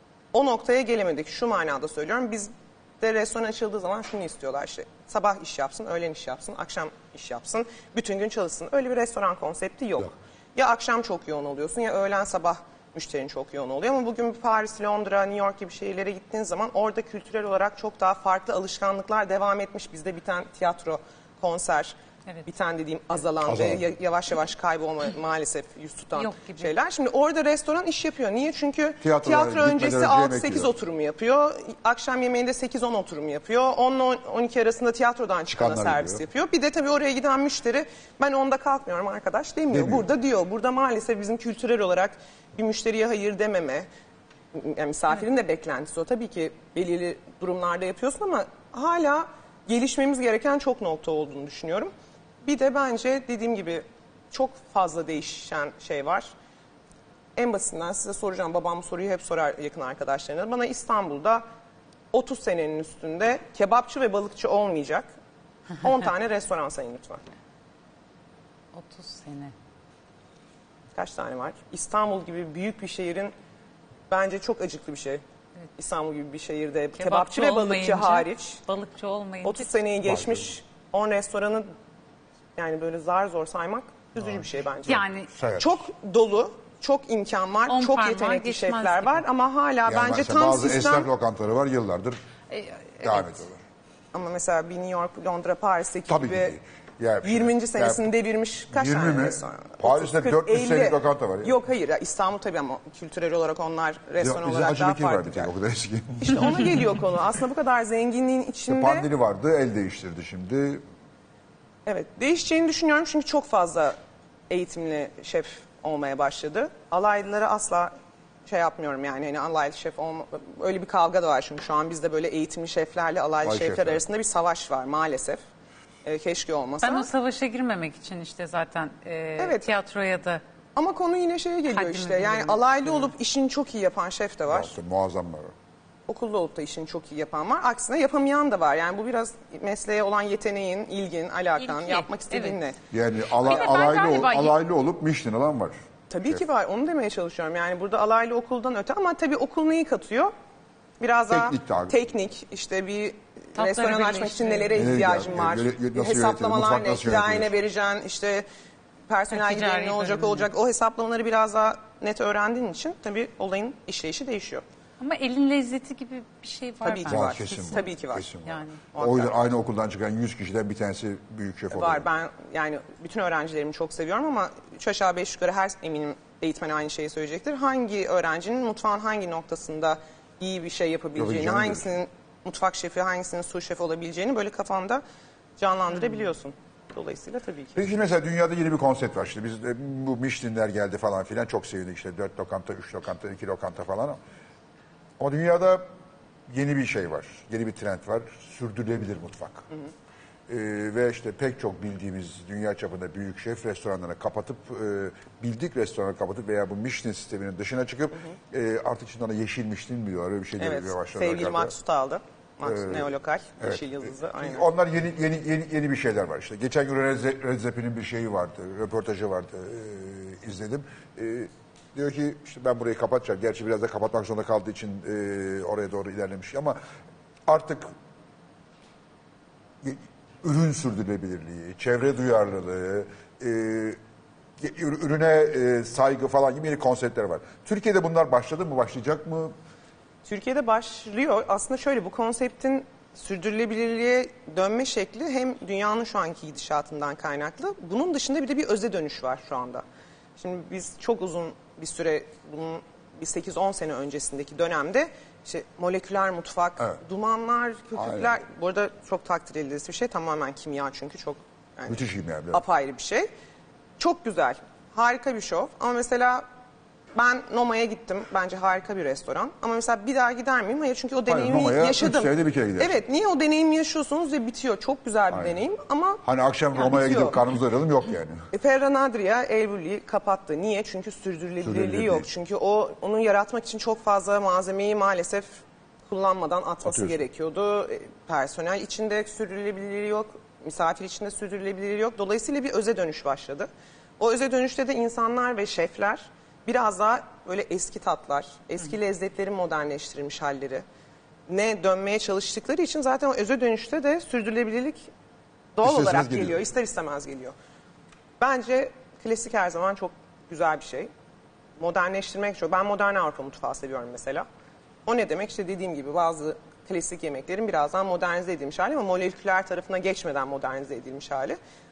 o noktaya gelemedik. Şu manada söylüyorum. Biz de restoran açıldığı zaman şunu istiyorlar işte. Sabah iş yapsın, öğlen iş yapsın, akşam iş yapsın, bütün gün çalışsın. Öyle bir restoran konsepti yok. Ya akşam çok yoğun oluyorsun ya öğlen sabah müşterin çok yoğun oluyor. Ama bugün Paris, Londra, New York gibi şehirlere gittiğin zaman orada kültürel olarak çok daha farklı alışkanlıklar devam etmiş. Bizde biten tiyatro, konser, Evet. biten dediğim azalan ve yavaş yavaş kaybolma maalesef yüz tutan Yok gibi. şeyler. Şimdi orada restoran iş yapıyor. Niye? Çünkü Tiyatrolara tiyatro öncesi gitmeden önce yemek 6-8 yiyor. oturumu yapıyor. Akşam yemeğinde 8-10 oturum yapıyor. 10-12 arasında tiyatrodan çıkana Çıkanlar servis gidiyor. yapıyor. Bir de tabii oraya giden müşteri ben onda kalkmıyorum arkadaş demiyor. Burada diyor. Burada maalesef bizim kültürel olarak bir müşteriye hayır dememe, yani misafirin de beklentisi o. Tabii ki belirli durumlarda yapıyorsun ama hala gelişmemiz gereken çok nokta olduğunu düşünüyorum. Bir de bence dediğim gibi çok fazla değişen şey var. En basitinden size soracağım. Babam bu soruyu hep sorar yakın arkadaşlarına. Bana İstanbul'da 30 senenin üstünde kebapçı ve balıkçı olmayacak 10 tane restoran sayın lütfen. 30 sene. Kaç tane var? İstanbul gibi büyük bir şehrin bence çok acıklı bir şey. İstanbul gibi bir şehirde kebapçı ve balıkçı olmayınca, hariç balıkçı olmayınca 30 seneyi geçmiş 10 restoranı yani böyle zar zor saymak üzücü bir şey bence. yani Evet. Çok dolu, çok imkan var, 10 çok parmağı yetenekli geçmez şefler gibi. var ama hala Yani bence mesela tam bazı sistem. esnaf lokantaları var yıllardır devam ediyorlar. Ama mesela bir New York, Londra, Paris'teki Tabii gibi ki. Yani 20. senesini devirmiş kaç 20 tane mi? restoran? Paris'te 30, 40, 400 50. senelik lokanta var ya. Yok hayır ya, İstanbul tabii ama kültürel olarak onlar restoran Bizde olarak Hacı daha Bekir var farklı. bir tek o kadar eski. İşte ona geliyor konu. Aslında bu kadar zenginliğin içinde Pandini vardı el değiştirdi şimdi. evet değişeceğini düşünüyorum çünkü çok fazla eğitimli şef olmaya başladı. Alaylılara asla şey yapmıyorum yani hani alaylı şef olma, öyle bir kavga da var çünkü şu an bizde böyle eğitimli şeflerle alaylı Alay şefler şefler. arasında bir savaş var maalesef. Keşke olmasa. ben o savaşa girmemek için işte zaten Evet. tiyatroya da Ama konu yine şeye geliyor Haddimi işte. Yani bildirmek alaylı istiyorum. olup işini çok iyi yapan şef de var. İşte muazzam var. Okulda olup da işini çok iyi yapan var. Aksine yapamayan da var. Yani bu biraz mesleğe olan yeteneğin, ilgin, alakan, İlgi, yapmak istediğin evet. ne? Yani Bir de ben galiba- alaylı olup Michelin alan var. Tabii ki var. Onu demeye çalışıyorum. Yani burada alaylı okuldan öte ama tabii okul neyi katıyor? Biraz Teknik daha tabii. teknik, işte bir Tatları restoran açmak için nelere birleştiriyor. ihtiyacın Neler var? nasıl Bir hesaplamalar yönetilir, ne, mutfak nasıl kiraya ne yönetilir? vereceksin, işte personel Ticari gideri ne olacak bölümü. olacak. O hesaplamaları biraz daha net öğrendiğin için tabii olayın işleyişi değişiyor. ama elin lezzeti gibi bir şey var Tabii ki bence. var. Var kesin var. Tabii ki var. Kesin var. Yani. O yüzden aynı okuldan çıkan 100 kişiden bir tanesi büyük şef oluyor. Var. Ben yani bütün öğrencilerimi çok seviyorum ama 3 aşağı 5 yukarı her eminim eğitmen aynı şeyi söyleyecektir. Hangi öğrencinin mutfağın hangi noktasında iyi bir şey yapabileceğini, Yapabileceğini hangisinin mutfak şefi, hangisinin su şefi olabileceğini böyle kafanda canlandırabiliyorsun. Dolayısıyla tabii ki. Peki mesela dünyada yeni bir konsept var. İşte biz bu Michelin'ler geldi falan filan çok sevindik. İşte 4 lokanta, 3 lokanta, 2 lokanta falan. Ama dünyada yeni bir şey var. Yeni bir trend var. Sürdürülebilir mutfak. Ve işte pek çok bildiğimiz dünya çapında büyük şef restoranlarını kapatıp, bildik restoranları kapatıp veya bu Michelin sisteminin dışına çıkıp artık şimdi ona yeşil Michelin mi diyorlar? Öyle bir şey Evet. diyorlar başladılar Sevgili galiba. Maksut aldı. Maksut Neolokal. Evet. Yeşil Yıldızı. Aynen. Onlar yeni bir şeyler var işte. Geçen gün Led Zeppelin'in bir şeyi vardı, röportajı vardı, izledim. Diyor ki işte ben burayı kapatacağım. Gerçi biraz da kapatmak zorunda kaldığı için oraya doğru ilerlemiş ama artık ürün sürdürülebilirliği, çevre duyarlılığı, ürüne saygı falan gibi yeni konseptler var. Türkiye'de bunlar başladı mı, başlayacak mı? Türkiye'de başlıyor. Aslında şöyle bu konseptin sürdürülebilirliğe dönme şekli hem dünyanın şu anki gidişatından kaynaklı. Bunun dışında bir de bir öze dönüş var şu anda. Şimdi biz çok uzun bir süre bunun bir 8-10 sene öncesindeki dönemde işte moleküler mutfak, Evet. dumanlar, köpükler. Aynen. Bu arada çok takdir edilesi bir şey. Tamamen kimya çünkü çok yani Müthiş iyi yani. apayrı bir şey. Çok güzel. Harika bir şov. Ama mesela ben Noma'ya gittim. Bence harika bir restoran. Ama mesela bir daha gider miyim? Hayır çünkü o deneyimi Noma'ya yaşadım. 3 senede bir kere gidersin. Evet. Niye o deneyimi yaşıyorsunuz ve bitiyor. Çok güzel bir Aynen. deneyim ama Hani akşam Roma'ya bitiyor. gidip karnımızı doyuralım yok yani. Ferran Adria Elbulli'yi kapattı. Niye? Çünkü sürdürülebilirliği Sürdürülebilir yok. değil. Çünkü onu yaratmak için çok fazla malzemeyi maalesef kullanmadan atması Atıyorsun. gerekiyordu. Personel içinde sürdürülebilirliği yok. Misafir içinde sürdürülebilirliği yok. Dolayısıyla bir öze dönüş başladı. O öze dönüşte de insanlar ve şefler biraz daha böyle eski tatlar, eski lezzetlerin modernleştirilmiş halleri ne dönmeye çalıştıkları için zaten o öze dönüşte de sürdürülebilirlik doğal İster olarak istemez geliyor, ister istemez geliyor. Bence klasik her zaman çok güzel bir şey. Modernleştirmek çok. Ben modern Avrupa mutfağı seviyorum mesela. O ne demek? İşte dediğim gibi bazı klasik yemeklerin birazdan modernize edilmiş hali ama moleküler tarafına geçmeden modernize edilmiş hali.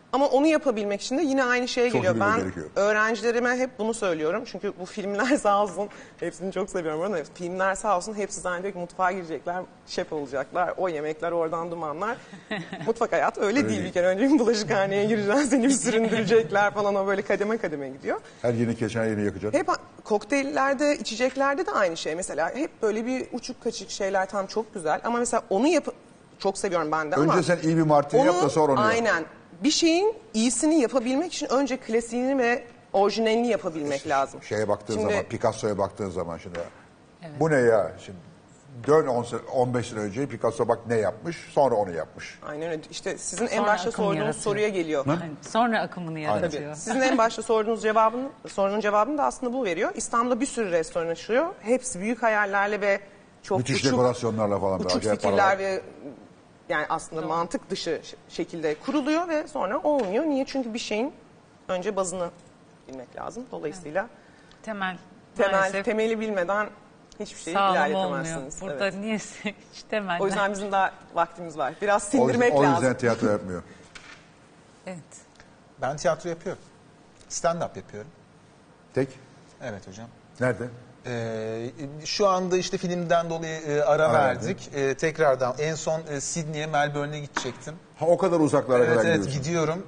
Ama onu yapabilmek için de yine aynı şeye Çok geliyor. iyi Ben gerekiyor. öğrencilerime hep bunu söylüyorum. Çünkü bu filmler sağ olsun, hepsini çok seviyorum. Ama filmler sağ olsun hepsi zannediyor ki mutfağa girecekler, şef olacaklar. O yemekler, oradan dumanlar. Mutfak hayatı öyle değil bir kere. Önce bir bulaşıkhaneye gireceksin, seni bir süründürecekler falan. O böyle kademe kademe gidiyor. Her yeni geçen yeni yakacak. Hep kokteyllerde, içeceklerde de aynı şey. Mesela hep böyle bir uçuk kaçık şeyler tam çok güzel. Ama mesela onu çok seviyorum ben de ama. Önce sen iyi bir martini yap da sonra onu yap. Aynen. Bir şeyin iyisini yapabilmek için önce klasiğini ve orijinalini yapabilmek lazım. Şeye baktığın Şimdi- zaman, Picasso'ya baktığın zaman şimdi. Bu ne ya? Şimdi dön 15 sene önce Picasso bak ne yapmış, sonra onu yapmış. Aynen öyle. İşte sizin en Sonra başta akım sorduğunuz yaratıyor. soruya geliyor. Yani sonra akımını Tabii. yaratıyor. Sizin en başta sorduğunuz sorunun cevabını da aslında bu veriyor. İstanbul'da bir sürü restoran açılıyor. Hepsi büyük hayallerle ve çok Müthiş uçuk, dekorasyonlarla falan. böyle uçuk acayip fikirler paralar. ve yani aslında mantık dışı şekilde kuruluyor ve sonra olmuyor. Niye? Çünkü bir şeyin önce bazını bilmek lazım. Dolayısıyla temeli bilmeden hiçbir şeyi sağlam olmuyor. ilerletemezsiniz. Burada Evet. niyeyse hiç temeller. O yüzden bizim daha vaktimiz var. Biraz O sindirmek yüzden lazım. tiyatro yapmıyor. Evet. Ben tiyatro yapıyorum. Stand-up yapıyorum. Tek? Evet hocam. Nerede? Şu anda işte filmden dolayı ara Ara verdik. Tekrardan en son Sydney'e, Melbourne'e gidecektim. Ha, o kadar uzaklara kadar Evet gidiyorsun. gidiyorum.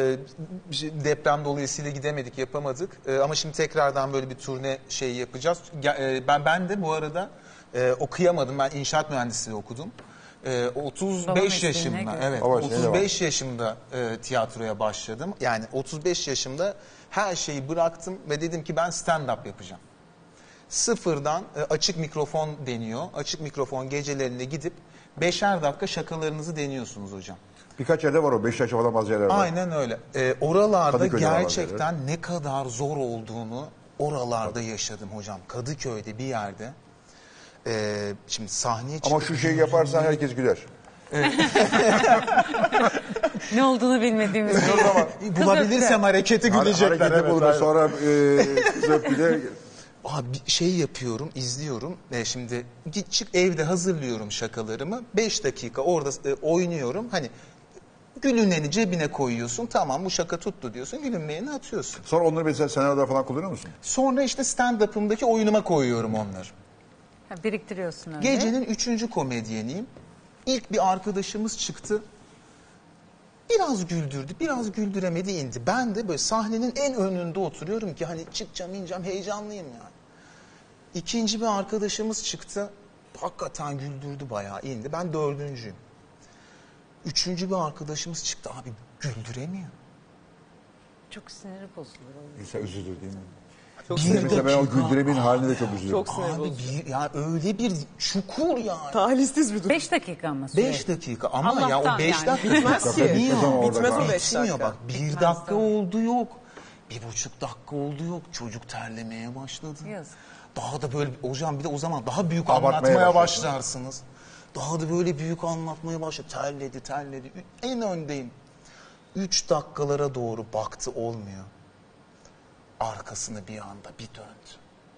Deprem dolayısıyla gidemedik, yapamadık. Ama şimdi tekrardan böyle bir turne şeyi yapacağız. Ben de bu arada okuyamadım. Ben inşaat mühendisliği okudum. Baba 35 mesleğine yaşımda, göre. evet, Baba mesleğine 35 yaşımda tiyatroya başladım. Yani 35 yaşımda her şeyi bıraktım ve dedim ki ben stand-up yapacağım. Sıfırdan açık mikrofon deniyor. Açık mikrofon gecelerinde gidip 5'er dakika şakalarınızı deniyorsunuz hocam. Birkaç yerde var o. Beşiktaş'ta falan bazı yerler var. Aynen öyle. Oralarda Kadıköy'de var gerçekten ne kadar zor olduğunu oralarda yaşadım hocam. Kadıköy'de bir yerde. Şimdi sahneye çıkıp... Ama şu şeyi yaparsan herkes güler. Ne olduğunu bilmediğimiz bir Bulabilirsem hareketi gülecekler. Hareketi Evet, bulur aynen. sonra zöp bir de Abi şey yapıyorum, izliyorum. Şimdi çık evde hazırlıyorum şakalarımı. 5 dakika orada oynuyorum. Hani gülüneni cebine koyuyorsun. Tamam bu şaka tuttu diyorsun. Gülünmeyeni atıyorsun. sonra onları mesela senaryoda falan kullanıyor musun? Sonra işte stand-up'ımdaki oyunuma koyuyorum onları. biriktiriyorsun öyle. Gecenin 3. komedyeniyim. İlk bir arkadaşımız çıktı. Biraz güldürdü, biraz güldüremedi, indi. Ben de böyle sahnenin en önünde oturuyorum ki hani çıkacağım, ineceğim, heyecanlıyım yani. İkinci bir arkadaşımız çıktı. Hakikaten güldürdü, bayağı indi. Ben 4.'üyüm. 3. bir arkadaşımız çıktı. Abi güldüremiyor. Çok siniri bozulur. İnsan üzülür değil mi? Çok Bir sinir Mesela ben o dakika. güldüremin haline de çok üzülüyorum. Çok sinir Abi bozucu. ya öyle bir çukur yani. Talihsiz bir durum. 5 dakika ama süre. 5 dakika ama ya Allah'tan o 5 yani. dakika Bitmez ki. Bitmez ama orada Bitmez o kalır. 5 Bitmiyor dakika. bak. 1 Bitmez dakika tabii. oldu yok. 1,5 dakika oldu yok. Çocuk terlemeye başladı. Yazık. Daha da böyle hocam bir de o zaman daha büyük Abartmaya anlatmaya başlarsın. başlarsınız. Daha da böyle büyük anlatmaya başladı. Terledi. En öndeyim. 3 dakikalara doğru baktı, olmuyor. Arkasını bir anda bir döndü.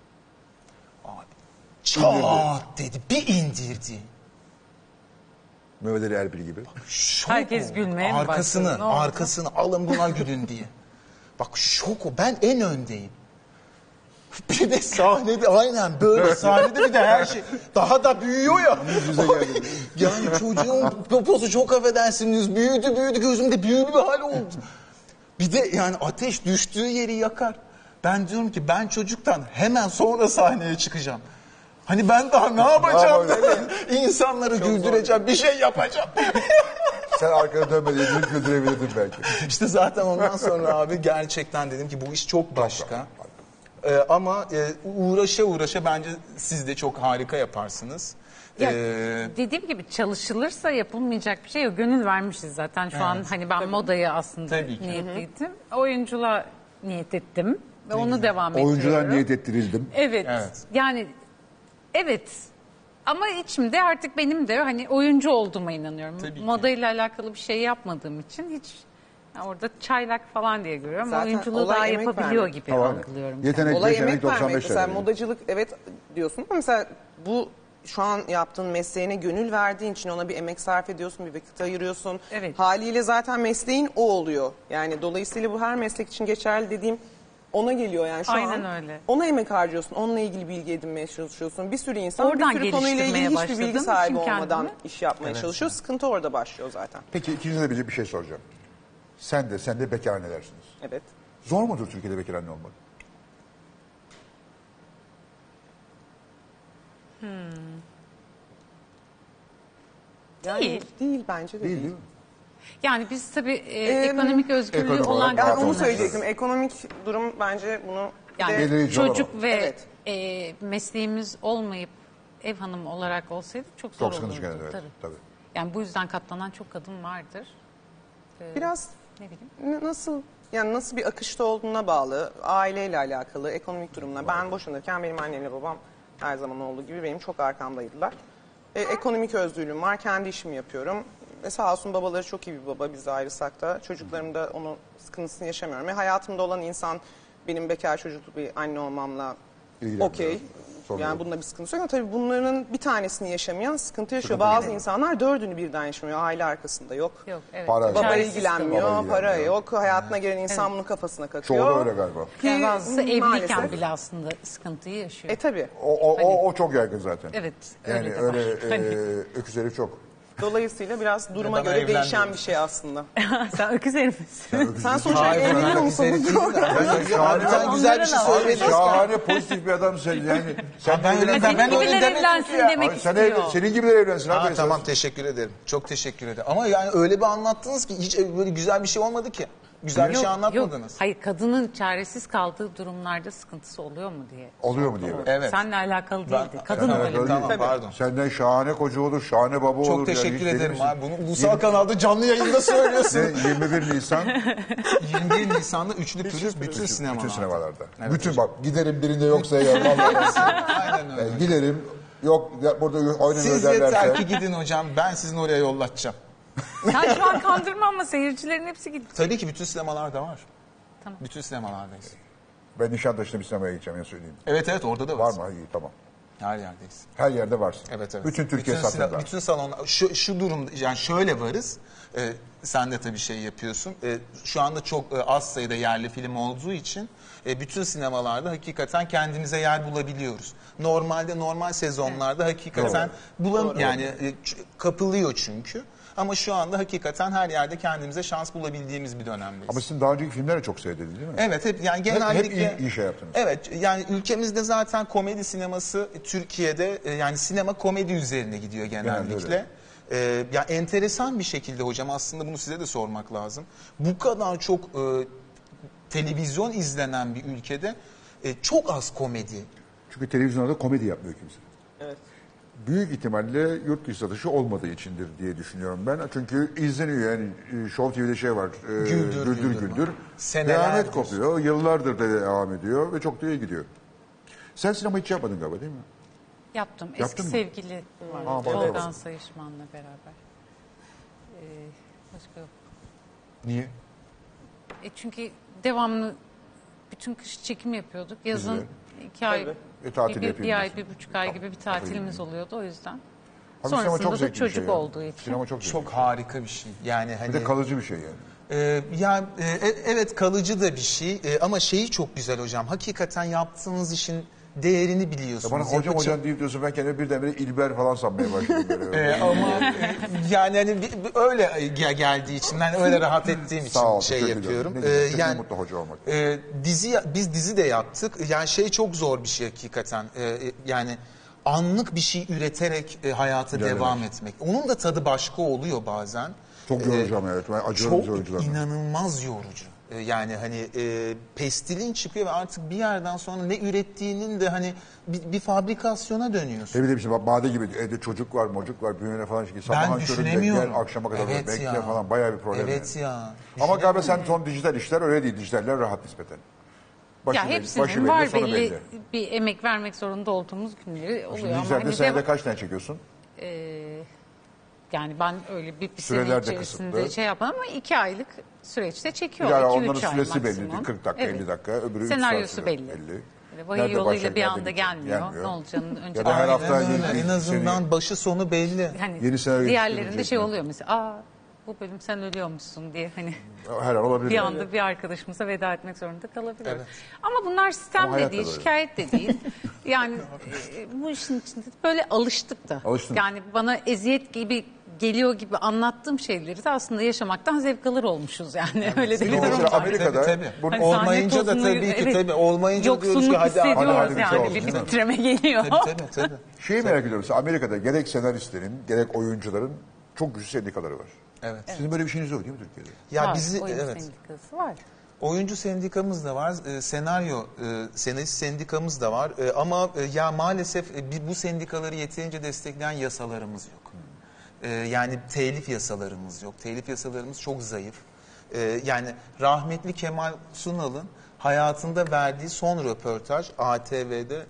Abi çat dedi, bir indirdi. Mehmet Ali Erbil gibi. Şok Herkes oldu. gülmeye mi Arkasını, başladı? Ne oldu? arkasını alın buna gülün diye. Bak şok o. Ben en öndeyim. Bir de sahnede aynen böyle sahnede bir de her şey daha da büyüyor ya. Yani çocuğun popozu çok affedersiniz büyüdü gözümde büyülü bir hal oldu. Bir de yani ateş düştüğü yeri yakar. Ben diyorum ki ben çocuktan hemen sonra sahneye çıkacağım. Hani ben daha ne yapacağım? İnsanları güldüreceğim, bir şey yapacağım. Sen arkana dönmediğin güldürebilirdin belki. İşte zaten ondan sonra abi gerçekten dedim ki bu iş çok başka. Ama uğraşa bence siz de çok harika yaparsınız. Ya, dediğim gibi çalışılırsa yapılmayacak bir şey yok. Gönül vermişiz zaten şu an. Hani ben modaya aslında Tabii ki. niyetliydim. Oyunculuğa niyet ettim. Ve onu devam ettiriyorum. Oyuncudan niyet ettirildim. Evet. Evet. Yani evet. Ama içimde artık benim de hani oyuncu olduğuma inanıyorum. Tabii ki. Modayla alakalı bir şey yapmadığım için hiç yani orada çaylak falan diye görüyorum. Zaten Oyunculuğu olay daha emek yapabiliyor vermek. gibi algılıyorum. Yetenek Olay 5, emek emek vermek. 95 Mesela lira. modacılık evet diyorsun ama mesela bu şu an yaptığın mesleğine gönül verdiğin için ona bir emek sarf ediyorsun, bir vakit ayırıyorsun. Evet. Haliyle zaten mesleğin o oluyor. Yani dolayısıyla bu her meslek için geçerli dediğim ona geliyor yani şu Aynen an. öyle. Ona emek harcıyorsun, onunla ilgili bilgi edinmeye çalışıyorsun. Bir sürü insan Oradan bir sürü konuyla ilgili geliştirmeye hiçbir bilgi başladım. sahibi Şimdi olmadan kendimi- iş yapmaya çalışıyor. Sıkıntı orada başlıyor zaten. Peki ikinize de bir şey soracağım. Sen de bekar annelersiniz. Evet. Zor mudur Türkiye'de bekar anne olmak? Değil bence de Değil değil mi? Yani biz tabii ekonomik özgürlüğü ekonomik olan olarak Yani onu kadınlarız. söyleyecektim. Ekonomik durum bence bunu Yani Belirleyici çocuk olamaz. ve Evet. mesleğimiz olmayıp ev hanımı olarak olsaydı çok zor Çok sıkıntı olurdu. gene, evet. Tabii. Tabii. Yani bu yüzden katlanan çok kadın vardır. biraz Ne bileyim. nasıl bir akışta olduğuna bağlı, aileyle alakalı, ekonomik durumla. Ben boşanırken benim annemle babam her zaman olduğu gibi benim çok arkamdaydılar. Ekonomik özgürlüğüm var, kendi işimi yapıyorum. Ve sağ olsun babaları çok iyi bir baba, biz de ayrılsak da. Çocuklarım da onun sıkıntısını yaşamıyorum. Ve hayatımda olan insan benim bekar çocuklu bir anne olmamla İlgileniyor. okey. Sorun Yani yok. bunda bir sıkıntı yok ama tabii bunların bir tanesini yaşamayan sıkıntı yaşıyor. Bazı insanlar 4'ünü birden yaşamıyor, aile arkasında yok. Yok, evet. Para yok. Baba Çaresiz ilgilenmiyor, Baba para ilgilenmiyor. yok. Hayatına gelen insan bunun kafasına kakıyor. Çoğu da öyle galiba. Yani bazısı evliyken maalesef. bile aslında sıkıntıyı yaşıyor. Tabii. O çok yaygın zaten. Evet, Yani öyle de öyle var. Hani- öküz herif çok. Dolayısıyla biraz duruma Bana göre evlenmiyor. değişen bir şey aslında. Sen öküz herif misin? Sen sonuçta evleniyor musun? Şahane, güzel bir şey söyledin. Şahane pozitif bir adamsın. Yani sen Ben öyle- Senin ben öyle gibiler demedim evlensin Ay, demek istiyor. senin gibiler evlensin abi. Ha, tamam teşekkür ederim. Çok teşekkür ederim. Ama yani öyle bir anlattınız ki hiç böyle güzel bir şey olmadı ki. Güzel bir şey anlatmadınız. Hayır, kadının çaresiz kaldığı durumlarda sıkıntısı oluyor mu diye. Oluyor mu diye. Evet. Seninle alakalı değildi. Kadın Evet, öyle. öyle. Tamam Tabii. pardon. Senden şahane koca olur, şahane baba olur. Çok teşekkür hiç ederim deli abi. misin? Bunu ulusal kanalda canlı yayında söylüyorsun. Ne, 21 Nisan 21 Nisan'da üçlü pürüz bütün sinemalarda. bütün sinemalarda. Evet, bütün bak giderim birinde yoksa ya vallahi. Aynen öyle. Giderim yok ya, burada oynamıyor Siz yeter derlerse. ki gidin hocam. Ben sizin oraya yollatacağım. Sen şu an kandırma ama seyircilerin hepsi gitti. Tabii ki bütün sinemalarda var. Tamam. Bütün sinemalardayız. Ben Nişantaşı'nda bir sinemaya gideceğim ya söyleyeyim. Evet orada da Var var. mı? İyi tamam. Her yerdeyiz. Her yerde varsın. Evet. Bütün Türkiye satında. Bütün salonlar şu durumda yani şöyle varız. Sen de tabii şey yapıyorsun. Şu anda çok az sayıda yerli film olduğu için bütün sinemalarda hakikaten kendimize yer bulabiliyoruz. Normalde normal sezonlarda hakikaten yani kapılıyor çünkü. Ama şu anda hakikaten her yerde kendimize şans bulabildiğimiz bir dönemdeyiz. Ama sizin daha önceki filmler de çok seyredildi değil mi? Evet hep yani Hep genellikle iyi şey yaptınız. Evet yani ülkemizde zaten komedi sineması Türkiye'de yani sinema komedi üzerine gidiyor genellikle. Ya enteresan bir şekilde hocam aslında bunu size de sormak lazım. Bu kadar çok televizyon izlenen bir ülkede çok az komedi. Çünkü televizyonda komedi yapmıyor kimse. Evet. Büyük ihtimalle yurt dışı satışı olmadığı içindir diye düşünüyorum ben. Çünkü izleniyor yani Show TV'de şey var. Güldür. Senelerdir. Kıyamet kopuyor. Yıllardır da devam ediyor ve çok da iyi gidiyor. Sen sinema hiç yapmadın galiba değil mi? Yaptım. Yaptın Eski mı? sevgili Aa, Tolgan evet. Sayışman'la beraber. Başka yok. Niye? Çünkü devamlı bütün kış çekim yapıyorduk. Yazın 2 ay, tatil bir yapayım ay, diyorsun. 1,5 ay gibi bir tatilimiz oluyordu o yüzden. Abi sinema çok Sonrasında da zevkli bir çocuk şey ya. olduğu için. Sinema çok zevkli. Çok harika bir şey. Yani hani Bir de kalıcı bir şey yani. evet kalıcı da bir şey ama şeyi çok güzel hocam. Hakikaten yaptığınız işin değerini biliyorsunuz. Ya bana hocam deyip diyorsun ben kendime birdenbire İlber falan sanmaya başladım. Böyle. Ama yani hani öyle geldiği için ben öyle rahat ettiğim için Sağ ol, şey teşekkür yapıyorum. ederim. Ne güzel, Yani mutlu hoca olmak. biz dizi de yaptık. Yani şey çok zor bir şey hakikaten. Yani anlık bir şey üreterek hayata İlerlemek. devam etmek. Onun da tadı başka oluyor bazen. Çok yorucu ama evet. Ben acıyorum Çok oyuncularına. inanılmaz yorucu. Yani hani pestilin çıkıyor ve artık bir yerden sonra ne ürettiğinin de hani bir fabrikasyona dönüyorsun. Bir de bir şey bak Bade gibi evde çocuk var, mocuk var, büyüme falan. Sabahın köründe düşünemiyorum. gel akşama kadar Evet bekle ya. falan bayağı bir problem. Evet yani. ya. Ama galiba sen son dijital işler öyle değil. Dijitaller rahat nispeten. Başı Ya belli, hepsinin başı belli, var sonu belli bir emek vermek zorunda olduğumuz günleri oluyor. Şimdi Ama dijitalde hani senede kaç tane çekiyorsun? yani ben öyle bir sene Süreler de içerisinde kısıtlı. şey yapmam ama 2 aylık süreçte çekiyorlar. Yani 2-3 onların ay süresi maksimum. belli. 40 dakika, Evet. 50 dakika. Öbürü 3 Senaryosu saat belli. sürüyor. Böyle vahiy Nerede yoluyla başlar, bir nerede anda biter, gelmiyor. Ne olacağını önce Ya da her hafta Aynen öyle. En azından seni- başı sonu belli. hani yeni senaryo diğerlerinde yetiştirecek şey mi? oluyor mesela, bu bölüm sen ölüyormuşsun diye hani her an olabilir. bir yani. anda bir arkadaşımıza veda etmek zorunda kalabiliyoruz. Evet. Ama bunlar Ama sistem hayat de da değil, böyle. şikayet de değil. Yani bu işin içinde böyle alıştık da. Alıştın. Yani bana eziyet gibi geliyor gibi anlattığım şeyleri de aslında yaşamaktan zevk alır olmuşuz yani. Öyle de bir Ama durum mesela var. Amerika'da Tabii. bunu Hani sahne Olmayınca da tozunu- tabii ki evet, tabii olmayınca diyoruz ki yoksunluk hadi hissediyoruz hadi bir şey yani olsun, bir değil mi? titreme geliyor. tabii. şeyi merak ediyorum. Mesela Amerika'da gerek senaristlerin gerek oyuncuların çok güçlü sendikaları var. Evet. Sizin böyle bir şeyiniz yok değil mi Türkiye'de? Ya Var, bizi oyun evet. sendikası var. Oyuncu sendikamız da var, senarist sendikamız da var. Ama ya maalesef bu sendikaları yeterince destekleyen yasalarımız yok. Yani telif yasalarımız yok. Telif yasalarımız çok zayıf. Yani rahmetli Kemal Sunal'ın hayatında verdiği son röportaj ATV'de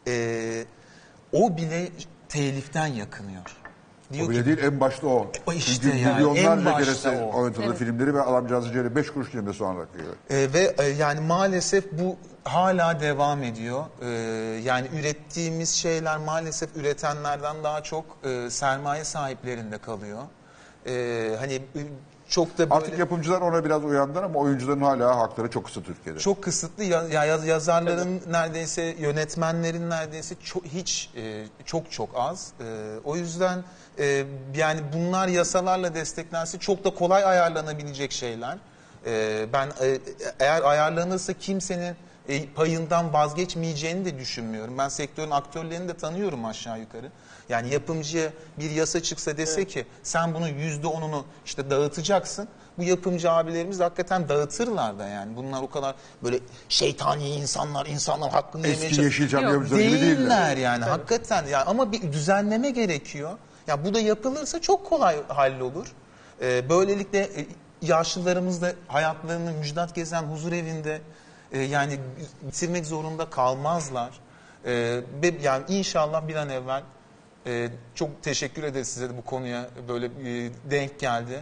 o bile teliften yakınıyor. Diyor O bile değil en başta o. O işte Çünkü yani, milyonlarca en başta keresi o. oynatılı filmleri ve adamcağızı cebine 5 kuruş cebine soğan rakıyor. Yani maalesef bu hala devam ediyor. Yani ürettiğimiz şeyler maalesef üretenlerden daha çok sermaye sahiplerinde kalıyor. Hani çok da böyle Artık yapımcılar ona biraz uyandılar ama oyuncuların hala hakları çok kısa Türkiye'de. çok kısıtlı. Yazarların neredeyse, yönetmenlerin neredeyse çok az. O yüzden yani bunlar yasalarla desteklense çok da kolay ayarlanabilecek şeyler. Ben eğer ayarlanırsa kimsenin payından vazgeçmeyeceğini de düşünmüyorum. Ben sektörün aktörlerini de tanıyorum aşağı yukarı. Yani yapımcıya bir yasa çıksa dese ki sen bunun %10'unu işte dağıtacaksın. Bu yapımcı abilerimiz de hakikaten dağıtırlar da yani. Bunlar o kadar böyle şeytani insanlar hakkını yemeye Eski çalışıyor. Yeşilçam Yok, yapımcıları gibi değiller. Değiller yani hakikaten. Yani ama bir düzenleme gerekiyor. Ya bu da yapılırsa çok kolay hallolur. Böylelikle yaşlılarımız da hayatlarını müjdat gezen huzur evinde yani bitirmek zorunda kalmazlar. Yani inşallah bir an evvel çok teşekkür ederiz size de bu konuya böyle denk geldi.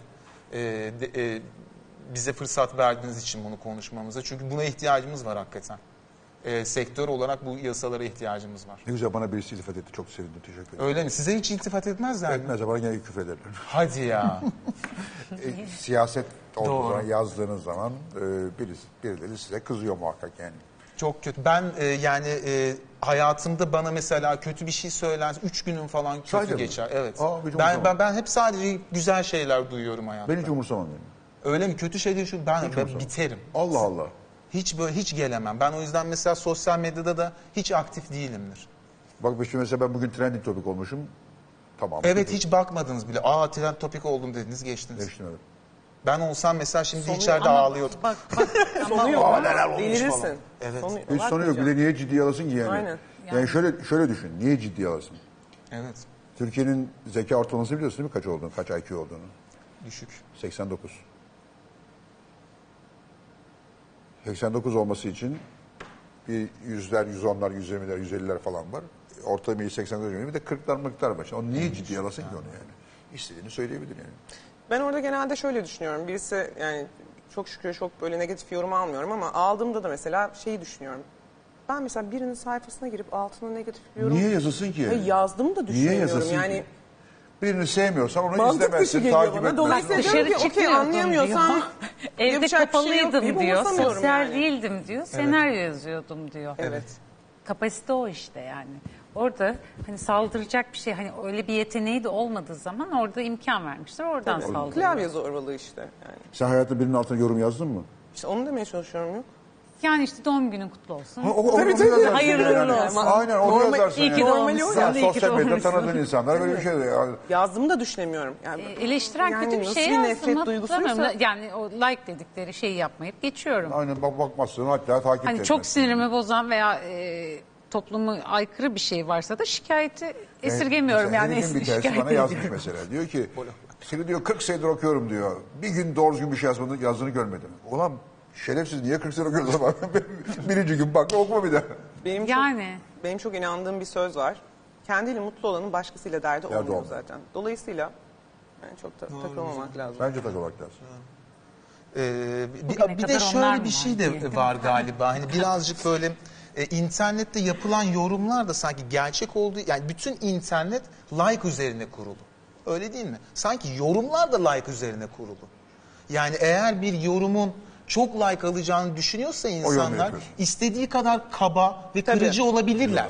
Bize fırsat verdiğiniz için bunu konuşmamıza. Çünkü buna ihtiyacımız var hakikaten. Sektör olarak bu yasalara ihtiyacımız var. Ne güzel bana birisi iltifat etti. Çok sevindim. Teşekkür ederim. Öyle mi? Size hiç iltifat etmezler mi? Etmez bana gene küfür ederler. Hadi ya. Siyaset olduğu Doğru. zaman yazdığınız zaman birileri size kızıyor muhakkak yani. Çok kötü. Ben hayatımda bana mesela kötü bir şey söylense 3 günüm falan kötü Sadece mi? geçer. Evet. Aa, hiç umursamam. Ben hep sadece güzel şeyler duyuyorum hayatta. Ben hiç umursamam yani. Öyle mi? Kötü şey değil şu. Ben biterim. Allah Allah. Hiç gelemem. Ben o yüzden mesela sosyal medyada da hiç aktif değilimdir. Bak mesela ben bugün trending topik olmuşum. Tamam. Evet hiç bakmadınız bile. Trend topik oldum dediniz geçtiniz. Geçtim öyle. Ben olsam mesela şimdi içeride Ama ağlıyordum. Bak Sonu yok ama neler olmuş delirirsin. falan. Evet. Hiç sonu yok. Bir de niye ciddiye alasın ki yani? Aynen. Yani şöyle düşün. Niye ciddiye alasın? Evet. Türkiye'nin zeka ortalaması biliyorsun değil mi? Kaç olduğunu, kaç IQ olduğunu? Düşük. 89. 89 olması için bir yüzler, 110'lar, 120'ler, 150'ler falan var. Ortalamayı 89 bir de 40'lar mıktar var. O niye ciddiye alasın ki onu yani? İstediğini söyleyebilir yani. Ben orada genelde şöyle düşünüyorum. Birisi yani çok şükür çok böyle negatif yorum almıyorum ama aldığımda da mesela şeyi düşünüyorum. Ben mesela birinin sayfasına girip altına negatif yorum... Niye yazılsın ki? Hayır, yazdım da Niye düşünüyorum. yazılsın Yani ki? Birini sevmiyorsan onu mantık dışı izlemezsin, geliyor takip bana. etmezsin. Dolayısıyla Dışarı diyorum ki okey çıkmıyordum anlayamıyorsan diyor. Evde yapacak bir şey yok kapalıydım deyip diyor. umursamıyorum Sosyal yani. değildim diyor. Senaryo yazıyordum diyor. Evet. Kapasite o işte yani. Orada hani saldıracak bir şey hani öyle bir yeteneği de olmadığı zaman orada imkan vermişler. Oradan saldırıyor. Klavye zorbalığı işte. Yani. Sen hayatında birinin altına yorum yazdın mı? İşte onu demeye çalışıyorum yok. Yani işte doğum günün kutlu olsun. Onu tabii. yazarsın Hayırlı yani. uğurlu olsun. Aynen onu Normal- yazarsın İyi ki yani. doğmuşsun. Normali o iyi ki Sosyal medyada doğmuşsun. tanıdığın insanlar böyle bir şey de yani. Yazdığımı da düşünemiyorum. Yani Eleştiren yani kötü bir nasıl şey bir yazdım. nefret duygusuysa Yani o like dedikleri şeyi yapmayıp geçiyorum. Aynen bakmazsın hatta takip Hani de çok etmezsin. sinirimi bozan veya toplumu aykırı bir şey varsa da şikayeti esirgemiyorum Mesela yani. Elif'in bir tanesi şikayet bana yazmış ediyorum. mesela. Diyor ki seni diyor 40 senedir okuyorum diyor. Bir gün doğru düzgün bir şey yazdığını görmedim. Ulan şerefsiz niye 40 sene okuyorsun o zaman? Birinci gün bak okuma bir daha. Benim çok inandığım bir söz var. Kendiyle mutlu olanın başkasıyla derdi olmuyor olmuyor. zaten. Dolayısıyla yani çok takılmamak lazım. Bence takılmak lazım. Bugüne Bir de kadar onlar şöyle mı bir şey var de diye. var galiba. Hani birazcık böyle internette yapılan yorumlar da sanki gerçek olduğu, yani bütün internet like üzerine kurulu. Öyle değil mi? Sanki yorumlar da like üzerine kurulu. Yani eğer bir yorumun çok like alacağını düşünüyorsa insanlar istediği kadar kaba ve kırıcı olabilirler.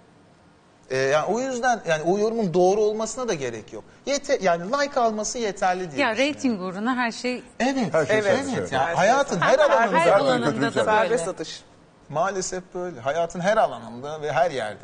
Yani o yüzden yani o yorumun doğru olmasına da gerek yok. Yani like alması yeterli diye Ya düşünüyorum. reyting uğruna her şey Evet. Her şey evet. serbest. Yani hayatın her alanında her alanında da Serbest böyle. satış. maalesef böyle. Hayatın her alanında ve her yerde.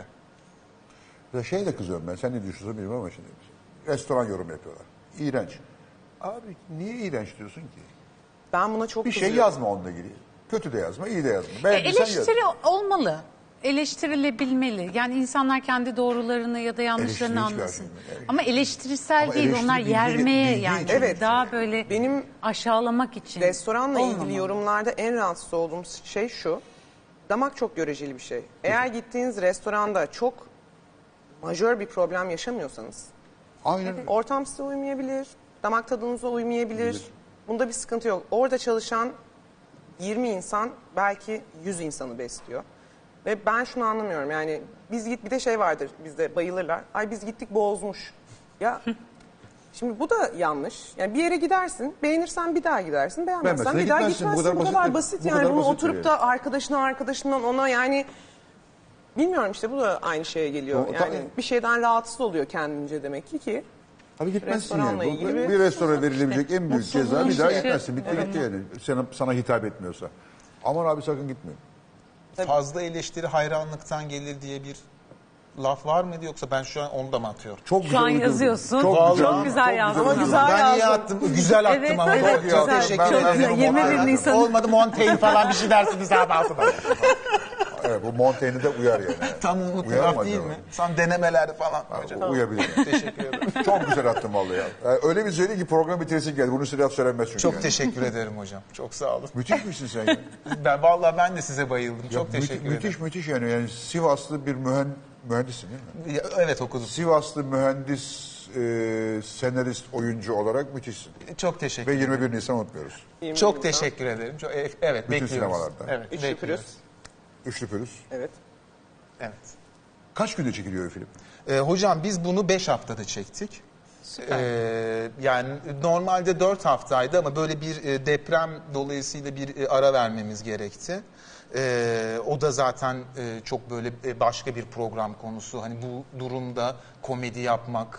Ve şeye de kızıyorum ben. Sen ne düşünüyorsun bilmiyorum ama şimdi. Restoran yorum yapıyorlar. İğrenç. Abi niye iğrenç diyorsun ki? Ben buna çok Bir şey kızıyorum. yazma onunla ilgili. Kötü de yazma, iyi de yazma. Beğendiysen yaz. Eleştiri olmalı. Eleştirilebilmeli. Yani insanlar kendi doğrularını ya da yanlışlarını Eleştiri hiçbir anlasın. şey yok. Ama eleştirisel Ama değil. eleştiri Onlar bilgi- yermeye bilgi yani. için. Evet. Daha böyle Benim aşağılamak için. restoranla olmamalı. ilgili yorumlarda en rahatsız olduğum şey şu. Damak çok göreceli bir şey. Eğer gittiğiniz restoranda çok majör bir problem yaşamıyorsanız, Aynen. ortam size uymayabilir, damak tadınıza uymayabilir. Bunda bir sıkıntı yok. Orada çalışan 20 insan belki 100 insanı besliyor. Ve ben şunu anlamıyorum, yani bir de şey vardır bizde, bayılırlar. Ay biz gittik bozmuş. Ya şimdi bu da yanlış. Yani bir yere gidersin, beğenirsen bir daha gidersin, beğenmezsen Beğenmezsen bir daha gitmezsin. gitmezsin. Bu kadar basit Bu yani. kadar Bunu basit oturup yani. da arkadaşından ona yani bilmiyorum, işte bu da aynı şeye geliyor. Yani bir şeyden rahatsız oluyor kendince demek ki. Abi gitmezsin Restoranla yani. ilgili Bir restorana verilebilecek en büyük ceza bir daha işte. gitmezsin. Bitti gitti yani. Sana hitap etmiyorsa. Aman abi sakın gitmeyin. Fazla eleştiri hayranlıktan gelir diye bir laf var mıydı, yoksa ben şu an onu da mı atıyorum? Çok Şu güzel an uydurdun. yazıyorsun. Çok Çok güzel yazdın. Ama güzel Ben iyi yazdın. attım, güzel attım Evet, ama. evet, çok güzel. teşekkür Çok ederim. güzel. 21 Nisan. Olmadı Montaigne falan bir şey dersiniz abi altına. Evet, bu Montaigne'e de uyar yani. Tam o Uyar taraf mı değil acaba? mi? Sen denemeler falan hocam. Uyabilir. Teşekkür ederim. Çok güzel attın vallahi ya. Yani öyle bir söyledi ki program bitiresin geldi. Bunu size laf söylenmez çünkü. Çok yani. teşekkür ederim hocam. Çok sağ olun. Müthiş misin sen ya? Ben de size bayıldım. Çok teşekkür ederim. Müthiş yani. Yani Sivaslı bir mühendissin değil mi? Evet, okudum. Sivaslı mühendis, senarist, oyuncu olarak müthişsin. Çok teşekkür Ve ederim. 21 Nisan unutmuyoruz. Çok teşekkür ederim. Evet, bekliyoruz. sinemalarda. Evet, Üçlü bekliyoruz. pürüz. Üçlü pürüz. Evet. Evet. Kaç günde çekiliyor o film? Hocam biz bunu 5 haftada çektik. Yani normalde 4 haftaydı ama böyle bir deprem dolayısıyla bir ara vermemiz gerekti. O da zaten çok böyle başka bir program konusu. Hani bu durumda komedi yapmak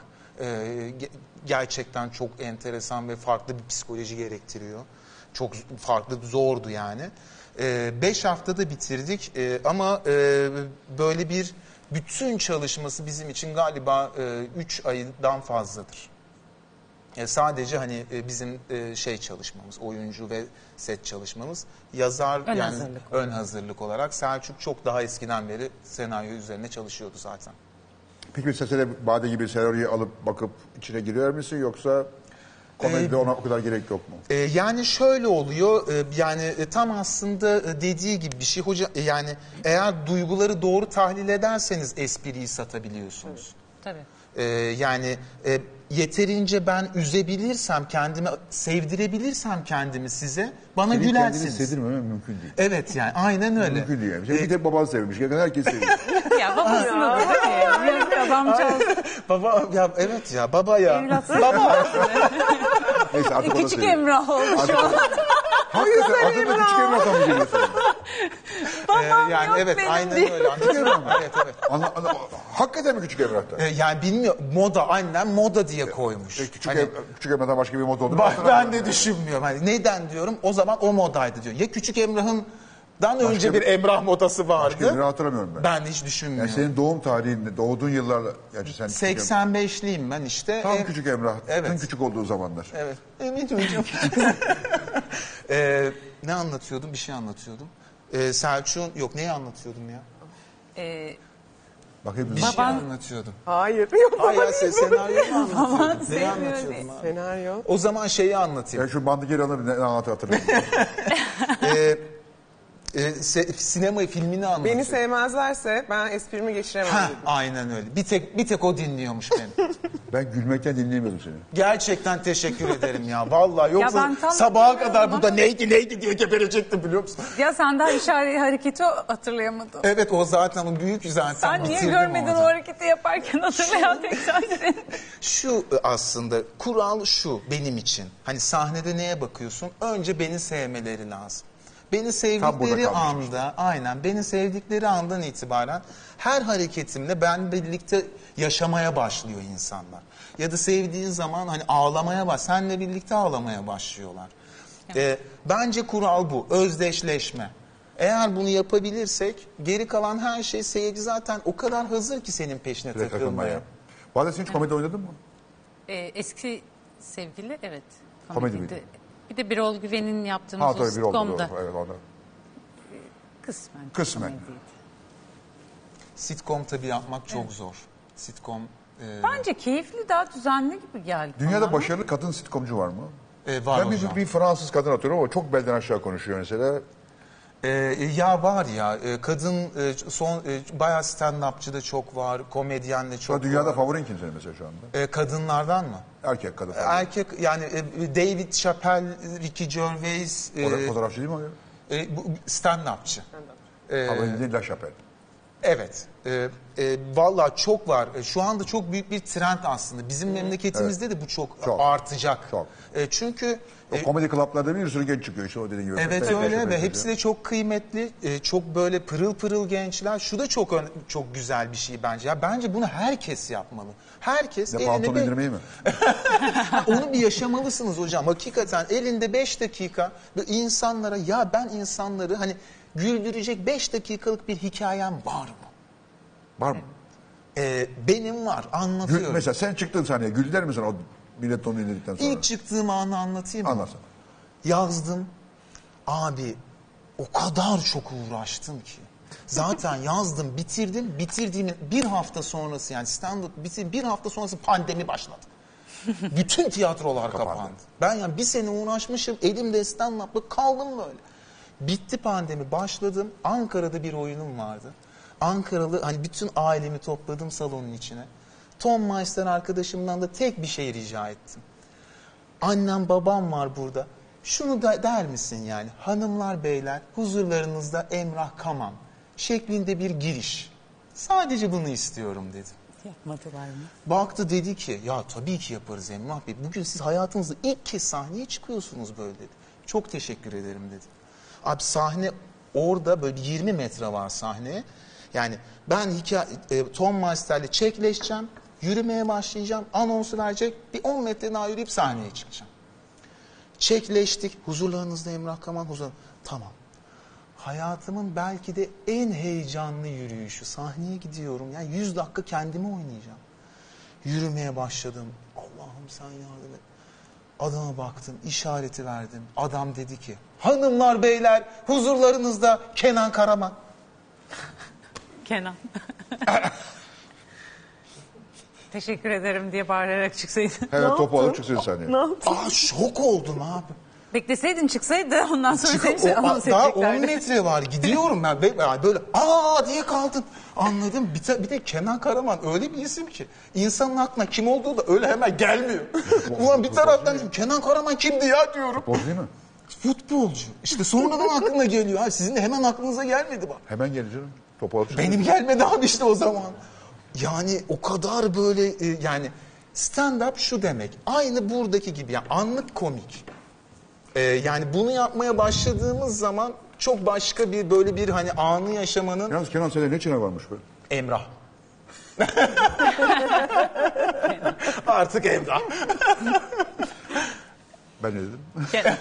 gerçekten çok enteresan ve farklı bir psikoloji gerektiriyor. Çok farklı, zordu yani. 5 haftada bitirdik ama böyle bir bütün çalışması bizim için galiba 3 aydan fazladır. Sadece hani bizim şey çalışmamız, oyuncu ve set çalışmamız, yazar Ön yani hazırlık. ön hazırlık olarak Selçuk çok daha eskiden beri senaryo üzerine çalışıyordu zaten. Peki mesela sen de Bade gibi senaryoyu alıp bakıp içine giriyor musun yoksa komedide ona o kadar gerek yok mu? Yani şöyle oluyor, yani tam aslında dediği gibi bir şey hoca, yani eğer duyguları doğru tahlil ederseniz espriyi satabiliyorsunuz. Tabii. Yani yeterince ben üzebilirsem, kendimi sevdirebilirsem kendimi size, bana Senin kendini gülersiniz. sevdirmemen mümkün değil. Evet, yani aynen öyle. Mümkün değil yani. Senin bir tek baban sevmiş. Yani herkes seviyor. Ya babasını da büyük bir adamcağız. Baba ya, evet ya, baba ya. Evlat. Baba. Neyse artık o da Küçük seviyor. Emrah oldu şu an. Hakikaten adını küçük Emrah'tan mı geliyorsun? Yani yok evet, benim aynen diye. öyle. Evet, evet. Hakikaten mi küçük Emrah'tan? Yani bilmiyorum, moda, annem moda diye koymuş. Küçük, Hani- küçük Emrah'tan başka bir mod oldu mu? Ben de düşünmüyorum. Hani neden diyorum? O zaman o modaydı diyor. Ya Küçük Emrah'dan önce bir Emrah modası Başka birini vardı. hatırlamıyorum ben. Ben de hiç Yani düşünmüyorum. senin doğum tarihinde, doğduğun yıllarla... Gerçi sen küçük Emrah. 85'liyim ben işte. Tam küçük Emrah. Evet. En küçük olduğu zamanlar. Evet. Evet hocam. Ne anlatıyordum? Bir şey anlatıyordum. Selçuk'un... Yok, neyi anlatıyordum ya? Bak hepimiz... Bir şey Baban- anlatıyordum. Hayır. Yok. Hayır ya, senaryoyu mu anlatıyordum? Neyi anlatıyordum abi? Senaryo. O zaman şeyi anlatayım. Ben şu bandı geri alırım. Ne hatırlıyorum. Sinemayı, filmini anlatıyordum. Beni sevmezlerse ben esprimi geçiremem Ha, dedim. aynen öyle. Bir tek o dinliyormuş beni. Ben gülmekten dinleyemiyordum seni. Gerçekten teşekkür ederim ya. Vallahi yoksa ben tam sabaha bilmiyorum kadar ama- burada neydi diye geberecektim biliyor musun? Ya sen daha işaret hareketi hatırlayamadın. Evet o zaten o büyük zaten. Sen niye bitirdim görmedin orada. o hareketi yaparken hatırlayan tek sensin. Şu aslında kural şu benim için. Hani sahnede neye bakıyorsun? Önce beni sevmeleri lazım. Beni burada sevdikleri kalmış. anda, aynen beni sevdikleri andan itibaren her hareketimle ben birlikte yaşamaya başlıyor insanlar. Ya da sevdiğin zaman hani ağlamaya senle birlikte ağlamaya başlıyorlar. Bence kural bu, özdeşleşme. Eğer bunu yapabilirsek geri kalan her şey seyirci zaten o kadar hazır ki senin peşine takılmaya. Bu arada sen hiç komedi oynadın mı? Eski sevgili evet. Komedi komediydi. miydi? Bir de Birol Güven'in yaptığımız o Tabii bir oldu. sitcom'da. Evet, orada. Kısmen. Kısmen. komediydi. Sitcom tabii yapmak çok zor. Sitcom Bence keyifli, daha düzenli gibi geldi Dünyada bana. başarılı kadın sitcomcu var mı? var Ben hocam. bir Fransız kadın atıyorum ama çok belden aşağı konuşuyor mesela. Ya var ya kadın bayağı stand-upçı da çok var, komedyen de çok Dünyada var. favorin kim senin mesela şu anda? Kadınlardan mı? Erkek kadın. Erkek yani David Chappelle, Ricky Gervais, Fotoğrafçı değil mi o ya? bu stand-upçı. Ama değil La Chapelle. Evet. Vallahi çok var. Şu anda çok büyük bir trend aslında. Bizim memleketimizde de bu çok artacak. Çok. Çünkü O komedi klaplarda bir sürü genç çıkıyor işte o dediğin gibi. evet La öyle Chapelle ve hepsi de çok kıymetli, çok böyle pırıl pırıl gençler. Şu da çok güzel bir şey bence. Ya bence bunu herkes yapmalı. Herkes Ya pantolon elinde indirmeyi mi? onu bir yaşamalısınız hocam. Hakikaten elinde 5 dakika ve insanlara ya ben insanları hani güldürecek 5 dakikalık bir hikayem var mı? Var mı? Benim var, anlatıyorum. Mesela sen çıktın sahneye güldüler misin o millet onu indirdikten sonra? İlk çıktığım anı anlatayım mı? Anlatsana. Yazdım. Abi o kadar çok uğraştım ki. Zaten yazdım, bitirdim. Bitirdiğimin bir hafta sonrası yani stand-up bir hafta sonrası pandemi başladı. Bütün tiyatrolar kapandı. Ben yani bir sene uğraşmışım. Elimde stand-up'la kaldım böyle. Bitti pandemi, başladım. Ankara'da bir oyunum vardı. Ankaralı hani bütün ailemi topladım salonun içine. Tom Meister arkadaşımdan da tek bir şey rica ettim. Annem babam var burada. Şunu da der misin yani? Hanımlar beyler huzurlarınızda Emrah Kaman şeklinde bir giriş. Sadece bunu istiyorum dedi. Yapmadılar mı? Baktı dedi ki ya tabii ki yaparız Emrah Bey. Bugün siz hayatınızda ilk kez sahneye çıkıyorsunuz böyle dedi. Çok teşekkür ederim dedi. Abi sahne orada böyle bir 20 metre var sahneye. Yani ben Tom Meister'le çekleşeceğim. Yürümeye başlayacağım. Anonsu verecek. Bir 10 metre daha yürüyüp sahneye çıkacağım. Çekleştik. Huzurlarınızda Emrah Kaman huzur. Tamam. Hayatımın belki de en heyecanlı yürüyüşü. Sahneye gidiyorum. Yani 100 dakika kendime oynayacağım. Yürümeye başladım. Allah'ım sen yardım et. Adama baktım, işareti verdim. Adam dedi ki, hanımlar beyler huzurlarınızda Kenan Karaman. Kenan. Teşekkür ederim diye bağırarak çıksaydın. Hemen topu alıp çıksın sahneye. Şok oldum abi. Bekleseydin çıksaydı ondan sonra seni anons Daha 10 edeceklerdi. metre var gidiyorum ben böyle diye kaldım. Anladım bir de Kenan Karaman öyle bir isim ki insanın aklına kim olduğu da öyle hemen gelmiyor. Ulan bir taraftan diyorum, Kenan Karaman kimdi ya diyorum. Futbolcu değil mi? Futbolcu. İşte sonradan aklına geliyor. Ha, sizin de hemen aklınıza gelmedi bak. Hemen gelir canım. Topu alıp çıksın. Benim gelmedi abi işte o zaman. Yani o kadar böyle yani stand-up şu demek. Aynı buradaki gibi yani anlık komik. Yani bunu yapmaya başladığımız zaman çok başka bir böyle bir hani anı yaşamanın Yalnız Kenan sende ne çene varmış be? Emrah. Artık Emrah. Ben ne dedim? Kenan.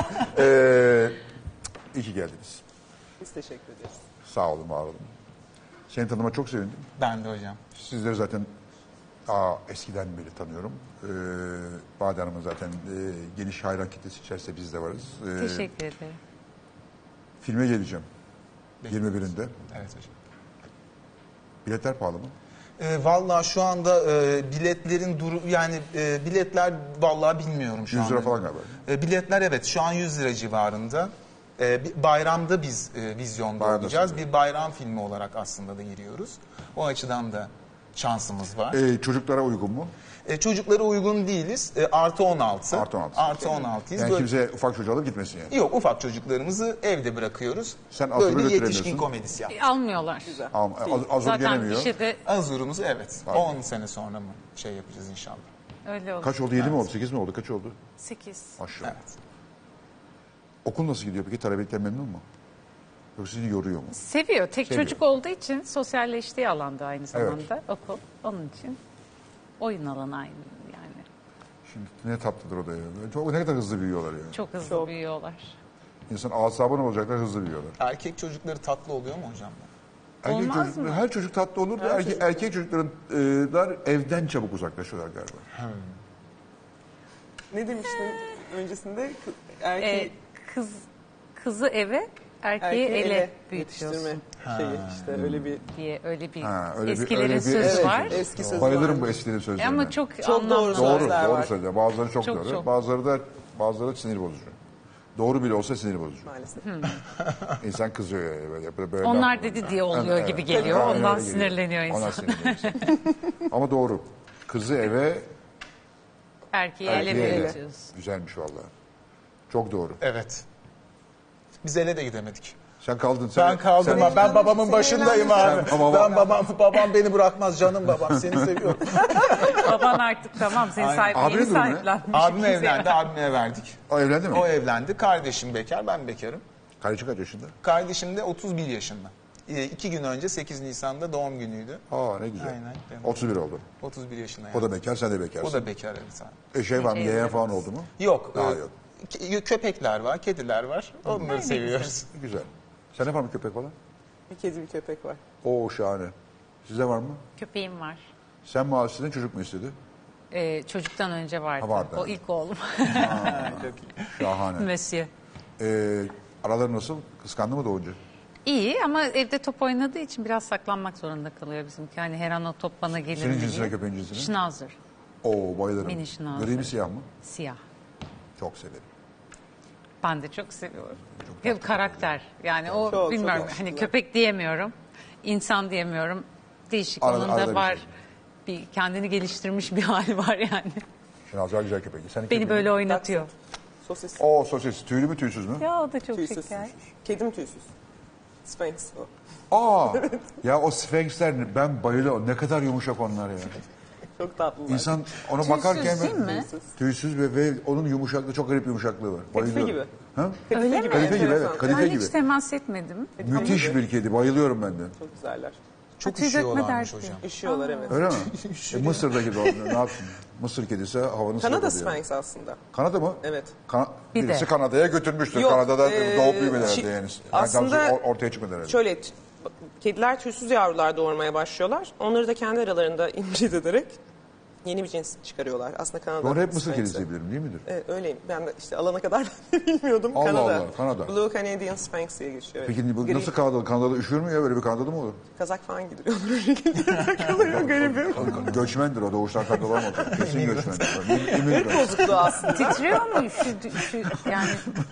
İyi ki geldiniz. Biz teşekkür ederiz. Sağ olun, var olun. Seni tanıma çok sevindim. Ben de hocam. Sizleri zaten eskiden beri tanıyorum. Bade Hanım'ın zaten geniş hayran kitlesi içerisinde biz de varız. Teşekkür ederim. Filme geleceğim. 21'inde. Evet hocam. Biletler pahalı mı? Vallahi şu anda biletlerin biletler vallahi bilmiyorum şu 100 lira anda. falan galiba. Biletler evet şu an 100 lira civarında. Bayramda biz vizyonda Bayramda olacağız. siz de. Bir bayram filmi olarak aslında da giriyoruz. O açıdan da şansımız var. Çocuklara uygun mu? Çocuklara uygun değiliz. Artı 16. Artı 16. Artı 16'yız. Yani Böyle- kimse ufak çocuğu alıp gitmesin yani. Yok, ufak çocuklarımızı evde bırakıyoruz. Sen Böyle Azur'u bir yetişkin götüremiyorsun. komedisi yap. Almıyorlar. Azur Zaten gelemiyor. gişede Azur'umuzu evet 10 sene sonra mı şey yapacağız inşallah. öyle oldu. Kaç oldu? 7 mi oldu? 8 mi oldu? Kaç oldu? 8. Maşallah. Evet. Okul nasıl gidiyor peki? Talebelikten memnun mu? Yoksa sizi yoruyor mu? Seviyor. Tek Seviyor. çocuk olduğu için sosyalleştiği alanda aynı zamanda okul. Onun için oyun alanı aynı yani. Şimdi ne tatlıdır o da ya. Çok, ne kadar hızlı büyüyorlar ya. Çok hızlı büyüyorlar. İnsan asabına olacaklar, hızlı büyüyorlar. Erkek çocukları tatlı oluyor mu hocam? Erkek Olmaz çocuk, mı? her çocuk tatlı olur da erkek çocuklar evden çabuk uzaklaşıyorlar galiba. Ne demiştin öncesinde? Kızı eve, erkeği Erkeği ele yetiştirme büyütüyorsun şeyi işte öyle bir diye öyle bir Öyle eskilerin öyle sözü eski- var. eski söz Bayılırım var. bu eskilerin sözlerine. Ama çok doğru anlamlı. Doğru, sözler doğru var. söylüyor. Bazıları çok, Çok, doğru. çok. Bazıları da sinir bozucu. Doğru bile olsa sinir bozucu. Maalesef. İnsan kızıyor yani böyle Onlar dedi diye oluyor gibi geliyor. Evet, Ondan öyle geliyor. sinirleniyor Ondan insan. sinirleniyor insan. Ama doğru. Kızı eve, Erkeği ele erkeği ele. büyütüyoruz. Güzelmiş vallahi. Çok doğru. Evet. Biz ele de gidemedik. Sen kaldın. Ben kaldım. sen- Ben babamın başındayım abi. Sen- ama- Babam beni bırakmaz canım babam. Seni seviyorum. Baban artık tamam seni Aynen. sahip, Abinin yeni durumu ne? sahiplenmiş. Abim Kimseye- evlendi. Abime verdik. O evlendi mi? O evlendi. Kardeşim bekar. Ben bekarım. Kardeşi kaç yaşında? Kardeşim de 31 yaşında. 2 gün önce 8 Nisan'da doğum günüydü. Aa ne güzel. Aynen. 31 oldu. 31 yaşında. O da bekar, sen de bekarsın. O da bekar evet abi. Şey var mı? Yeğen falan oldu mu? Yok. Daha yok. Köpekler var, kediler var. Onları seviyoruz. Güzel. Sen ne var mı köpek falan? Bir kedi bir köpek var. Oo şahane. Sizde var mı? Köpeğim var. Sen mi istedin, çocuk mu istedi? Çocuktan önce vardı. Ha, vardı. O ilk oğlum. Şahane. Monsieur. Araları nasıl? Kıskandı mı doğunca? İyi ama evde top oynadığı için biraz saklanmak zorunda kalıyor bizimki. Hani her an o top bana gelir Senin mi cinsine, diye. köpeğin cinsine? Schnauzer. Oo bayılırım. Mini schnauzer. Gri mi siyah mı? Siyah. Çok severim. Ben de çok seviyorum. Ya, karakter. Yani o Çok, bilmiyorum. çok Hani yakışıklı. köpek diyemiyorum. İnsan diyemiyorum. Değişik. Arada- Onun arada da bir var. şey. Bir kendini geliştirmiş bir hali var yani. Şinazlar güzel köpek. Senin Beni köpeğin? böyle oynatıyor. Sosis. Oo sosis. Tüylü mü tüysüz mü? Ya o da çok Tüysüz. şeker. Kedim tüysüz. Sphinx o. Aa ya o Sphinx'ler ben bayılıyorum. Ne kadar yumuşak onlar ya. Çok tatlılar. İnsan ona Tüysüz bakarken değil mi? Tüysüz ve onun yumuşaklığı çok garip yumuşaklığı var. Kadife Bayılıyorum. gibi. Ha? Öyle mi? Kadife gibi evet. Enteresan. Kadife Ben gibi. hiç temas etmedim. Müthiş bir kedi. Bayılıyorum ben de. Çok güzeller. Çok Tüy dökme üşüyorlarmış dersi. hocam. Üşüyorlar evet. Öyle mi? Mısır'daki de ne yapsın? Mısır kedisi havanın Kanada sıcak oluyor. Sphinx aslında. Kanada mı? Evet. Bir de. Birisi Kanada'ya götürmüştür. Yok, Kanada'da doğup büyümedi çi- herhalde yani. aslında Yani ortaya çıkmadı herhalde. Şöyle kediler tüysüz yavrular doğurmaya başlıyorlar. Onları da kendi aralarında ibret ederek yeni bir cins çıkarıyorlar. Aslında Kanada. Doğru hep Mısır Sphinx'i. kedisi diyebilirim değil midir? Evet öyleyim. Ben de işte alana kadar bilmiyordum. Allah Kanada. Allah, Kanada. Blue Canadian Sphinx diye geçiyor. Evet. Peki bu Gri. nasıl Kanadalı? Kanada'da üşür mü ya? Böyle bir Kanadalı mı olur? Kazak falan giydiriyorlar. O şekilde takılıyor garibim. Göçmendir o. Doğuştan Kanadalı olmaz. Kesin göçmendir. İmmigrant. Bozukluğu aslında. Titriyor mu? Yani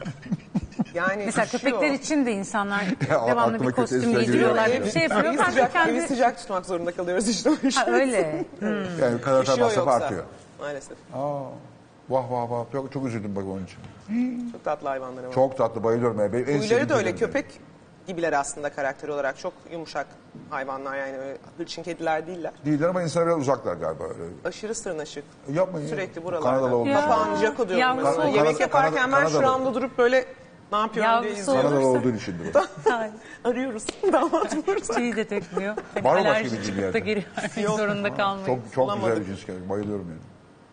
Yani mesela üşüyor. köpekler için de insanlar Ya, devamlı aklıma bir kötü kostüm espriler giydiriyorlar. geliyor. Bir şey yapıyor. Evi Ben de sıcak, evi kendi... sıcak tutmak zorunda kalıyoruz işte. O Ha, öyle. Yani kalorifer Üşüyor masrafı yoksa. artıyor. Maalesef. Vah vah vah. Çok üzüldüm bak onun için. Çok tatlı hayvanlar ama. Çok tatlı bayılıyorum. Yani. Benim en Huyları sevdiğim da öyle türlerim. köpek gibiler aslında karakter olarak. Çok yumuşak hayvanlar yani öyle hırçın kediler değiller. Değiller ama insana biraz uzaklar galiba öyle. Aşırı sırnaşık. Yapmayın. Sürekli buralarda. Kanadalı olduğu için. Papağan, Jaco diyorum Yavrusu mesela. olur. Yemek yaparken ben Kanadalı. şuramda durup böyle ne yapıyorum diye Yavrusu izliyorum. Kanadalı olursa- olduğun içindir o. Arıyoruz. Damat bulursak. Tüyü de dökmüyor. Hani Var mı başka alerji bir cins çıkıp da yerde? geri vermek zorunda kalmayın. Çok güzel Bulamadık. bir cins gerçekten. Bayılıyorum yani.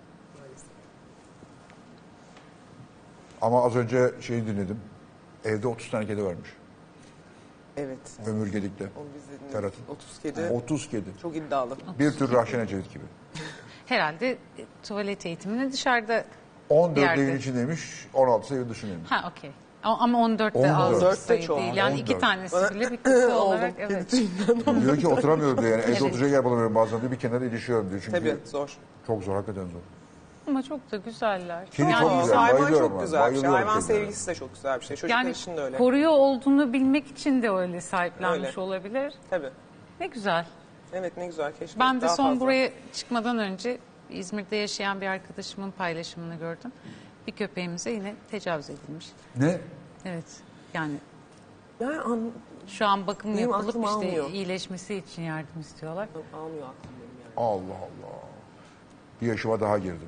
Ama az önce şeyi dinledim. Evde 30 tane kedi varmış. Evet. Ömürgelikte. O bizim Ferhat'ın. 30 kedi. 30 kedi. Çok iddialı. Bir tür Rahşan Ecevit gibi. Herhalde tuvalet eğitimini dışarıda 14 Yerde. evin içindeymiş, 16 evin dışındaymış. ha okey. Ama 14 de 14. az bir 14 de sayı çok. değil. Yani 2 14. tanesi bile bir kısa olarak Oldum. evet. Diyor ki oturamıyorum diyor yani. Evde Evet. oturacak yer bulamıyorum bazen diyor. Bir kenara ilişiyorum diyor. Çünkü Tabii zor. çok zor, hakikaten zor. Ama çok da güzeller. Kedi çok güzel, Hayvan bayılıyorum çok ben. güzel bir şey. Bayılıyorum Hayvan kedilere. sevgisi de çok güzel bir şey. Çocuklar Yani için de öyle. koruyor olduğunu bilmek için de öyle sahiplenmiş Öyle. olabilir. Tabii. Ne güzel. Evet ne güzel keşke. Ben de daha son fazla. buraya çıkmadan önce İzmir'de yaşayan bir arkadaşımın paylaşımını gördüm. Bir köpeğimize yine tecavüz edilmiş. Ne? Evet. Yani Yani şu an bakım Benim yapılıp aklım işte almıyor. iyileşmesi için yardım istiyorlar. almıyor aklım benim yani. Allah Allah. Bir yaşıma daha girdim.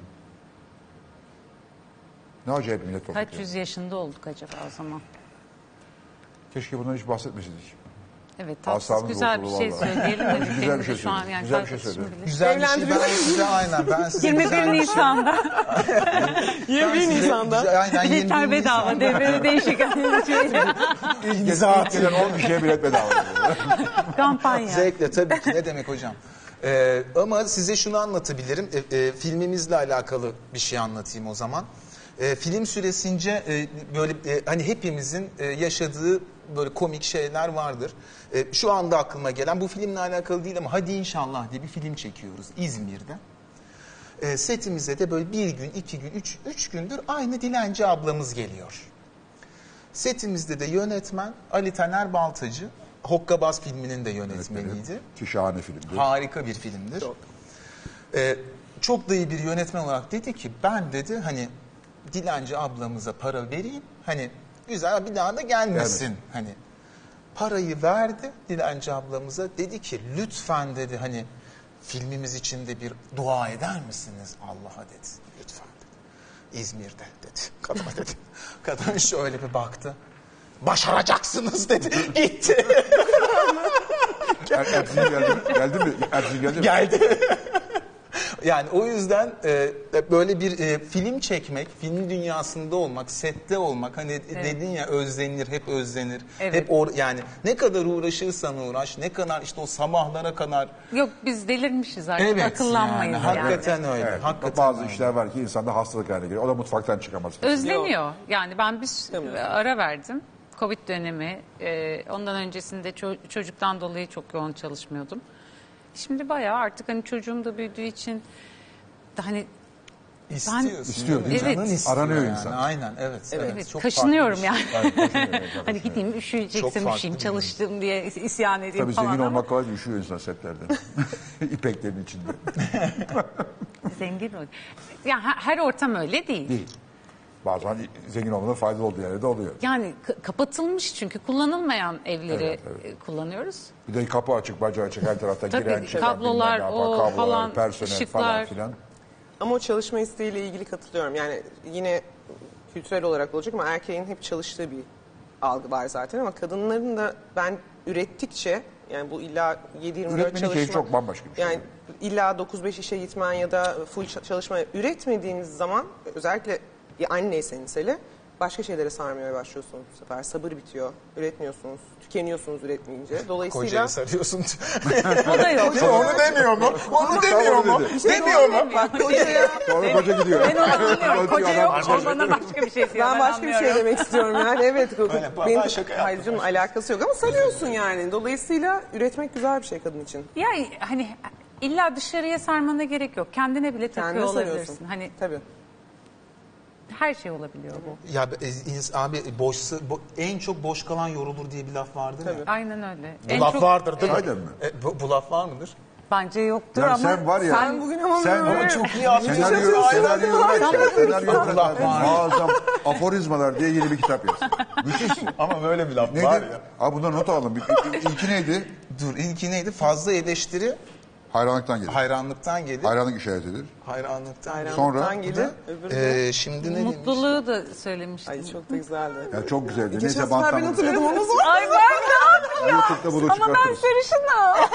Ne acayip millet olduk Kaç ya. yüz yaşında olduk acaba o zaman? Keşke bundan hiç bahsetmeseydik. Evet, tatsız Asabınız güzel bir bozuldu şey vallahi. söyleyelim. Hadi Güzel bir kendimize şey şu an söyledim. yani Güzel bir şey arkadaşım söyledim. bile. Güzel bir şey. Ben size aynen. Ben size 21 güzel bir şey- Nisan'da 21 size Nisan'da. güzel- aynen, 21 biletler bedava. Nisan'da. Devre değişik İlk gelen 10 kişiye bilet bedava. kampanya. Zevkle tabii ki. Ne demek hocam? Ama size şunu anlatabilirim. Filmimizle alakalı bir şey anlatayım o zaman. Film süresince böyle hani hepimizin yaşadığı böyle komik şeyler vardır. Şu anda aklıma gelen bu filmle alakalı değil ama Hadi İnşallah diye bir film çekiyoruz İzmir'de. Setimize de böyle bir gün, iki gün, üç gündür aynı Dilenci ablamız geliyor. Setimizde de yönetmen Ali Taner Baltacı, Hokkabaz filminin de yönetmeniydi. Ki şahane filmdi. Harika bir filmdir. Çok da iyi bir yönetmen olarak dedi ki ben dedi hani Dilenci ablamıza para vereyim. Hani güzel bir daha da gelmesin. Hani parayı verdi Dilenci ablamıza. Dedi ki lütfen dedi hani filmimiz için de bir dua eder misiniz Allah'a dedi. Lütfen dedi. İzmir'de dedi. Kadına dedi. Kadın şöyle bir baktı. Başaracaksınız dedi. Gitti. Ersin geldi mi? Geldi mi? Ersin geldi mi? Geldi. Yani o yüzden böyle bir film çekmek, film dünyasında olmak, sette olmak hani dedin ya özlenir, hep özlenir. Evet. Hep yani ne kadar uğraşırsan uğraş, ne kadar işte o sabahlara kadar. Yok biz delirmişiz artık. Evet, Akıllanmayız yani, yani. hakikaten öyle. Evet, Hakikaten bazı öyle. işler var ki insanda hastalık haline geliyor. O da mutfaktan çıkamaz. Özleniyor. Yani ben bir ara verdim. Covid dönemi. Ondan öncesinde çocuktan dolayı çok yoğun çalışmıyordum. Şimdi bayağı artık hani çocuğum da büyüdüğü için hani İstiyor değil mi? Evet. Canın istiyor Aranıyor yani. insan. Aynen evet. evet, Çok kaşınıyorum farklı bir şey. yani. Evet, kaşınıyor, evet, Hani kaşınıyor. gideyim Çok üşüyeceksem farklı üşüyeyim bir çalıştım diye isyan edeyim Tabii falan zengin ama olmak kolay değil. Üşüyor insan setlerde. İpeklerin içinde. zengin ol. Ya her ortam öyle değil. Değil. Bazen zengin olmanın faydalı olduğu yerde de oluyor. Yani kapatılmış çünkü kullanılmayan evleri Evet, evet. kullanıyoruz. Bir de kapı açık, bacağı açık, her tarafta Tabii, giren çıkan, kablolar, bilmem ne yapar, o kablolar, falan, personel ışıklar. falan filan. Ama o çalışma isteğiyle ilgili katılıyorum. Yani yine kültürel olarak olacak ama erkeğin hep çalıştığı bir algı var zaten ama kadınların da ben ürettikçe yani bu illa 7-24 Üretmenin çalışma. keyfi çok bambaşka bir şey. Yani illa 9-5 işe gitmen ya da full çalışma üretmediğiniz zaman özellikle bir anneyseniz hele başka şeylere sarmaya başlıyorsunuz bu sefer. Sabır bitiyor. Üretmiyorsunuz. Tükeniyorsunuz üretmeyince. Dolayısıyla Kocayı sarıyorsun. O da yok. Onu demiyor mu? Onu demiyor mu? Demiyor mu? bak kocaya Sonra koca gidiyor. Ben onu anlıyorum. Koca Adam yok. başka- O bana başka bir şey diyor. ben başka bir şey anlıyorum. demek istiyorum yani. Evet. Aynen, ben Benim şaka yaptım. hayır canım alakası yok ama sarıyorsun yani. Dolayısıyla üretmek güzel bir şey kadın için. Ya hani illa dışarıya sarmana gerek yok. Kendine bile takıyor Kendine olabilirsin. sarıyorsun. Hani Tabii. her şey olabiliyor bu. Ya abi en çok boş kalan yorulur diye bir laf vardır ya. Aynen öyle. Bu En laf çok- vardır değil mi? Aynen mi? Bu laf var mıdır? Bence yoktur Yani ama sen var ya. Sen bugün ama sen böyle- Çok iyi anlıyorsun. Senaryo Laf var. muazzam aforizmalar diye yeni bir kitap yaz. Müthişsin. Ama böyle bir laf Neydi? var ya. Abi bunları not alalım. İlki neydi? Dur ilki neydi? Fazla eleştiri Hayranlıktan gelir. hayranlıktan gelir. Hayranlık işaretidir. Hayranlıktan gelir. Sonra? Hayranlıktan gelir. Öbürü de- Şimdi ne demiş? mutluluğu da söylemiştim. Ay çok da güzeldi. Yani çok güzeldi. Geçen Neyse sefer ben banttan. hatırladım onu. Ay ben YouTube'da bunu ama ben çıkartırız. sarışınım.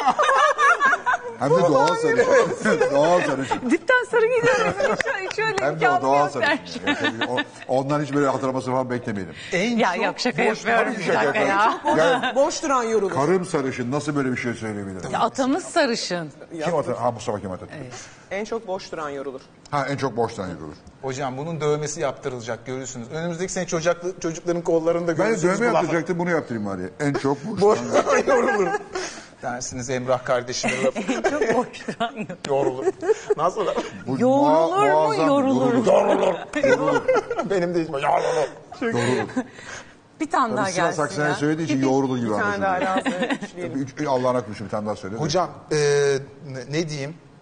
Hem de doğal sarışın. Doğal sarışın. Dipten sarı gidiyorum. Şöyle Hem de o imkanım doğal yok der. sarışın. Ondan hiç böyle hatırlaması falan beklemeyelim. Ya yok şaka yapıyorum bir şaka dakika ya. Yani Boş duran yorulur. karım sarışın nasıl böyle bir şey söyleyebilirim? Atamız sarışın. Kim Atatürk? Ha Mustafa Kemal Atatürk. En çok boş duran yorulur. Ha en çok boştan yürür. Hocam bunun dövmesi yaptırılacak görürsünüz. Önümüzdeki sene çocukların kollarında Ben görürsünüz. dövme bu lafı. yaptıracaktım bunu yaptırayım bari. En çok Boş boştan yorulur. Dersiniz Emrah kardeşimin lafı. Çok boş duran yok. Yorulur. Nasıl? Bu Yorulur mu, muazzam- yorulur? Yorulur. Benim de ismim yorulur. Yorulur. Bir tane daha Sıra gelsin saksıya ya. söylediği için yoğrulur gibi Bir tane daha anlaşılıyor. lazım. Evet, üçleyelim. Allah'ın aklı bir tane daha söyle. Hocam ne diyeyim?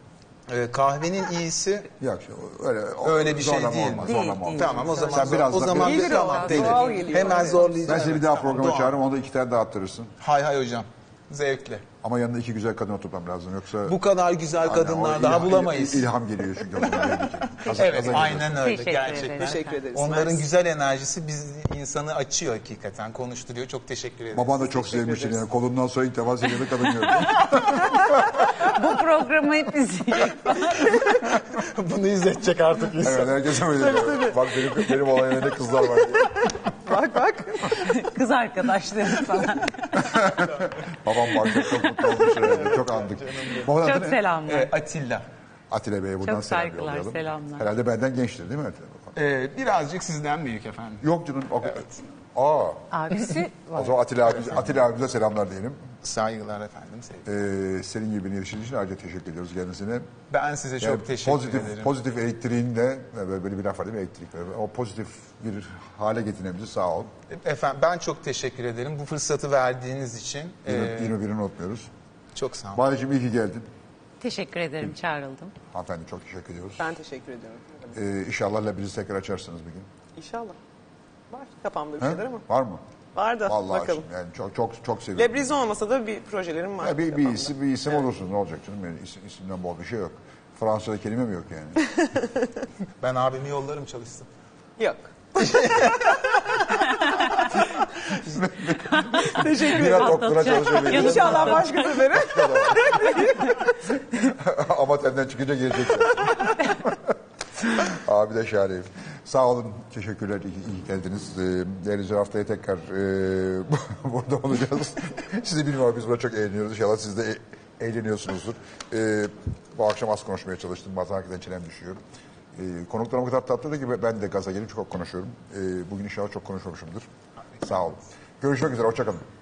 Kahvenin iyisi Yok öyle bir şey zorlama değil. olmaz, Değil, zorlama olmaz. değil. tamam o zaman Sen biraz o da- zaman Gelir tamam o, değil. doğal geliyor. Hemen Evet. zorlayacağım. Ben seni bir daha programa Doğal. çağırırım, onda 2 tane daha attırırsın. Hay hocam. Zevkle. Ama yanında 2 güzel kadın oturtmam lazım, yoksa... Bu kadar güzel Aynen, kadınlar o daha ilham- bulamayız. İlham geliyor çünkü. Evet, aynen öyle. Teşekkür Gerçekten. ederim. Teşekkür ederiz. Onların Mersi. güzel enerjisi biz insanı açıyor hakikaten, konuşturuyor. Çok teşekkür ederiz. Baban da çok Teşekkür sevmişsin ederiz. yani. Kolundan sonra ilk defa seni de kadın gördüm. Bu programı hep izleyecek. Bunu izletecek artık insan. Evet, herkese öyle diyor. Bak benim olaylarında kızlar var diye. Bak. Kız arkadaşları falan. Babam bak çok mutlu olmuş herhalde. Çok andık. Babanın adı Çok ne? selamlar. Atilla. Atilla Bey'e buradan Çok selam saygılar, yollayalım. selamlar. Herhalde benden gençtir değil mi Atilla? Birazcık sizden büyük efendim. Yok canım. Aa. Abisi O zaman Atilla abimize selamlar diyelim. Saygılar efendim. Sevgiler. Senin gibi birinin için ayrıca teşekkür ediyoruz kendisine. Ben size çok Yani teşekkür ederim. pozitif elektriğinle, böyle bir laf var değil mi, elektrik? O pozitif bir hale getirmemizi sağ ol. Efendim ben çok teşekkür ederim bu fırsatı verdiğiniz için. 21'ini unutmuyoruz. Çok sağ olun. Bahar'cığım iyi ki geldin. teşekkür ederim, çağrıldım. Hanımefendi çok teşekkür ediyoruz. Ben teşekkür ediyorum. İnşallah bizi tekrar açarsınız bir gün. İnşallah. Var kafamda bir He? şeyler ama. Var mı? Var da Vallahi bakalım. yani çok seviyorum. Lebriz olmasa da bir projelerim var. Ya bir kafamda. isim olursun, ne olacak canım, yani isimden bol bir şey yok. Fransa'da kelime mi yok yani? Ben abimi yollarım çalışsın. Yok. Biraz okula çalışabilir. İnşallah başka sefere. Amatörden çıkınca gelecekler. Abi de şahaneyim. Sağ olun, teşekkürler, iyi geldiniz. Değerli haftaya tekrar burada olacağız. Sizi bilmiyorum, biz burada çok eğleniyoruz. İnşallah siz de eğleniyorsunuzdur. Bu akşam az konuşmaya çalıştım, bazen hakikaten çenem düşüyor. Konuklarım o kadar tatlıdır ki ben de gaza gelip çok konuşuyorum. Bugün inşallah çok konuşmamışımdır. Sağ olun. Görüşmek üzere, hoşça kalın.